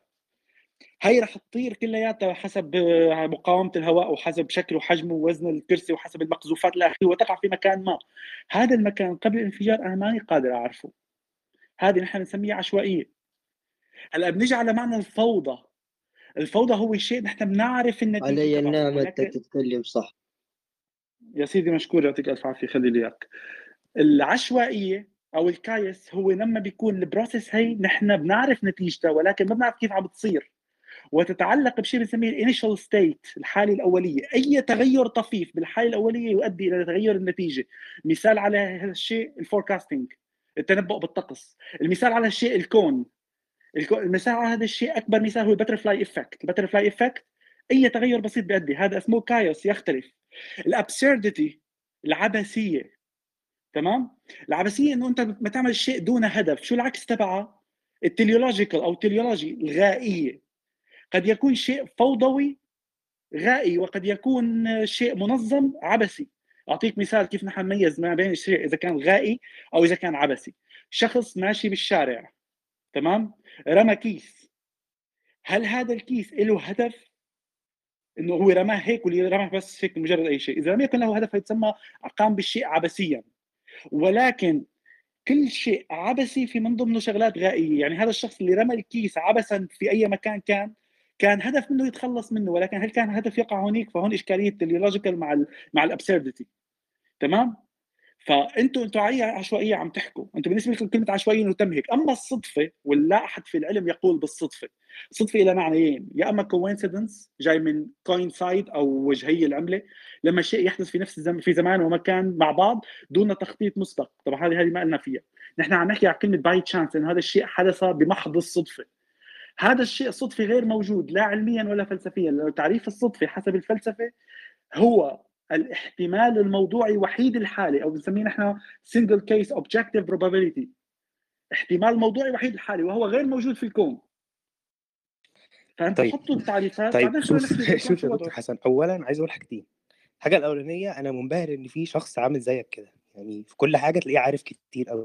هي رح تطير كلياتها حسب مقاومه الهواء وحسب شكل وحجم ووزن الكرسي وحسب المقذوفات الاخيره وتقع في مكان ما. هذا المكان قبل الانفجار انا ماني قادر اعرفه. هذه نحن بنسميها عشوائيه. هلا بنيجي على معنى الفوضى. الفوضى هو شيء نحن بنعرف النتيجه علي تبعه النعمة أنت ولكن تتكلم صح. يا سيدي مشكور، يعطيك الف عافيه، خلي لي اياك. العشوائيه او الكايس هو لما بيكون البروسيس هي نحن بنعرف نتيجتها ولكن ما بنعرف كيف عم بتصير، وتتعلق بشيء بنسميه الانيشال ستيت، الحاله الاوليه. اي تغير طفيف بالحاله الاوليه يؤدي الى تغير النتيجه. مثال على هذا الشيء الفوركاستنج، التنبؤ بالطقس. المثال على الشيء الكون. المثال على هذا الشيء اكبر مثال هو البترفلاي افكت. البترفلاي افكت اي تغير بسيط بيؤدي، هذا اسمه كايوس، يختلف. الابسرديتي، العبثيه، تمام؟ العبثيه انه انت ما تعمل شيء دون هدف. شو العكس تبعها؟ التليولوجيكال او التليولوجي، الغائيه. قد يكون شيء فوضوي غائي وقد يكون شيء منظم عبثي. اعطيك مثال كيف نحن نميز ما بين الشيء اذا كان غائي او اذا كان عبثي. شخص ماشي بالشارع، تمام، رمى كيس، هل هذا الكيس له هدف؟ انه هو رماه هيك واللي رماه بس هيك مجرد اي شيء؟ اذا لم يكن له هدف يتسمى قام بالشيء عبثيا. ولكن كل شيء عبثي في من ضمنه شغلات غائيه. يعني هذا الشخص اللي رمى الكيس عبثا في اي مكان كان كان هدف منه يتخلص منه، ولكن هل كان هدف يقع هونيك؟ فهون اشكاليه التليولوجيكال مع ال مع الابسرديتي. تمام؟ فانتوا انتوا على عشوائيه عم تحكوا، انتوا بالنسبه لكم كلمه عشوائيه انه تم هيك. اما الصدفه، ولا احد في العلم يقول بالصدفه. الصدفه لها معنيين، يا اما كوينسيدنس جاي من كوينسايد او وجهي العمله، لما شيء يحدث في نفس الزمن في زمان ومكان مع بعض دون تخطيط مسبق. طبعا هذه هذه ما قلنا فيها. نحن عم نحكي على كلمه باي تشانس، ان هذا الشيء حدث بمحض الصدفه. هذا الشيء صدفي غير موجود لا علميا ولا فلسفيا. لو تعريف الصدفه حسب الفلسفه هو الاحتمال الموضوعي وحيد الحاله، او بنسميه نحن single case objective probability، احتمال موضوعي وحيد الحاله وهو غير موجود في الكون. فانت طيب حطوا التعريفات طيب بعدين شوف خلينا نحكي شوف يا شو دكتور وضعه. حسن، اولا عايز اقول حاجتين. الحاجه الاولانيه انا منبهر ان في شخص عامل زيك كده، يعني في كل حاجه تلاقيه عارف كتير قوي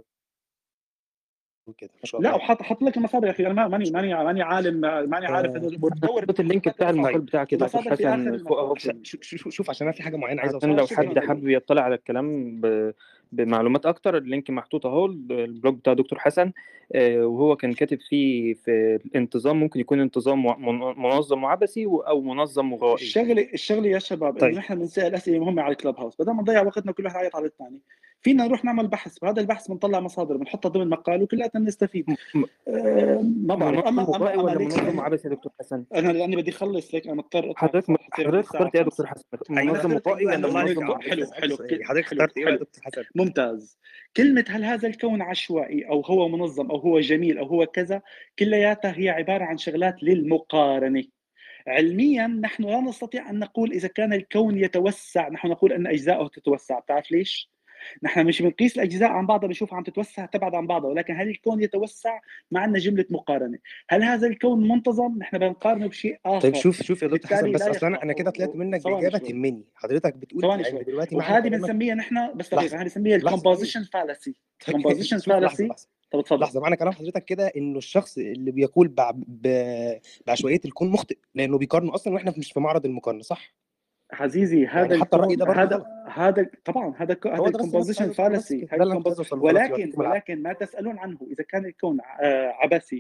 كده، ما شاء لا الله. وحط حط لك المصادر يا اخي. انا ماني ماني ماني عالم، ماني عارف انه بدور حط اللينك بتاع المقال بتاعك يا دكتور المصادر في اخر حسن فوق اهو. المقال. عشان شوف شوف شوف عشان انا في حاجه معينه عايز عشان اوصلها لو بس حد يعني. حابب يطلع على الكلام ب... بمعلومات اكتر، اللينك محطوط اهو، البلوج بتاع دكتور حسن. آه، وهو كان كاتب فيه في الانتظام ممكن يكون انتظام من- منظم وعبثي و- او منظم وغائي. الشغله الشغله يا شباب انه طيب نحن بنسال اسئله مهمه على الكلاب هاوس، بدل ما نضيع وقتنا كل واحد يعيط على الثاني، فينا نروح نعمل بحث. بهذا البحث بنطلع مصادر بنحطها ضمن مقال وكلياتنا بنستفيد. م- م- أه ما بعرف. منظم اما اما وغائي اما ولا ليك منظم لانه وعبثي يا دكتور حسن؟ انا لاني بدي اخلص ليك انا مضطر اطلع. حضرتك صح تصير عندي حضرتك الساعه اخترت ايه يا دكتور خمسة. حسن؟ انا منظم اخترت وغائي ولا ايوه الله منظم يرجع. حلو لسه حلو سؤالي، كل- حضرتك حلو اخترت ايه بقى يا حلو دكتور حسن؟ ممتاز. كلمة هل هذا الكون عشوائي أو هو منظم أو هو جميل أو هو كذا، كلياتها هي عبارة عن شغلات للمقارنة. علميا نحن لا نستطيع أن نقول إذا كان الكون يتوسع، نحن نقول أن أجزاؤه تتوسع. بتعرف ليش؟ نحن مش بنقيس الأجزاء عن بعضها بنشوفها عم تتوسع تبعد عن بعضها، ولكن هل الكون يتوسع؟ ما عندنا جملة مقارنة. هل هذا الكون منتظم؟ نحن بنقارنه بشيء آخر. طيب شوف شوف يا دكتور حسن، بالتالي بس لا اصلا انا يخضع. انا كده طلعت منك ثواني باجابه شوي تهمني. حضرتك بتقول ثواني يعني شوي دلوقتي معنى وهذه كلامك. بنسميها نحن بس دقيقة، لحظه هذه بنسميها لحظه الكومبوزيشن فالسي. طيب كومبوزيشن شوف لحظه فالسي. لحظه طب اتفضل. لحظه معنى كلام حضرتك كده انه الشخص اللي بيقول بع... ب... بعشوائيه الكون مخطئ، لانه بيقارنه اصلا واحنا مش في معرض المقارنه، صح؟ عزيزي هذا يعني حتى الراي الكون ده برضه هذا غلط. هذا طبعا هذا ك- هذا هو ده بس بس الكومبوزيشن عايز أوصله بس فالسي كده، هذا ده اللي كنت عايز الكومبوز اوصله خلاص، ولكن يعطيكم العافيه. ولكن ما تسالون عنه اذا كان الكون آه، عبثي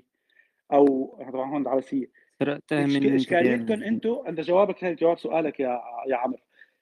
او طبعا هون عبثيه. سرقتها إشك- من انت اشكاليتكم انتم انت جوابك هذا جواب سؤالك يا يا عمرو.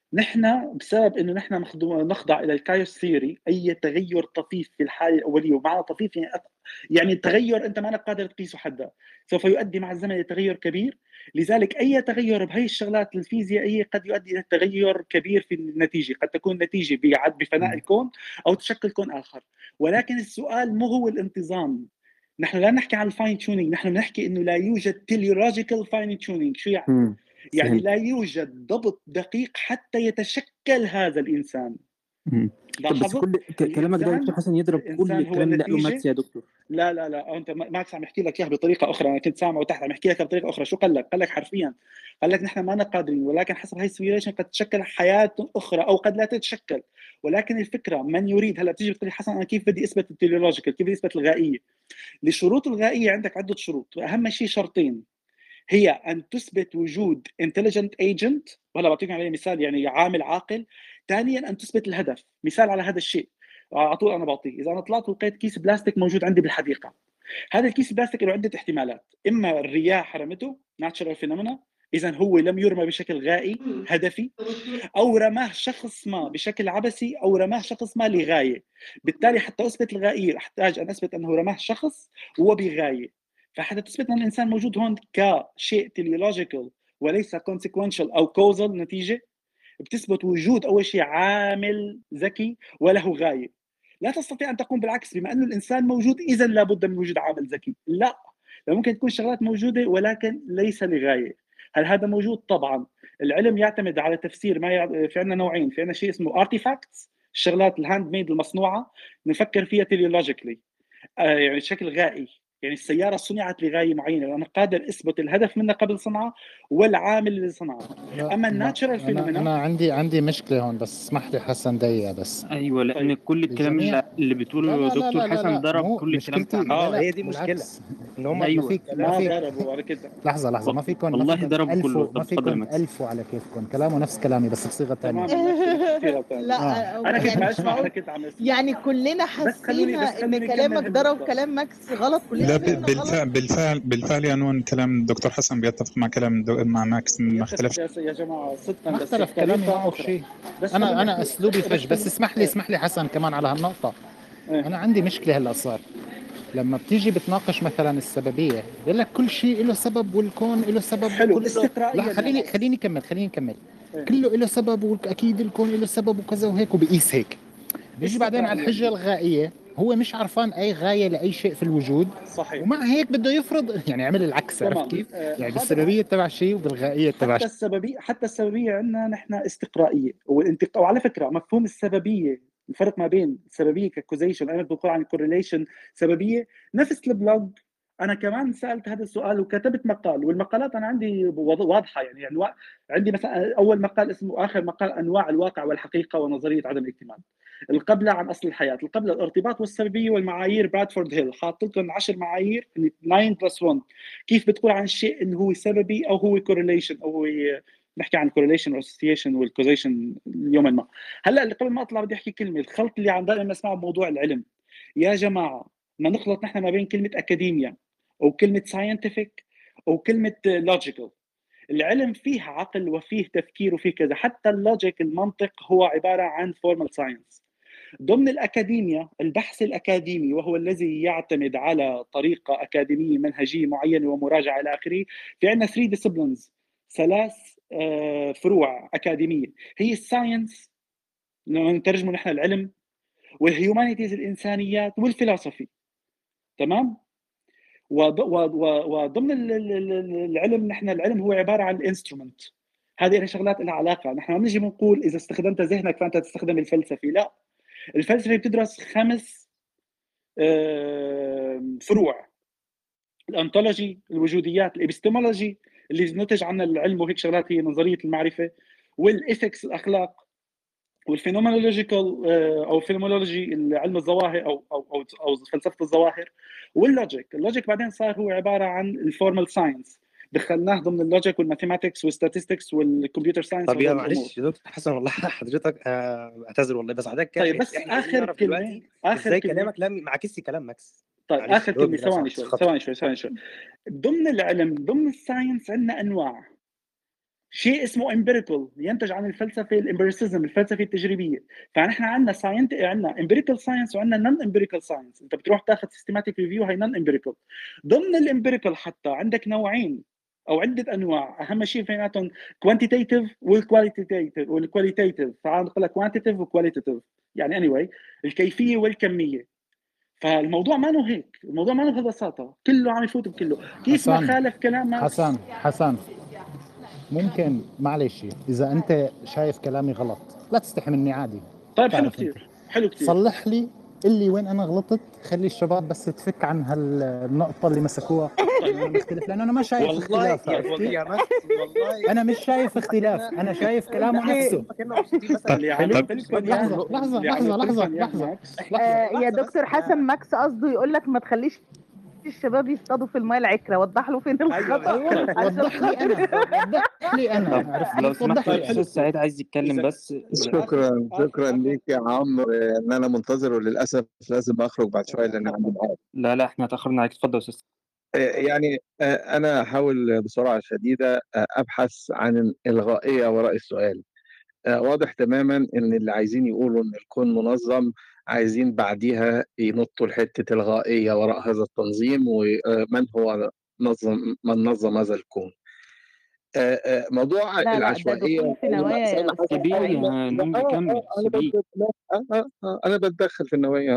نحن بسبب انه نحن مخضوع نخضع الى الكايوس ثيوري، اي تغير طفيف في الحاله الاوليه، ومعنى طفيف يعني أط- يعني التغير انت ما أنك قادر تقيسه حدا، سوف يؤدي مع الزمن الى تغير كبير. لذلك اي تغير بهي الشغلات الفيزيائيه قد يؤدي الى تغير كبير في النتيجه، قد تكون نتيجه بعد بفناء مم. الكون او تشكل كون اخر. ولكن السؤال مو هو الانتظام. نحن لا نحكي عن الفاين تيونينج، نحن بنحكي انه لا يوجد تيليولوجيكال فاين تيونينج. شو يعني؟ مم. يعني فهمت. لا يوجد ضبط دقيق حتى يتشكل هذا الإنسان. مم. طب بس لاحظت؟ كل ك- كلامك ده يا دكتور الإنسان حسن يضرب كل الإنسان هو الكلام اللي قاله النتيجة. ماكس يا دكتور. لا لا لا أنت ما- ماكس عم يحكي لك إياها بطريقة أخرى، أنا كنت سامعه تحت عم يحكي لك بطريقة أخرى. شو قال لك؟ قال لك حرفيا قال لك نحن ما قادرين، ولكن حسب هاي السيميوليشن قد تشكل حياة أخرى أو قد لا تتشكل. ولكن الفكرة من يريد، هلا بتيجي بتقول لي حسن أنا كيف بدي أثبت التيليولوجيكال، كيف بدي أثبت الغائية؟ لشروط الغائية عندك عدة شروط، وأهم شيء شرطين، هي أن تثبت وجود intelligent agent، وهلا بعطيكم عليه مثال يعني عامل عاقل. ثانيا أن تثبت الهدف. مثال على هذا الشيء على طول أنا بعطيه، إذا أنا طلعت ولقيت كيس بلاستيك موجود عندي بالحديقة، هذا الكيس البلاستيك له عدة احتمالات، إما الرياح رمته natural phenomena، إذا هو لم يرمى بشكل غائي هدفي، أو رماه شخص ما بشكل عبثي، أو رماه شخص ما لغاية. بالتالي حتى أثبت الغائية أحتاج أن أثبت أنه رماه شخص وبغاية. فحتى تثبت أن الإنسان موجود هون كشيء تيليولوجيكال وليس consequential أو causal نتيجة، بتثبت وجود أول شيء عامل ذكي وله غاية. لا تستطيع أن تقوم بالعكس، بما أن الإنسان موجود إذا لابد من وجود عامل ذكي. لا، ممكن تكون شغلات موجودة ولكن ليس لغاية. هل هذا موجود؟ طبعا. العلم يعتمد على تفسير ما يع... في عندنا نوعين، في عندنا شيء اسمه artifacts، الشغلات الهاند ميد المصنوعة نفكر فيها تيليولوجيكلي، آه يعني بشكل غائي، يعني السيارة صنعت لغاية معينة، أنا قادر أثبت الهدف منها قبل صنعها والعامل اللي صنعها. لا أما لا الناتشرال انا فينومينا انا عندي عندي مشكله هون، بس اسمح لي حسن دقيقه بس. ايوه، لان طيب كل الكلام الجميع اللي, اللي بتقوله لا يا لا لا دكتور لا لا, حسن لا. ضرب مو كل الكلام مشكلتي بتاعنا. لا اه لا هي دي مشكله، بالعكس. ان هم ما ايوه فيك ما ما فيك ضربوا على كده. لحظه لحظه ما فيكم ما والله فيكم ضرب كله. تألفوا طب ما اتفضل يا فيكم ماكس. تألفوا على كيفكم، كلامه نفس كلامي بس بصيغه ثانيه. تماما نفس التفكير لا تاني. اه أنا كنت يعني بسمع، أنا معقول كنت عم اسمع. يعني كلنا بس خلوني بس حسينا ان خلوني كلامك نكمل ضرب هالنقطة. وكلام ماكس غلط، كلنا لا فهمنا بالفعل غلط. بالفعل بالفعل يا نون كلام الدكتور حسن بيتفق مع كلام دو... مع ماكس، ما يتفق اختلفش. يا س- يا جماعة صدقا، ما بس اختلف كلامي بطريقة معه أخرى. بشيء. بس انا خلوني انا أحكي اسلوبي بس فج، بس خلوني اسمح لي إيه. اسمح لي حسن كمان على هالنقطه. إيه. انا عندي مشكله هلا صار لما بتيجي بتناقش مثلا السببيه، بيقول لك كل شيء له سبب والكون له سبب حلو كله. استقرائيا لا يا خليني ماكس. خليني اكمل خليني اكمل إيه. كله له سبب، واكيد الكون له سبب وكذا وهيك، وبقيس هيك. بيجي بعدين على الحجه استقرائيا الغائيه، هو مش عرفان اي غايه لاي شيء في الوجود، صحيح. ومع هيك بده يفرض يعني يعمل العكس. عرفت تمام. كيف؟ آه يعني هذا بالسببيه تبع شيء وبالغائيه تبع حتى شيء. السببية حتى السببية عندنا نحن استقرائية والانتق... وعلى فكرة مفهوم السببية، الفرق ما بين السببية ككوزيشن، أنا بقول عن الكورليشن سببية. نفس البلوج أنا كمان سألت هذا السؤال وكتبت مقال، والمقالات أنا عندي واضحة يعني, يعني عندي مثلا أول مقال اسمه آخر مقال أنواع الواقع والحقيقة ونظرية عدم الاكتمال، القبلة عن أصل الحياة، القبلة الارتباط والسببية والمعايير برادفورد هيل، حاطط لكم عشر معايير تسعة بلس واحد كيف بتقول عن الشيء انه هو سببي او هو كورليشن او هو نحكي عن كورليشن والاسوسيشن والكوزيشن يوما ما. هلا اللي قبل ما اطلع بدي احكي كلمه، الخلط اللي عم دائما نسمعه بموضوع العلم يا جماعه، ما نخلط نحن ما بين كلمه اكاديميا او كلمه ساينتفك او كلمه لوجيكال. العلم فيه عقل وفيه تفكير وفيه كذا، حتى اللوجيك المنطق هو عباره عن فورمال ساينس. ضمن الأكاديمية البحث الأكاديمي، وهو الذي يعتمد على طريقة أكاديمية منهجية معينة ومراجعة إلى آخره، في عندنا ثري disciplines، ثلاث فروع أكاديمية، هي الساينس نترجمه نحن العلم، والهيومانيتيز الإنسانيات، والفلسفي. تمام؟ وضمن العلم نحن العلم هو عبارة عن الانسترومنت، هذه شغلات لها علاقة. نحن ما بنجي بنقول إذا استخدمت ذهنك فأنت تستخدم الفلسفي، لا، الفلسفة بتدرس خمس فروع: الانطولوجي، الوجوديات، الابستمولوجي اللي نتج عنها العلم وهيك شغلات هي نظريه المعرفه، والايثكس الاخلاق، والفينومينولوجيكال او فينومولوجي علم الظواهر او او او, أو فلسفه الظواهر، واللوجيك. اللوجيك بعدين صار هو عباره عن الفورمال ساينس، دخلناه ضمن اللوجيك والماثيماتكس والستاتستكس والكمبيوتر ساينس طب يا وهدول الامور. معلش يا دكتور حسن والله حضرتك آه، اعتذر والله، بس حضرتك كده طيب بس احنا عايزين اخر نعرف كلمه دلوقتي اخر ازاي كلمه كلامك لا معاكسي كلام ماكس. طيب معلش اخر كلمه، جاوبني لو ثواني سمحت شوي خاطر. ثواني شوي ثواني شوي ضمن العلم ضمن الساينس عندنا انواع. شيء اسمه امبيريكال ينتج عن الفلسفه الامبيريسيزم، الفلسفه التجريبيه. فنحن عندنا ساينت عندنا امبيريكال ساينس وعندنا نون امبيريكال ساينس. انت بتروح تاخذ سيستماتيك ريفيو هي نون امبيريكال. ضمن الامبيريكال حتى عندك نوعين او عده انواع، اهم شيء بيناتهم كوانتيتيف والكواليتيتيف والكواليتيتيف. تعال نقول لك كوانتيتيف وكواليتيتيف، يعني اني anyway الكيفيه والكميه. فالموضوع ما انه هيك، الموضوع ما انه ببساطه كله عم يفوت بكله. كيف ما حسن خالف كلام ماكس. حسن حسن ممكن معلش اذا انت شايف كلامي غلط لا تستحي مني عادي. طيب حلو تعرف انت كثير حلو كثير صلح لي اللي وين انا غلطت، خلي الشباب بس تفك عن هالنقطه اللي مسكوها انه انا مختلف، لانه انا ما شايف والله اختلاف. يا عرفتي؟ يا ماكس والله انا مش شايف اختلاف، انا شايف كلامه نفسه. كنا مبسوطين مثلا اللي حلو. على طب تليفون يا لحظه لحظه اللي على لحظه لحظه تليفون يا لحظه ماكس. آه يا لحظة بس دكتور حسن، ماكس قصده يقول لك ما تخليش الشباب يصطادوا في الماء العكره. وضح له فين الخطا ايوه عشان وضح لي انا وضح لي انا طب عرفت لو كيف؟ سمحت وضح لي الاستاذ انا. سعيد عايز يتكلم إذا- بس. شكرا شكرا ليك يا عمرو ان انا منتظر، وللاسف لازم اخرج بعد شويه لان عندي ميعاد. لا لا احنا اتاخرنا عليك، اتفضل يا استاذ. يعني آه، انا هحاول بسرعه شديده آه، ابحث عن الغائيه وراء السؤال. آه، واضح تماما ان اللي عايزين يقولوا ان الكون منظم عايزين بعديها ينطوا لحته الغائيه وراء هذا التنظيم، ومن هو نظم من نظم هذا الكون. آه، آه، موضوع لا لا ده العشوائيه دخول في زي ما نوايا زي يا ما حصل استاذ سيبيه سعيد. يا نون آه، يكمل، آه، انا سيبيه. بتدخل آه، آه، آه، انا بتدخل في النوايا.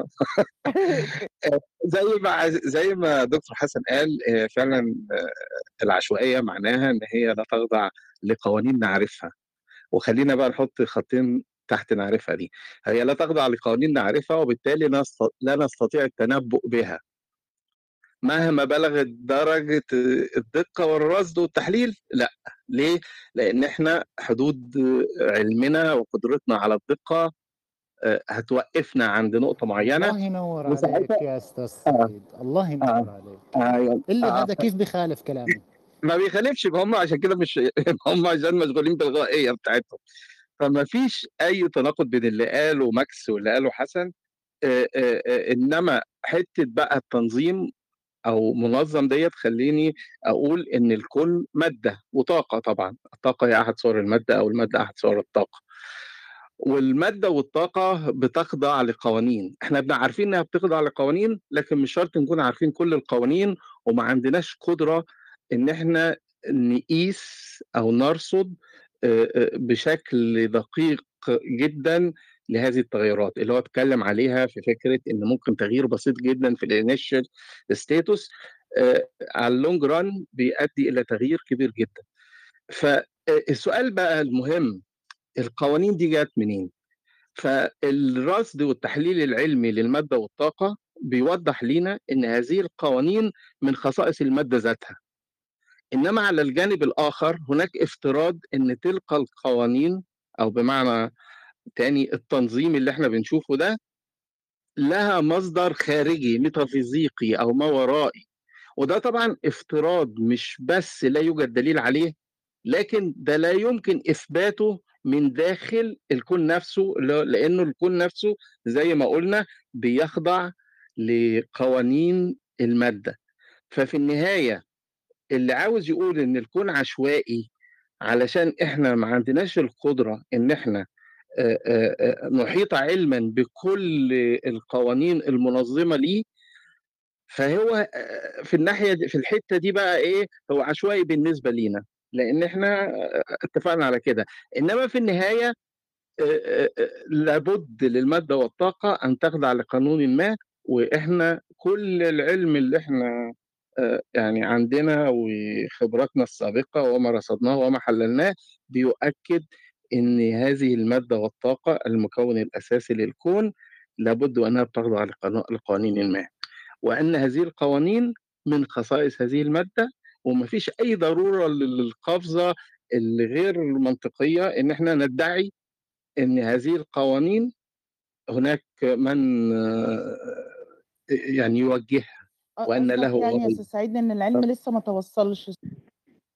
آه، زي ما زي ما دكتور حسن قال، آه، فعلا آه، العشوائيه معناها ان هي لا تخضع لقوانين نعرفها. وخلينا بقى نحط خطين تحت نعرفها دي. هي لا تخضع لقوانين نعرفها، وبالتالي نست- لا نستطيع التنبؤ بها مهما بلغت درجة الدقة والرصد والتحليل. لا. ليه؟ لأن احنا حدود علمنا وقدرتنا على الدقة آه، هتوقفنا عند نقطة معينة. الله ينور وساعتها عليك يا استاذ آه سعيد، الله ينور آه عليك. آه اللي آه هذا كيف بخالف كلامي؟ ما بيخالفش، هم عشان كده مش هم عشان مشغولين بالغائية بتاعتهم. فما فيش أي تناقض بين اللي قاله ماكس واللي قاله حسن. آه، آه، آه، إنما حتة بقى التنظيم او منظم ديت خليني اقول ان الكون ماده وطاقه. طبعا الطاقه هي احد صور الماده، او الماده احد صور الطاقه. والماده والطاقه بتخضع لقوانين، احنا بنبقى عارفين انها بتخضع لقوانين، لكن مش شرط نكون عارفين كل القوانين، وما عندناش قدره ان احنا نقيس او نرصد آه، آه، بشكل دقيق جدا لهذه التغيرات اللي هو اتكلم عليها، في فكره ان ممكن تغيير بسيط جدا في الانيشال ستاتوس على اللونج ران بيؤدي الى تغيير كبير جدا. فالسؤال بقى المهم، القوانين دي جت منين؟ فالرصد والتحليل العلمي للماده والطاقه بيوضح لنا ان هذه القوانين من خصائص الماده ذاتها. انما على الجانب الاخر هناك افتراض ان تلك القوانين، او بمعنى تاني التنظيم اللي احنا بنشوفه ده، لها مصدر خارجي ميتافيزيقي او ما ورائي. وده طبعا افتراض مش بس لا يوجد دليل عليه، لكن ده لا يمكن اثباته من داخل الكون نفسه، لانه الكون نفسه زي ما قلنا بيخضع لقوانين الماده. ففي النهايه اللي عاوز يقول ان الكون عشوائي علشان احنا ما عندناش القدره ان احنا آه، آه، آه، نحيط علما بكل القوانين المنظمه ليه، فهو آه، في الناحيه دي، في الحته دي بقى ايه، هو عشوائي بالنسبه لينا لان احنا آه، اتفقنا على كده. انما في النهايه آه، آه، آه، لابد للماده والطاقه ان تخضع لقانون ما. واحنا كل العلم اللي احنا آه، يعني عندنا وخبراتنا السابقه وما رصدناه وما حللناه بيؤكد ان هذه الماده والطاقه المكون الاساسي للكون لابد انها تخضع لقانو- لقوانين ما، وان هذه القوانين من خصائص هذه الماده، ومفيش اي ضروره للقفزه الغير منطقيه ان احنا ندعي ان هذه القوانين هناك من آه، يعني يوجهها أ- وان قصدك له يعني يا استاذ سعيد ان العلم لسه ما توصلش.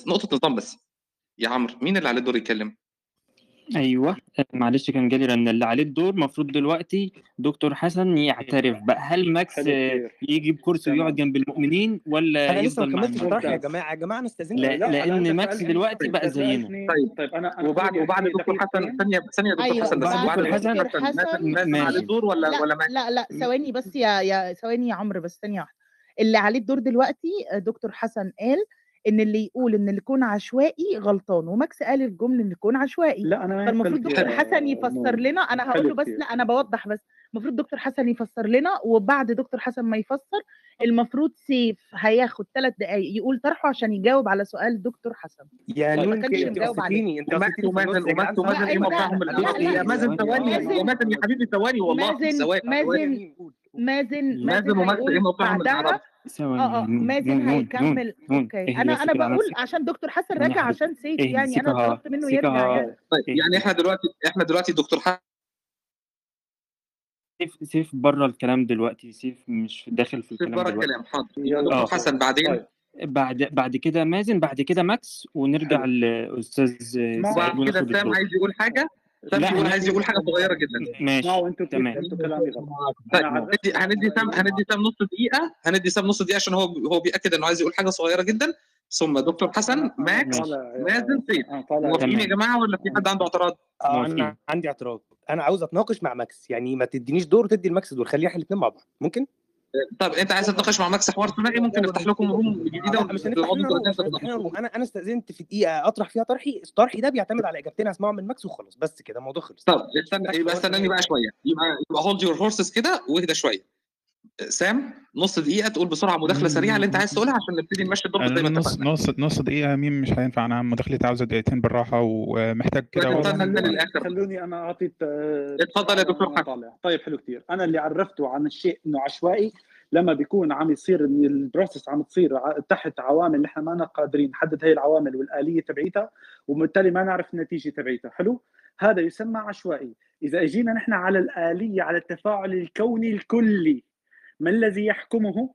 بس نقطه نظام بس. يا عمرو مين اللي عليه الدور يتكلم؟ ايوه معلش كان جالي رن. اللي عليه الدور المفروض دلوقتي دكتور حسن يعترف بقى، هل ماكس حلو آه، كتير يجي بكرسي ويقعد تمام جنب المؤمنين ولا انا لسه ما يفضل مع كملتش الطرح يا الموجودين؟ جماعه يا جماعه انا استاذنت لا لا انا لان انت ماكس سالتني دلوقتي انت بقى زينا. سالتني طيب طيب انا انا وبعد حابب وبعد احكي دكتور حسن دقيقتين ثانيه ثانيه يا دكتور ماشي حسن بس بعد وبعد دكتور دكتور حسن دكتور حسن مازن حسن مازن عليه ماشي. دور ولا لا ولا ماشي؟ لا لا ثواني بس يا يا ثواني يا عمرو، بس ثانية واحدة. اللي عليه الدور دلوقتي آه، دكتور حسن قال ان اللي يقول ان الكون عشوائي غلطان، وماكس قال الجمله ان الكون عشوائي. لا انا ما هيك فالمفروض قلت دكتور يا حسن يفسر نور. لنا. انا هقول حلو له بس، كتير لا انا بوضح بس. المفروض دكتور حسن يفسر لنا، وبعد دكتور حسن ما يفسر المفروض سيف هياخد ثلاث دقائق يقول طرحه عشان يجاوب على سؤال دكتور حسن. يا ما نون انت كانش انت مجاوب عليه. قصتيني انت وماكس قصتيني في النص ومازن يا جدعان. وماكس ومازن ما ايه انت موقعهم لا الآن؟ لا يا مازن ثواني يا مازن مازن يا حبيبي ثواني والله مازن ثواني ثواني مازن مازن مازن مازن وماكس ايه هيقول موقعهم بعدها. الإعراب؟ ثواني اه اه نون مازن نون نون نون هيكمل. نون اوكي اهدي انا بس انا كده على بقول نفسك. عشان دكتور حسن نون يا رجع حبيبتي عشان سيف، اهدي يعني انا سيكها طلبت منه سيكها يرجع يعني. طيب يعني اهدي. احنا دلوقتي احنا دلوقتي دكتور حسن سيف سيف بره الكلام دلوقتي، سيف مش داخل في سيف الكلام بره دلوقتي. الكلام حاضر يبقى يلا دكتور اه حسن بعدين طيب بعد بعد كده مازن، بعد كده ماكس، ونرجع حلو لأستاذ اسمعوا سعيد وبعد كده وناخد سام الدور. عايز يقول حاجه سام لا بيقول لا عايز يقول حاجه صغيره جدا ماشي اسمعوا انتوا كيف تمام. فهمتوا كلامي غلط. طيب انا عرفت هندي هندي سام هندي سام نص دقيقه هندي سام نص دقيقه عشان هو هو بياكد انه عايز يقول حاجه صغيره جدا، ثم دكتور حسن انا انا ماكس ماشي طالع يا مازن سيف انا طالع يا موافقين يا تمام جماعه ولا في حد عنده اعتراض؟ اه موافقين. انا عندي اعتراض. انا عاوز اتناقش مع ماكس، يعني ما تدينيش دور وتدي الماكس دور، خلينا احنا الاثنين مع بعض ممكن؟ طب انت عايز تتناقش مع ماكس حوار ثنائي ممكن نفتح لكم روم جديده لا مش هنفتح وتقعدوا لنا روم، انتوا مش الاثنين هنفتح لنا روم. تتناقشوا. انا انا استاذنت في دقيقه اطرح فيها طرحي، طرحي ده بيعتمد على اجابتين هسمعهم من ماكس وخلاص، بس كده الموضوع خلص. طب استنى يبقى استناني بقى شويه، يبقى يبقى هولد يور هورسز كده واهدى شويه. سام نص دقيقه تقول بسرعه مداخله سريعه اللي انت عايز تقولها عشان نبتدي نمشي الدور زي ما نص اتفقنا. نص نص دقيقة مين مش هينفع. أنا مداخلتي عاوزة دقيقتين بالراحة ومحتاج كده طيب وقت. استنى انت خلوني للاخر خلوني انا اعطي اتفضل يا دكتور انا حسن. طالع. طيب حلو كتير. انا اللي عرفته عن الشيء انه عشوائي لما بيكون عم يصير إن البروسيس عم تصير ع- تحت عوامل نحن ما قادرين نحدد هي العوامل والآلية تبعيتها، وبالتالي ما نعرف النتيجة تبعيتها. حلو، هذا يسمى عشوائي. إذا اجينا نحن على الآلية، على التفاعل الكوني الكلي، ما الذي يحكمه؟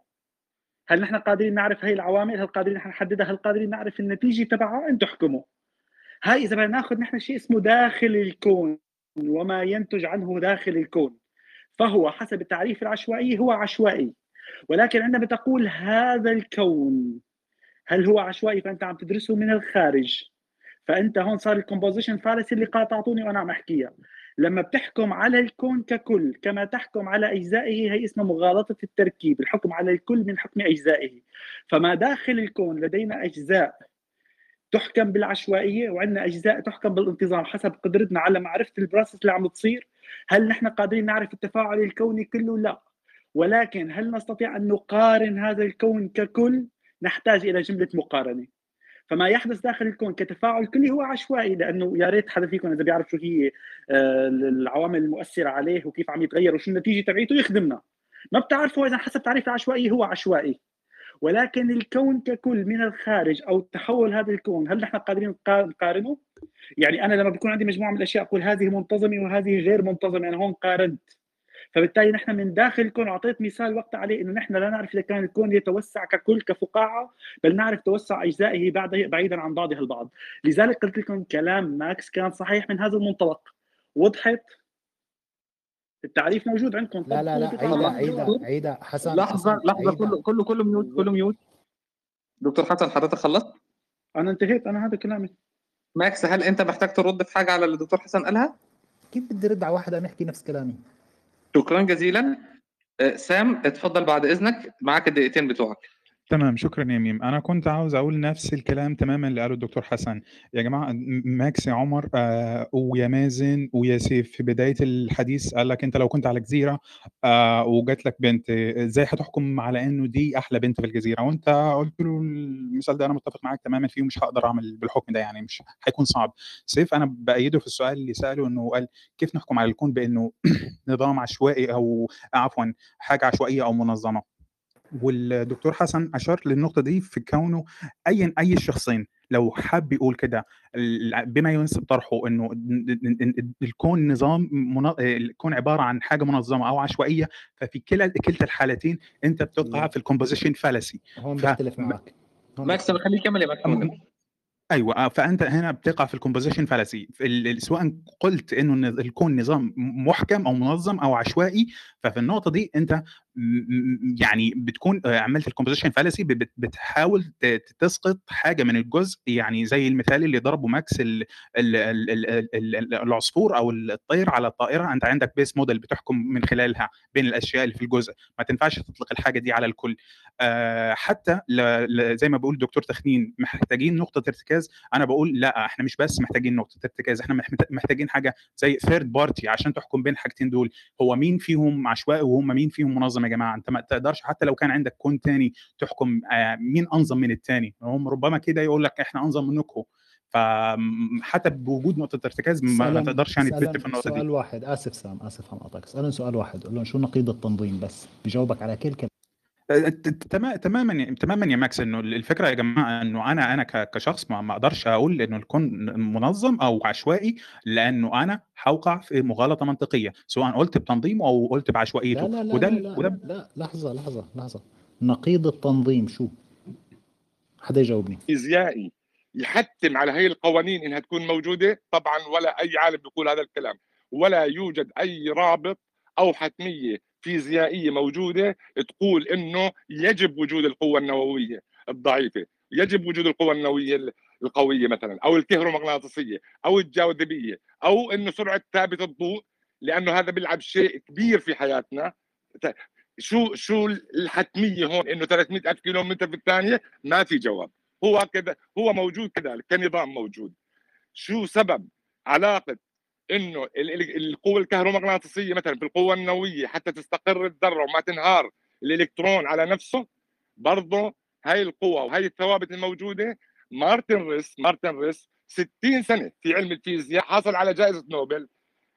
هل نحن قادرين نعرف هي العوامل؟ هل قادرين نحن نحددها؟ هل قادرين نعرف النتيجة تبعها؟ انتم احكموا. هاي إذا بدنا ناخذ نحن شيء اسمه داخل الكون وما ينتج عنه داخل الكون، فهو حسب التعريف العشوائي هو عشوائي. ولكن عندما تقول هذا الكون هل هو عشوائي، فأنت عم تدرسه من الخارج، فأنت هون صار الكومبوزيشن فالسي اللي قاطعتوني وأنا عم أحكيها. لما بتحكم على الكون ككل كما تحكم على أجزائه، هي اسمها مغالطة التركيب، الحكم على الكل من حكم أجزائه. فما داخل الكون لدينا أجزاء تحكم بالعشوائية وعندنا أجزاء تحكم بالانتظام حسب قدرتنا على معرفة البروسيس اللي عم تصير. هل نحن قادرين نعرف التفاعل الكوني كله؟ لا. ولكن هل نستطيع أن نقارن هذا الكون ككل؟ نحتاج إلى جملة مقارنة. فما يحدث داخل الكون كتفاعل كلي هو عشوائي، لأنه يا ريت حدا فيكم إذا بيعرف شو هي العوامل المؤثرة عليه وكيف عم يتغير وشو النتيجة تبعيته يخدمنا. ما بتعرفوا، إذا حسب تعريف العشوائي هو عشوائي. ولكن الكون ككل من الخارج او تحول هذا الكون، هل نحن قادرين نقارنه؟ يعني انا لما بيكون عندي مجموعه من الاشياء اقول هذه منتظمه وهذه غير منتظمه، انا هون قارنت. فبالتالي نحن من داخل الكون، اعطيت مثال وقت عليه انه نحن لا نعرف اذا كان الكون يتوسع ككل كفقاعه، بل نعرف توسع اجزائه بعيدا عن بعضها البعض. لذلك قلت لكم كلام ماكس كان صحيح من هذا المنطلق. وضحت؟ التعريف موجود عندكم. لا لا لا عيدة عيدة عيدة حسن لحظه حسن لحظه عيدة. كله كله كله ميوت كله ميوت. دكتور حسن حضرتك خلصت؟ انا انتهيت، انا هذا كلامي. ماكس هل انت محتاج ترد في حاجه على اللي الدكتور حسن قالها؟ كيف بدي رد على واحد عم يحكي نفس كلامي؟ شكرا جزيلا. آه، سام اتفضل بعد اذنك، معاك الدقيقتين بتوعك. تمام شكرا يا ميم. انا كنت عاوز اقول نفس الكلام تماما اللي قاله الدكتور حسن. يا جماعه ماكس يا عمر آه ويا مازن ويا سيف في بدايه الحديث قال لك انت لو كنت على جزيره آه وجات لك بنت ازاي هتحكم على انه دي احلى بنت في الجزيره؟ وانت قلت له المثال ده انا متفق معاك تماما فيه ومش هقدر اعمل بالحكم ده، يعني مش هيكون صعب. سيف انا بايده في السؤال اللي ساله انه قال كيف نحكم على الكون بانه نظام عشوائي او عفوا حاجه عشوائيه او منظمه. والدكتور حسن اشار للنقطه دي في كونه اي اي الشخصين لو حب يقول كده بما يناسب طرحه انه الكون نظام من... الكون عباره عن حاجه منظمه او عشوائيه، ففي كلا كلتا الحالتين انت بتقع في الكومبوزيشن فالسي. هون بختلف معك. ماكس خليه يكمل يا ماكس. ايوه آه، فانت هنا بتقع في الكومبوزيشن فالسي، سواء قلت انه النظ- الكون نظام محكم او منظم او عشوائي، ففي النقطه دي انت م- م- يعني بتكون آه، عملت الكومبوزيشن فالسي، بتحاول ت- ت- تسقط حاجه من الجزء، يعني زي المثال اللي ضربه ماكس ال- ال- ال- ال- ال- ال- العصفور او الطير على الطائره. انت عندك بيس موديل بتحكم من خلالها بين الاشياء اللي في الجزء، ما تنفعش تطلق الحاجه دي على الكل. آه، حتى ل- ل- زي ما بيقول دكتور تخنين محتاجين نقطه ارتكاز. انا بقول لا، احنا مش بس محتاجين نقطه ارتكاز، احنا محت- محتاجين حاجه زي ثيرد بارتي عشان تحكم بين الحاجتين دول. هو مين فيهم عشوائي وهم مين فيهم منظم؟ يا جماعه انت ما تقدرش حتى لو كان عندك كون تاني تحكم آه، مين انظم من التاني. هم ربما كده يقول لك احنا انظم منكم، فحتى بوجود نقطه ارتكاز ما, ما اسألهم تقدرش يعني تفت اسألهم في النقطه دي. سؤال واحد. آسف سام، آسف عم أقطعك. اسألهم سؤال واحد، قول لهم شو نقيض التنظيم بس، بجاوبك على كل كلمة. تمام تماما تماما يا ماكس، انه الفكره يا جماعه انه انا انا ك- كشخص ما ما اقدرش اقول انه الكون منظم او عشوائي، لانه انا هوقع في مغالطه منطقيه سواء قلت بتنظيمه او قلت لا بعشوائيته. لا لا وده لا ال- لا وده لا لحظة لحظة لحظة، نقيض التنظيم شو؟ حدا يجاوبني. فيزيائي يحتم على هي القوانين انها تكون موجوده؟ طبعا ولا اي عالم بيقول هذا الكلام، ولا يوجد اي رابط او حتميه فيزيائيه موجوده تقول انه يجب وجود القوه النوويه الضعيفه، يجب وجود القوه النوويه القويه مثلا، او الكهرومغناطيسيه، او الجاذبيه، او انه سرعه ثابت الضوء، لانه هذا بيلعب شيء كبير في حياتنا. شو شو الحتميه هون انه ثلاثمئة ألف كيلومتر في الثانيه؟ ما في جواب. هو كذا، هو موجود كذلك كنظام موجود. شو سبب علاقه انه ال- ال- القوه الكهرومغناطيسيه مثلا في القوه النوويه حتى تستقر الذره وما تنهار الالكترون على نفسه؟ برضه هاي القوه وهي الثوابت الموجوده. مارتن ريس مارتن ريس ستين سنه في علم الفيزياء، حصل على جائزه نوبل،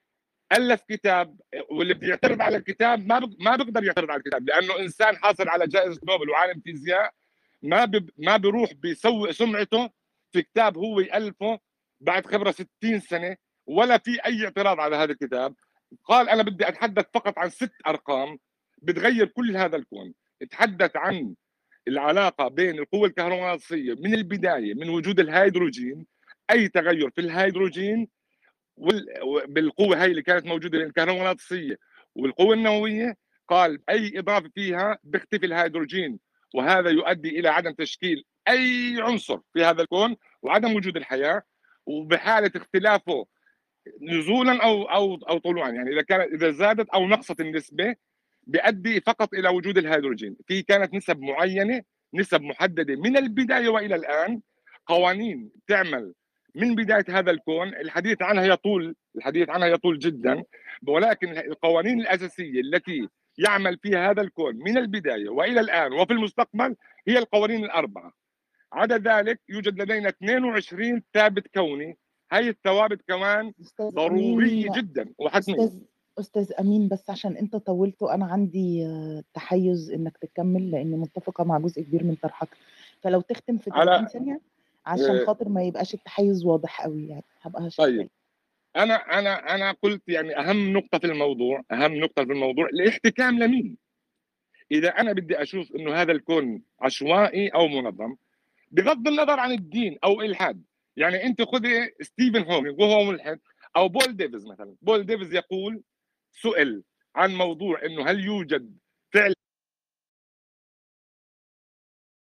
الف كتاب، واللي بده يعترض على الكتاب ما بق- ما بيقدر يعترض على الكتاب، لانه انسان حاصل على جائزه نوبل وعالم فيزياء ما ب... ما بيروح بيسوق سمعته في كتاب هو يالفه بعد خبره ستين سنه، ولا في اي اعتراض على هذا الكتاب. قال انا بدي اتحدث فقط عن ست ارقام بتغير كل هذا الكون. تحدث عن العلاقه بين القوه الكهرومغناطيسيه من البدايه، من وجود الهيدروجين، اي تغير في الهيدروجين وال- بالقوه هاي اللي كانت موجوده بين الكهرومغناطيسيه والقوه النوويه. قال اي اضافه فيها بيختفي الهيدروجين، وهذا يؤدي الى عدم تشكيل اي عنصر في هذا الكون وعدم وجود الحياه، وبحاله اختلافه نزولا او او او طلوعا، يعني اذا كانت اذا زادت او نقصت النسبه بيؤدي فقط الى وجود الهيدروجين. في كانت نسب معينه، نسب محدده من البدايه والى الان، قوانين تعمل من بدايه هذا الكون. الحديث عنها يطول، الحديث عنها يطول جدا، ولكن القوانين الاساسيه التي يعمل فيها هذا الكون من البدايه والى الان وفي المستقبل هي القوانين الاربعه. عدا ذلك يوجد لدينا اثنين وعشرين ثابت كوني، هاي الثوابت كمان أستاذ ضروريه أمين جدا وحتميه. أستاذ أستاذ أمين، بس عشان أنت طولت وأنا عندي آه، تحيز إنك تكمل، لأني متفقة مع جزء كبير من طرحك، فلو تختم في ثلاثين على ثانية عشان آه، خاطر ما يبقاش التحيز واضح قوي، يعني هبقى شاكرة. طيب انا انا انا قلت يعني اهم نقطه في الموضوع، اهم نقطه في الموضوع الاحتكام لمين. اذا انا بدي اشوف انه هذا الكون عشوائي او منظم، بغض النظر عن الدين او الحاد، يعني انت خذي ستيفن هوكينج وهو ملحد، او بول ديفيز مثلا. بول ديفيز يقول، سئل عن موضوع انه هل يوجد فعل